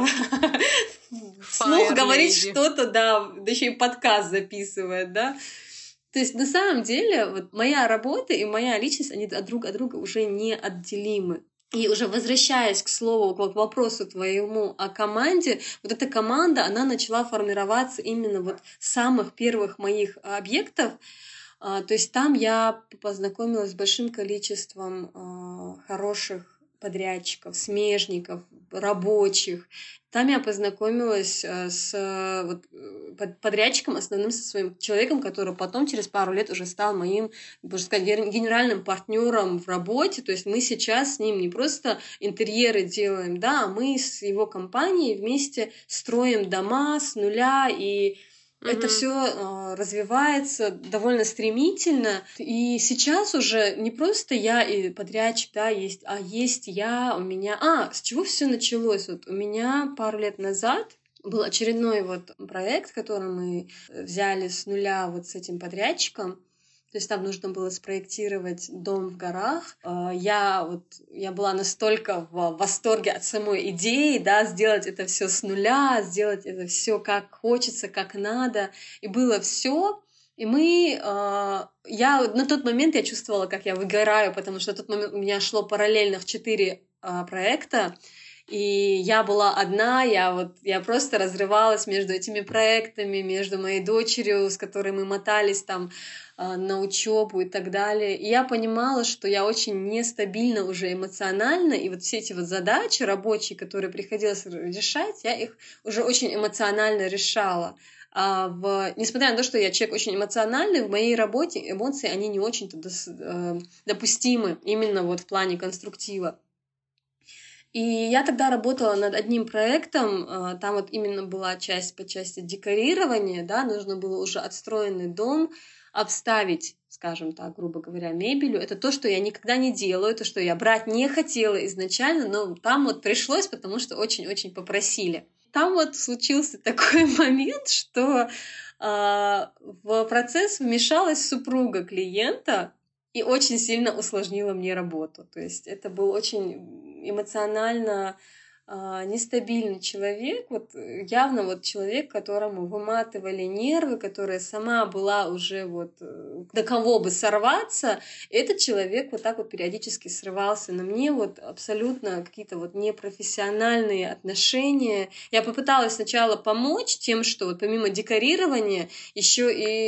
вслух говорить что-то, да еще и подкаст записывает, да. То есть на самом деле вот моя работа и моя личность, они друг от друга уже неотделимы. И уже возвращаясь к слову, к вопросу твоему о команде, вот эта команда, она начала формироваться именно вот с самых первых моих объектов. То есть там я познакомилась с большим количеством хороших подрядчиков, смежников, рабочих. Там я познакомилась с подрядчиком, основным со своим человеком, который потом через пару лет уже стал моим, можно сказать, генеральным партнером в работе. То есть мы сейчас с ним не просто интерьеры делаем, да, а мы с его компанией вместе строим дома с нуля, и это все развивается довольно стремительно. И сейчас уже не просто я и подрядчик, да, есть, а есть я, у меня... с чего все началось? Вот у меня пару лет назад был очередной вот проект, который мы взяли с нуля вот с этим подрядчиком. То есть там нужно было спроектировать дом в горах. Я была настолько в восторге от самой идеи, да, сделать это все с нуля, сделать это все как хочется, как надо. И было все. И на тот момент я чувствовала, как я выгораю, потому что в тот момент у меня шло параллельных 4 проекта. И я была одна, я просто разрывалась между этими проектами, между моей дочерью, с которой мы мотались там на учебу и так далее. И я понимала, что я очень нестабильна уже эмоционально, и вот все эти вот задачи рабочие, которые приходилось решать, я их уже очень эмоционально решала. Несмотря на то, что я человек очень эмоциональный, в моей работе эмоции, они не очень-то допустимы именно вот в плане конструктива. И я тогда работала над одним проектом, там вот именно была часть по части декорирования, да, нужно было уже отстроенный дом обставить, скажем так, грубо говоря, мебелью. Это то, что я никогда не делаю, то, что я брать не хотела изначально, но там вот пришлось, потому что очень-очень попросили. Там вот случился такой момент, что в процесс вмешалась супруга клиента и очень сильно усложнила мне работу. То есть это был очень эмоционально нестабильный человек, вот явно вот человек, которому выматывали нервы, которая сама была уже вот до кого бы сорваться, этот человек вот так вот периодически срывался на мне, вот абсолютно какие-то вот непрофессиональные отношения. Я попыталась сначала помочь тем, что вот помимо декорирования еще и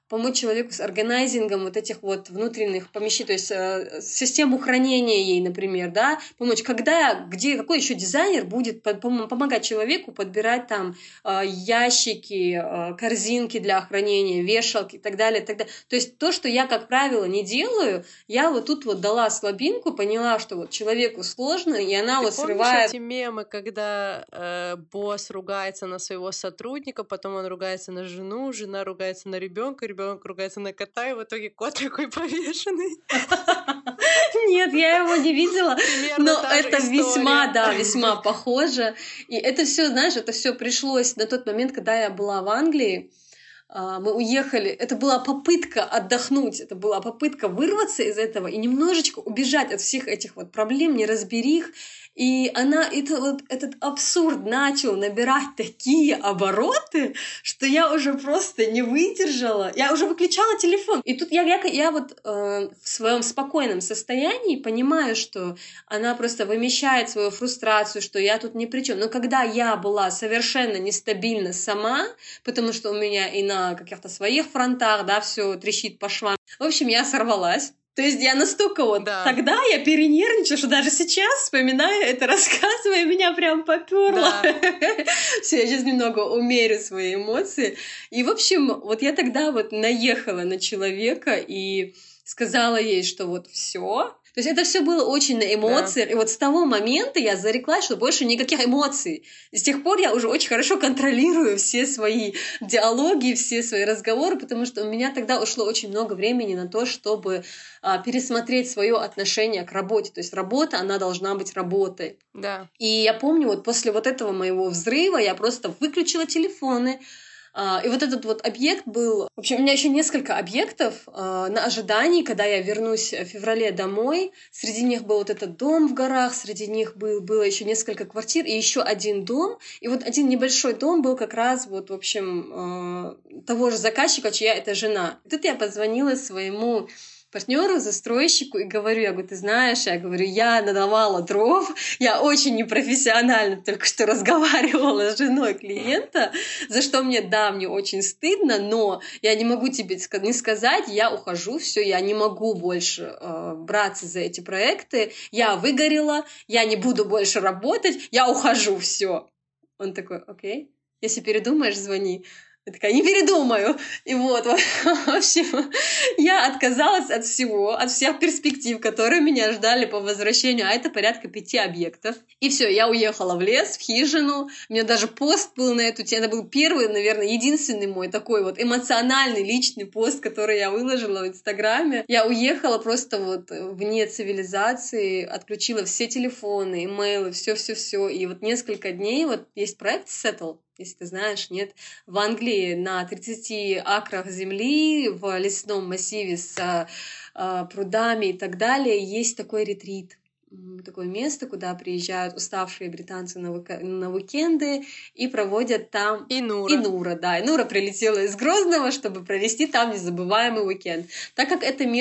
помочь человеку с органайзингом вот этих вот внутренних помещений, то есть систему хранения ей, например, да, помочь, какой еще дизайнер будет помогать человеку подбирать там ящики, корзинки для хранения, вешалки и так далее, и так далее. То есть то, что я, как правило, не делаю, я вот тут вот дала слабинку, поняла, что вот человеку сложно, и она вот срывает... Ты помнишь эти мемы, когда босс ругается на своего сотрудника, потом он ругается на жену, жена ругается на ребенка ругается на кота, и в итоге кот такой повешенный? Нет, я его не видела, но это история. весьма похоже. И это все, знаешь, это все пришлось на тот момент, когда я была в Англии. Мы уехали, это была попытка отдохнуть, это была попытка вырваться из этого и немножечко убежать от всех этих вот проблем, неразберих. И этот абсурд начал набирать такие обороты, что я уже просто не выдержала. Я уже выключала телефон. И тут я вот в своем спокойном состоянии понимаю, что она просто вымещает свою фрустрацию, что я тут ни при чем. Но когда я была совершенно нестабильна сама, потому что у меня и на каких-то своих фронтах, да, все трещит по швам. В общем, я сорвалась. То есть я настолько вот... Да. Тогда я перенервничала, что даже сейчас, вспоминая это, рассказывая, меня прям попёрло. Все, я сейчас немного умерю свои эмоции. И, в общем, вот я тогда вот наехала на человека и сказала ей, что вот все. То есть это все было очень на эмоциях. Да. И вот с того момента я зареклась, что больше никаких эмоций. И с тех пор я уже очень хорошо контролирую все свои диалоги, все свои разговоры, потому что у меня тогда ушло очень много времени на то, чтобы пересмотреть свое отношение к работе. То есть работа, она должна быть работой. Да. И я помню, вот после вот этого моего взрыва я просто выключила телефоны. И вот этот вот объект был... В общем, у меня еще несколько объектов на ожидании, когда я вернусь в феврале домой. Среди них был вот этот дом в горах, среди них было еще несколько квартир и еще один дом. И вот один небольшой дом был как раз вот, в общем, того же заказчика, чья это жена. И тут я позвонила своему партнеру, застройщику, и говорю, ты знаешь, я надавала дров, я очень непрофессионально только что разговаривала с женой клиента, за что мне очень стыдно, но я не могу тебе не сказать, я ухожу, все, я не могу больше браться за эти проекты, я выгорела, я не буду больше работать, я ухожу, все. Он такой, окей, если передумаешь, звони. Я такая, не передумаю. И вот, в общем, я отказалась от всего, от всех перспектив, которые меня ждали по возвращению, а это порядка 5 объектов. И все, я уехала в лес, в хижину. У меня даже пост был на эту тему. Это был первый, наверное, единственный мой такой вот эмоциональный личный пост, который я выложила в Инстаграме. Я уехала просто вот вне цивилизации, отключила все телефоны, имейлы, все-все-все. И вот несколько дней, вот есть проект Settle, если ты знаешь, нет, в Англии на 30 акрах земли в лесном массиве с прудами и так далее есть такой ретрит. Такое место, куда приезжают уставшие британцы на уикенды и проводят там... Инура, да. Инура прилетела из Грозного, чтобы провести там незабываемый уикенд. Так как это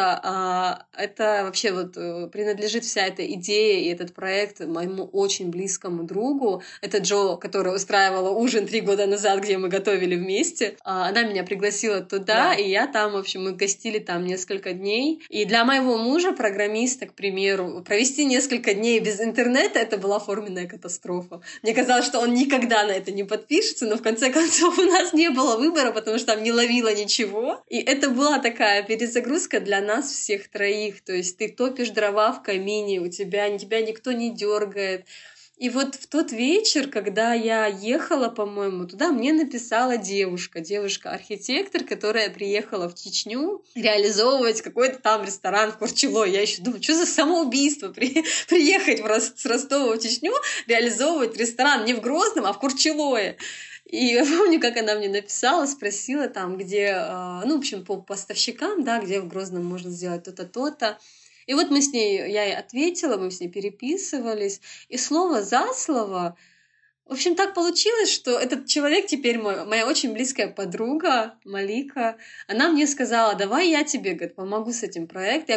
место, это вообще вот принадлежит вся эта идея и этот проект моему очень близкому другу. Это Джо, которая устраивала ужин 3 года назад, где мы готовили вместе. Она меня пригласила туда, и я там, в общем, мы гостили там несколько дней. И для моего мужа, программиста, к примеру, провести несколько дней без интернета — это была форменная катастрофа. Мне казалось, что он никогда на это не подпишется, но в конце концов у нас не было выбора, потому что там не ловило ничего. И это была такая перезагрузка для нас всех троих. То есть ты топишь дрова в камине, тебя никто не дергает. И вот в тот вечер, когда я ехала, по-моему, туда, мне написала девушка-архитектор, которая приехала в Чечню реализовывать какой-то там ресторан в Курчело. Я еще думаю, что за самоубийство приехать с Ростова в Чечню, реализовывать ресторан не в Грозном, а в Курчелое. И я помню, как она мне написала, спросила там, где, в общем, по поставщикам, да, где в Грозном можно сделать то-то, то-то. И вот я ей ответила, мы с ней переписывались, и слово за слово, в общем, так получилось, что этот человек теперь моя очень близкая подруга Малика, она мне сказала, давай я тебе, помогу с этим проектом.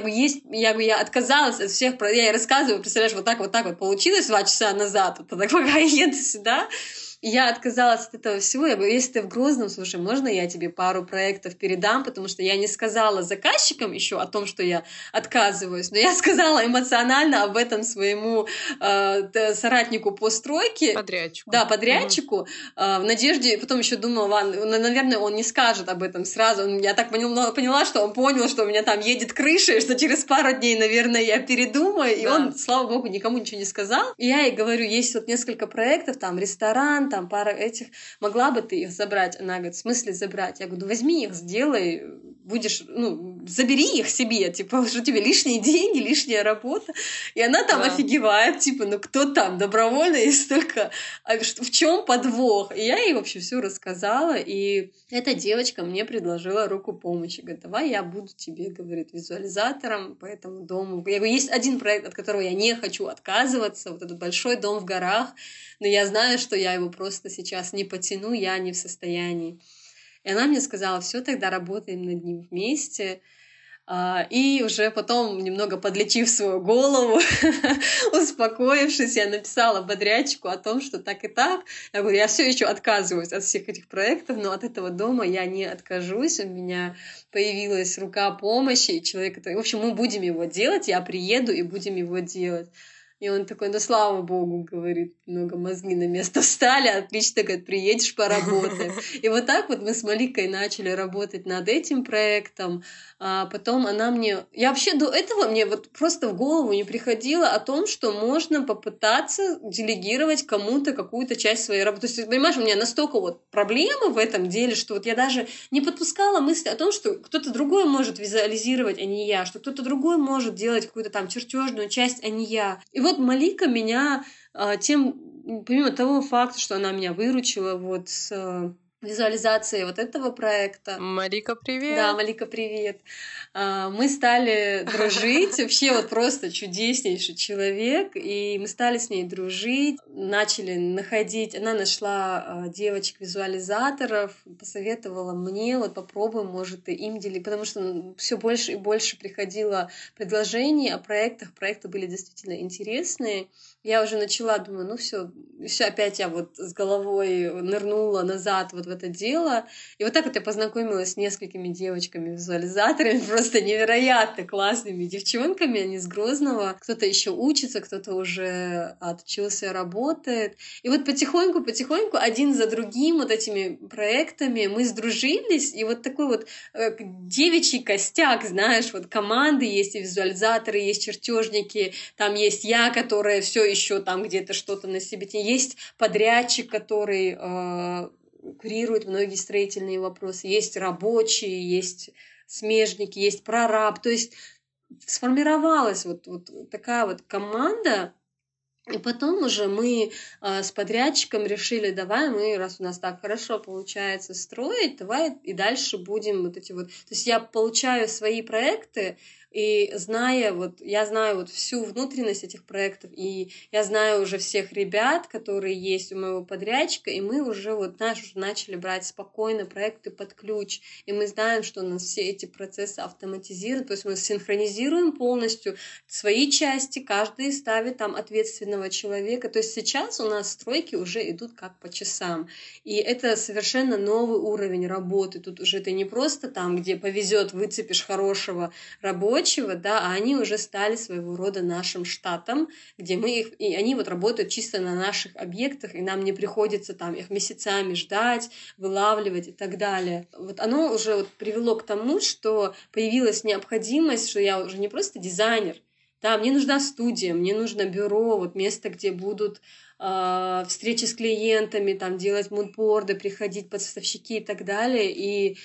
Я отказалась от всех проектов, я ей рассказываю, представляешь, вот так вот получилось 2 часа назад, пока я еду сюда. И я отказалась от этого всего. Я говорю, если ты в Грозном, слушай, можно я тебе пару проектов передам, потому что я не сказала заказчикам еще о том, что я отказываюсь, но я сказала эмоционально об этом своему соратнику по стройке. Подрядчику. Да, подрядчику, в надежде, потом еще думала, ладно, наверное, он не скажет об этом сразу. Я так поняла, что он понял, что у меня там едет крыша, и что через пару дней, наверное, я передумаю, и он, слава богу, никому ничего не сказал. И я ей говорю, есть вот несколько проектов, там ресторан, там пара этих, могла бы ты их забрать? Она говорит, в смысле забрать? Я говорю, ну возьми их, сделай, будешь, забери их себе, типа, что тебе лишние деньги, лишняя работа. И она там офигевает, типа, ну кто там добровольно, есть только... В чем подвох? И я ей вообще все рассказала, и эта девочка мне предложила руку помощи. Говорит, давай я буду тебе, говорит, визуализатором по этому дому. Я говорю, есть один проект, от которого я не хочу отказываться, вот этот большой дом в горах, но я знаю, что я его просто сейчас не потяну, я не в состоянии. И она мне сказала, все, тогда работаем над ним вместе. И уже потом, немного подлечив свою голову, успокоившись, я написала подрядчику о том, что так и так. Я говорю, я все еще отказываюсь от всех этих проектов, но от этого дома я не откажусь. У меня появилась рука помощи, и человек... В общем, мы будем его делать, я приеду и будем его делать. И он такой, ну, слава богу, говорит, много мозги на место встали, отлично, говорит, приедешь, поработаем. И вот так вот мы с Маликой начали работать над этим проектом. А потом она мне... Я вообще до этого мне вот просто в голову не приходило о том, что можно попытаться делегировать кому-то какую-то часть своей работы. То есть, понимаешь, у меня настолько вот проблемы в этом деле, что вот я даже не подпускала мысли о том, что кто-то другой может визуализировать, а не я, что кто-то другой может делать какую-то там чертежную часть, а не я. И вот Малика меня тем, помимо того факта, что она меня выручила вот с визуализацией вот этого проекта. Малика, привет! Да, Малика, привет! Мы стали дружить, вообще вот просто чудеснейший человек, и мы стали с ней дружить, начали находить, она нашла девочек-визуализаторов, посоветовала мне, вот попробуем, может, и им делить, потому что все больше и больше приходило предложений о проектах, проекты были действительно интересные. Я уже начала, думаю, ну все, опять я вот с головой нырнула назад вот в это дело. И вот так вот я познакомилась с несколькими девочками-визуализаторами, просто невероятно классными девчонками, они с Грозного. Кто-то еще учится, кто-то уже отучился, работает. И вот потихоньку, один за другим вот этими проектами мы сдружились, и вот такой вот девичий костяк, знаешь, вот команды есть, и визуализаторы, есть чертежники, там есть я, которая все еще там где-то что-то на себе, есть подрядчик, который курирует многие строительные вопросы, есть рабочие, есть смежники, есть прораб, то есть сформировалась вот такая вот команда. И потом уже мы с подрядчиком решили, давай мы, раз у нас так хорошо получается строить, давай и дальше будем вот эти вот... То есть я получаю свои проекты, и я знаю вот всю внутренность этих проектов, и я знаю уже всех ребят, которые есть у моего подрядчика, и мы уже вот, знаешь, уже начали брать спокойно проекты под ключ, и мы знаем, что у нас все эти процессы автоматизируют, то есть мы синхронизируем полностью свои части, каждый ставит там ответственного человека, то есть сейчас у нас стройки уже идут как по часам, и это совершенно новый уровень работы, тут уже ты не просто там, где повезет, выцепишь хорошего рабочего, да, а они уже стали своего рода нашим штатом, где мы их, и они вот работают чисто на наших объектах, и нам не приходится там их месяцами ждать, вылавливать и так далее. Вот оно уже вот привело к тому, что появилась необходимость, что я уже не просто дизайнер, да, мне нужна студия, мне нужно бюро, вот место, где будут встречи с клиентами, там делать мудборды, приходить поставщики и так далее, и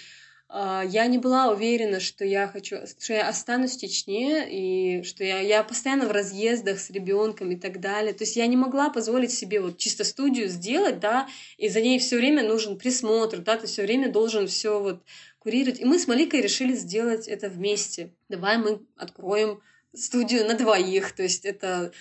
я не была уверена, что я останусь в Чечне, и что я постоянно в разъездах с ребенком и так далее. То есть я не могла позволить себе вот чисто студию сделать, да, и за ней все время нужен присмотр, да, ты все время должен все вот курировать. И мы с Маликой решили сделать это вместе. Давай мы откроем студию на двоих, то есть это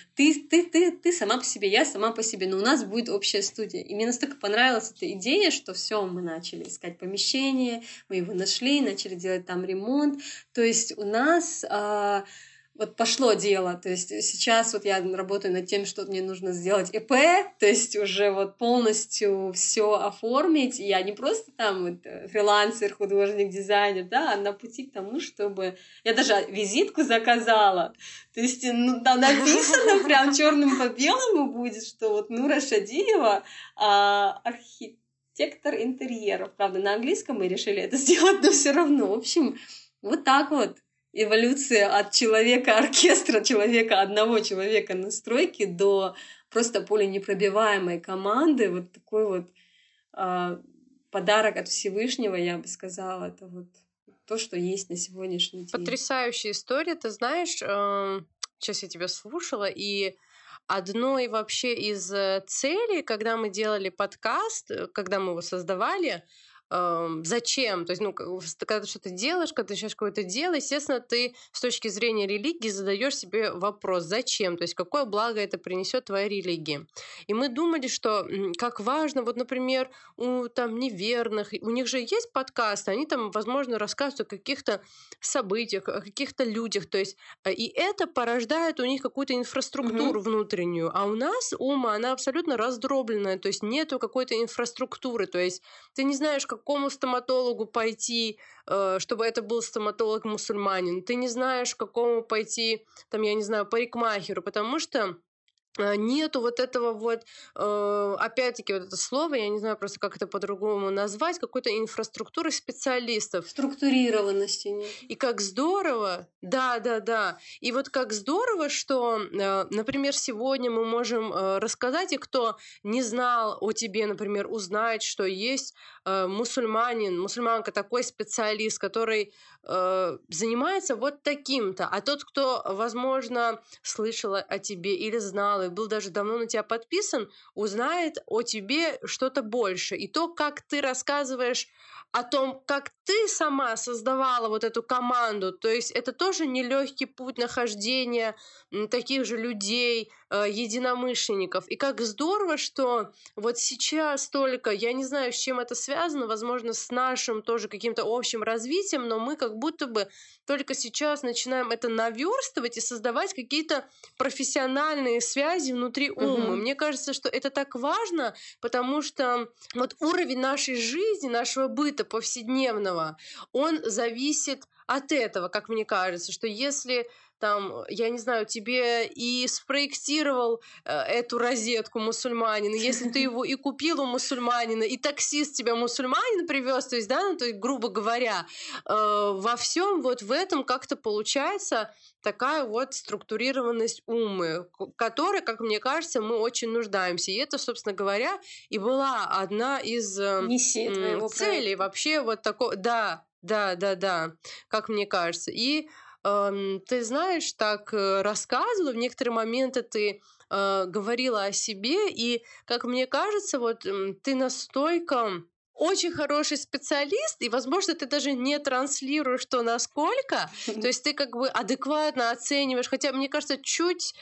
ты сама по себе, я сама по себе, но у нас будет общая студия. И мне настолько понравилась эта идея, что все, мы начали искать помещение, мы его нашли, начали делать там ремонт. То есть у нас вот пошло дело. То есть сейчас вот я работаю над тем, что мне нужно сделать ЭП, то есть уже вот полностью все оформить. Я не просто там вот фрилансер, художник, дизайнер, да, а на пути к тому, чтобы... Я даже визитку заказала. То есть ну, там написано прям черным по белому будет, что вот Нура Шадиева архитектор интерьеров. Правда, на английском мы решили это сделать, но все равно. В общем, вот так вот. Эволюция от человека-оркестра, одного человека на стройке до просто пуленепробиваемой команды. Вот такой вот подарок от Всевышнего, я бы сказала. Это вот то, что есть на сегодняшний день. Потрясающая история. Ты знаешь, сейчас я тебя слушала, и одной вообще из целей, когда мы делали подкаст, когда мы его создавали, зачем? То есть, ну, когда ты что-то делаешь, когда ты начинаешь какое-то дело, естественно, ты с точки зрения религии задаешь себе вопрос, зачем? То есть, какое благо это принесет твоей религии? И мы думали, что как важно, вот, например, у там неверных, у них же есть подкасты, они там, возможно, рассказывают о каких-то событиях, о каких-то людях, то есть, и это порождает у них какую-то инфраструктуру внутреннюю, а у нас она абсолютно раздробленная, то есть нету какой-то инфраструктуры, то есть ты не знаешь, к какому стоматологу пойти, чтобы это был стоматолог-мусульманин. Ты не знаешь, к какому пойти, там, я не знаю, парикмахеру, потому что нету вот этого вот, опять-таки, вот это слово, я не знаю просто, как это по-другому назвать, какой-то инфраструктуры специалистов. Структурированности нет. И как здорово, да. И вот как здорово, что, например, сегодня мы можем рассказать, и кто не знал о тебе, например, узнать, что есть мусульманка, такой специалист, который занимается вот таким-то. А тот, кто, возможно, слышал о тебе или знал, и был даже давно на тебя подписан, узнает о тебе что-то больше. И то, как ты рассказываешь о том, как ты сама создавала вот эту команду, то есть это тоже нелегкий путь нахождения таких же людей, единомышленников. И как здорово, что вот сейчас только, я не знаю, с чем это связано, возможно, с нашим тоже каким-то общим развитием, но мы как будто бы только сейчас начинаем это наверстывать и создавать какие-то профессиональные связи внутри ума. Мне кажется, что это так важно, потому что вот уровень нашей жизни, нашего быта повседневного, он зависит от этого, как мне кажется, что если там, я не знаю, тебе и спроектировал эту розетку мусульманин, и если ты его и купил у мусульманина, и таксист тебя мусульманин привез, то есть, да, ну, то есть, грубо говоря, во всем вот в этом как-то получается такая вот структурированность ума, которой, как мне кажется, мы очень нуждаемся. И это, собственно говоря, и была одна из целей вообще вот такого, да, как мне кажется. И ты знаешь, так рассказывала, в некоторые моменты ты говорила о себе, и, как мне кажется, вот ты настолько очень хороший специалист, и, возможно, ты даже не транслируешь то, насколько, то есть ты как бы адекватно оцениваешь, хотя, мне кажется, чуть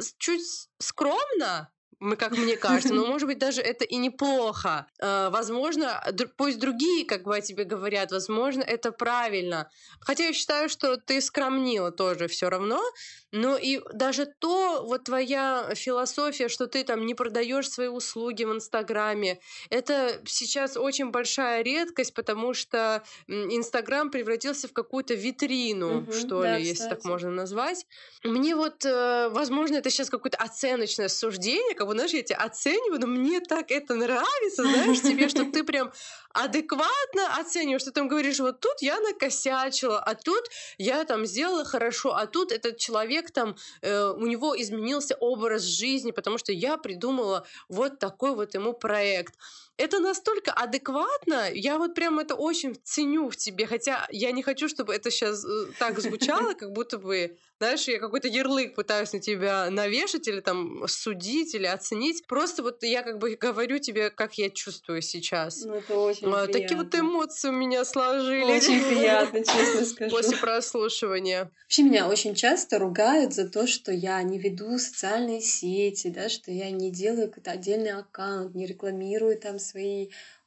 скромно, как мне кажется, но, может быть, даже это и неплохо. Возможно, пусть другие как бы о тебе говорят, возможно, это правильно. Хотя я считаю, что ты скромнила тоже все равно, но и даже то, вот твоя философия, что ты там не продаешь свои услуги в Инстаграме, это сейчас очень большая редкость, потому что Инстаграм превратился в какую-то витрину, что ли, если так можно назвать. Мне вот, возможно, это сейчас какое-то оценочное суждение, как бы, знаешь, я тебя оцениваю, но мне так это нравится, знаешь, тебе, что ты прям адекватно оцениваешь, что ты там говоришь, вот тут я накосячила, а тут я там сделала хорошо, а тут этот человек там, у него изменился образ жизни, потому что я придумала вот такой вот ему проект. Это настолько адекватно, я вот прям это очень ценю в тебе, хотя я не хочу, чтобы это сейчас так звучало, как будто бы, знаешь, я какой-то ярлык пытаюсь на тебя навешать или там судить или оценить. Просто вот я как бы говорю тебе, как я чувствую сейчас. Ну, это очень приятно. Такие вот эмоции у меня сложились. Очень приятно, честно скажу. После прослушивания. Вообще меня очень часто ругают за то, что я не веду социальные сети, да, что я не делаю какой-то отдельный аккаунт, не рекламирую там свои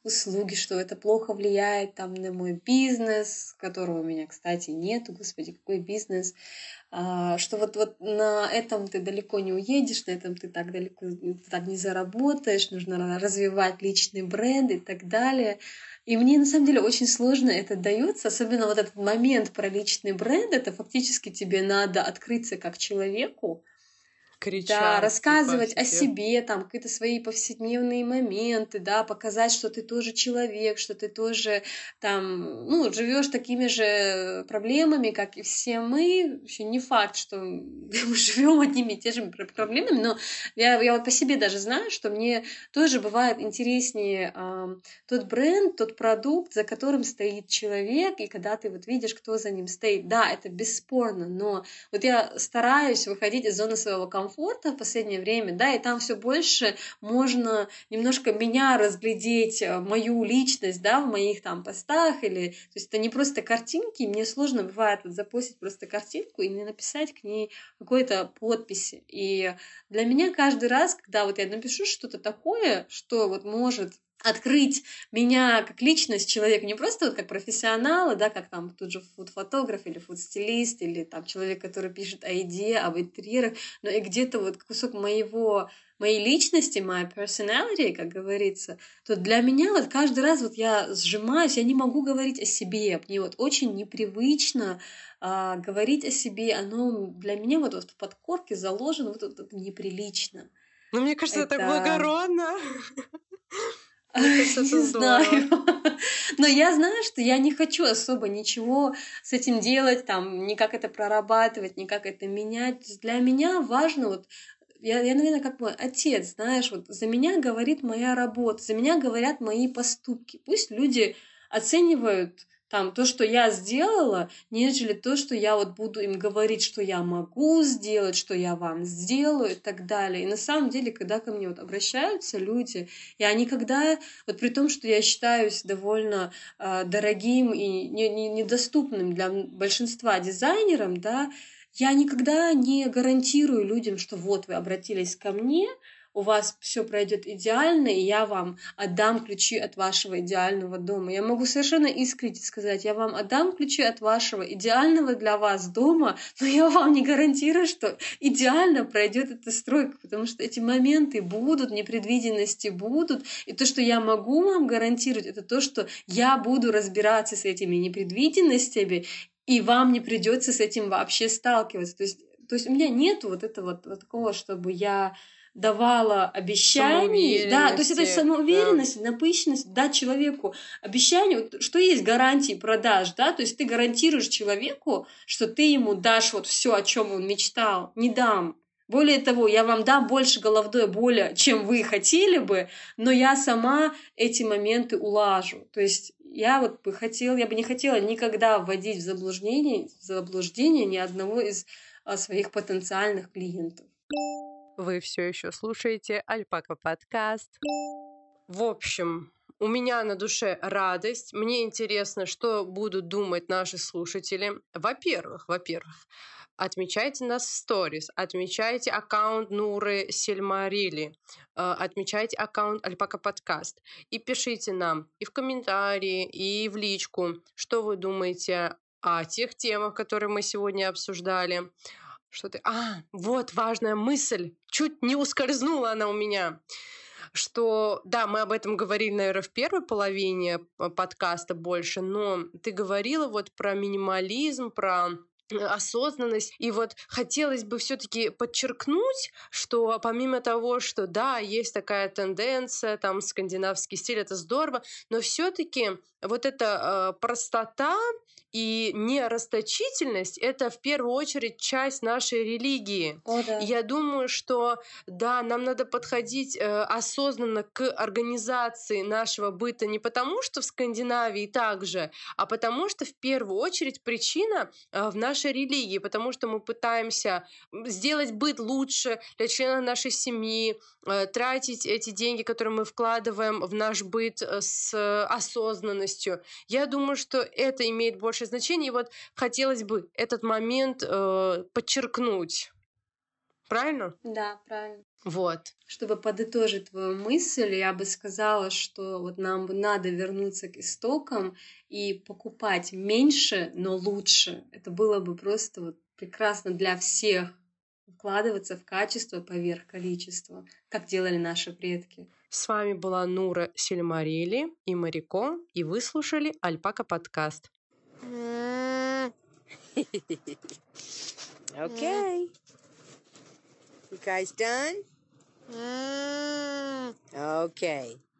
услуги, что это плохо влияет там на мой бизнес, которого у меня, кстати, нету, господи, какой бизнес, что вот на этом ты далеко не уедешь, на этом ты так далеко так не заработаешь, нужно развивать личный бренд и так далее. И мне на самом деле очень сложно это дается, особенно вот этот момент про личный бренд, это фактически тебе надо открыться как человеку, да, Кричать, рассказывать о себе. себе, там, какие-то свои повседневные моменты, да, показать, что ты тоже человек, что ты тоже там, ну, живешь такими же проблемами, как и все мы. Еще не факт, что мы живем одними и те же проблемами, но я вот по себе даже знаю, что мне тоже бывает интереснее тот бренд, тот продукт, за которым стоит человек, и когда ты вот видишь, кто за ним стоит. Да, это бесспорно, но вот я стараюсь выходить из зоны своего комфорта в последнее время, да, и там все больше можно немножко меня разглядеть, мою личность, да, в моих там постах, или, то есть это не просто картинки, мне сложно бывает вот запостить просто картинку и не написать к ней какой-то подписи. И для меня каждый раз, когда вот я напишу что-то такое, что вот может открыть меня как личность человека, не просто вот как профессионала, да, как там тут же фуд-фотограф или фуд-стилист, или там человек, который пишет о еде, об интерьерах, но и где-то вот кусок моей личности, моей personality, как говорится, то для меня вот каждый раз вот я сжимаюсь, я не могу говорить о себе, мне вот очень непривычно говорить о себе, оно для меня вот в подкорке заложено, вот это неприлично. Ну, мне кажется, это так Это благородно. Мне кажется, не это здорово. знаю. Но я знаю, что я не хочу особо ничего с этим делать, там, никак это прорабатывать, никак это менять. То есть для меня важно вот я, наверное, как мой отец, знаешь, вот за меня говорит моя работа, за меня говорят мои поступки. Пусть люди оценивают там то, что я сделала, нежели то, что я вот буду им говорить, что я могу сделать, что я вам сделаю и так далее. И на самом деле, когда ко мне вот обращаются люди, я никогда, вот при том, что я считаюсь довольно дорогим и недоступным для большинства дизайнером, да, я никогда не гарантирую людям, что вот вы обратились ко мне, у вас все пройдет идеально, и я вам отдам ключи от вашего идеального дома. Я могу совершенно искренне сказать, я вам отдам ключи от вашего идеального для вас дома, но я вам не гарантирую, что идеально пройдет эта стройка, потому что эти моменты будут, непредвиденности будут, и то, что я могу вам гарантировать, это то, что я буду разбираться с этими непредвиденностями, и вам не придется с этим вообще сталкиваться. То есть у меня нету вот этого вот такого, чтобы я давала обещаний, да, то есть это Самоуверенности, да. самоуверенность, напыщенность, дать человеку обещание, вот, что есть гарантии продаж, да, то есть ты гарантируешь человеку, что ты ему дашь вот все, о чем он мечтал, не дам. Более того, я вам дам больше головной боли, чем вы хотели бы, но я сама эти моменты улажу. То есть я бы не хотела никогда вводить в заблуждение ни одного из своих потенциальных клиентов. Вы все еще слушаете Альпака подкаст. В общем, у меня на душе радость. Мне интересно, что будут думать наши слушатели. Во-первых, отмечайте нас в сторис, отмечайте аккаунт Нуры Сельмарили, отмечайте аккаунт Альпака подкаст и пишите нам и в комментарии, и в личку, что вы думаете о тех темах, которые мы сегодня обсуждали. Вот важная мысль. Чуть не ускользнула она у меня. Что, да, мы об этом говорили, наверное, в первой половине подкаста больше, но ты говорила вот про минимализм, про осознанность. И вот хотелось бы все-таки подчеркнуть, что помимо того, что да, есть такая тенденция, там скандинавский стиль, это здорово, но все-таки вот эта простота и нерасточительность — это в первую очередь часть нашей религии. О, да. И я думаю, что да, нам надо подходить осознанно к организации нашего быта не потому, что в Скандинавии также, а потому что в первую очередь причина в нашей религии, потому что мы пытаемся сделать быт лучше для членов нашей семьи, тратить эти деньги, которые мы вкладываем в наш быт с осознанностью. Я думаю, что это имеет большее значение, и вот хотелось бы этот момент подчеркнуть. Правильно? Да, правильно. Вот. Чтобы подытожить твою мысль, я бы сказала, что вот нам надо вернуться к истокам и покупать меньше, но лучше. Это было бы просто вот прекрасно для всех. Вкладываться в качество поверх количества, как делали наши предки. С вами была Нура Сильмарили и Марико, и вы слушали Альпака подкаст. Okay. You guys done? Okay.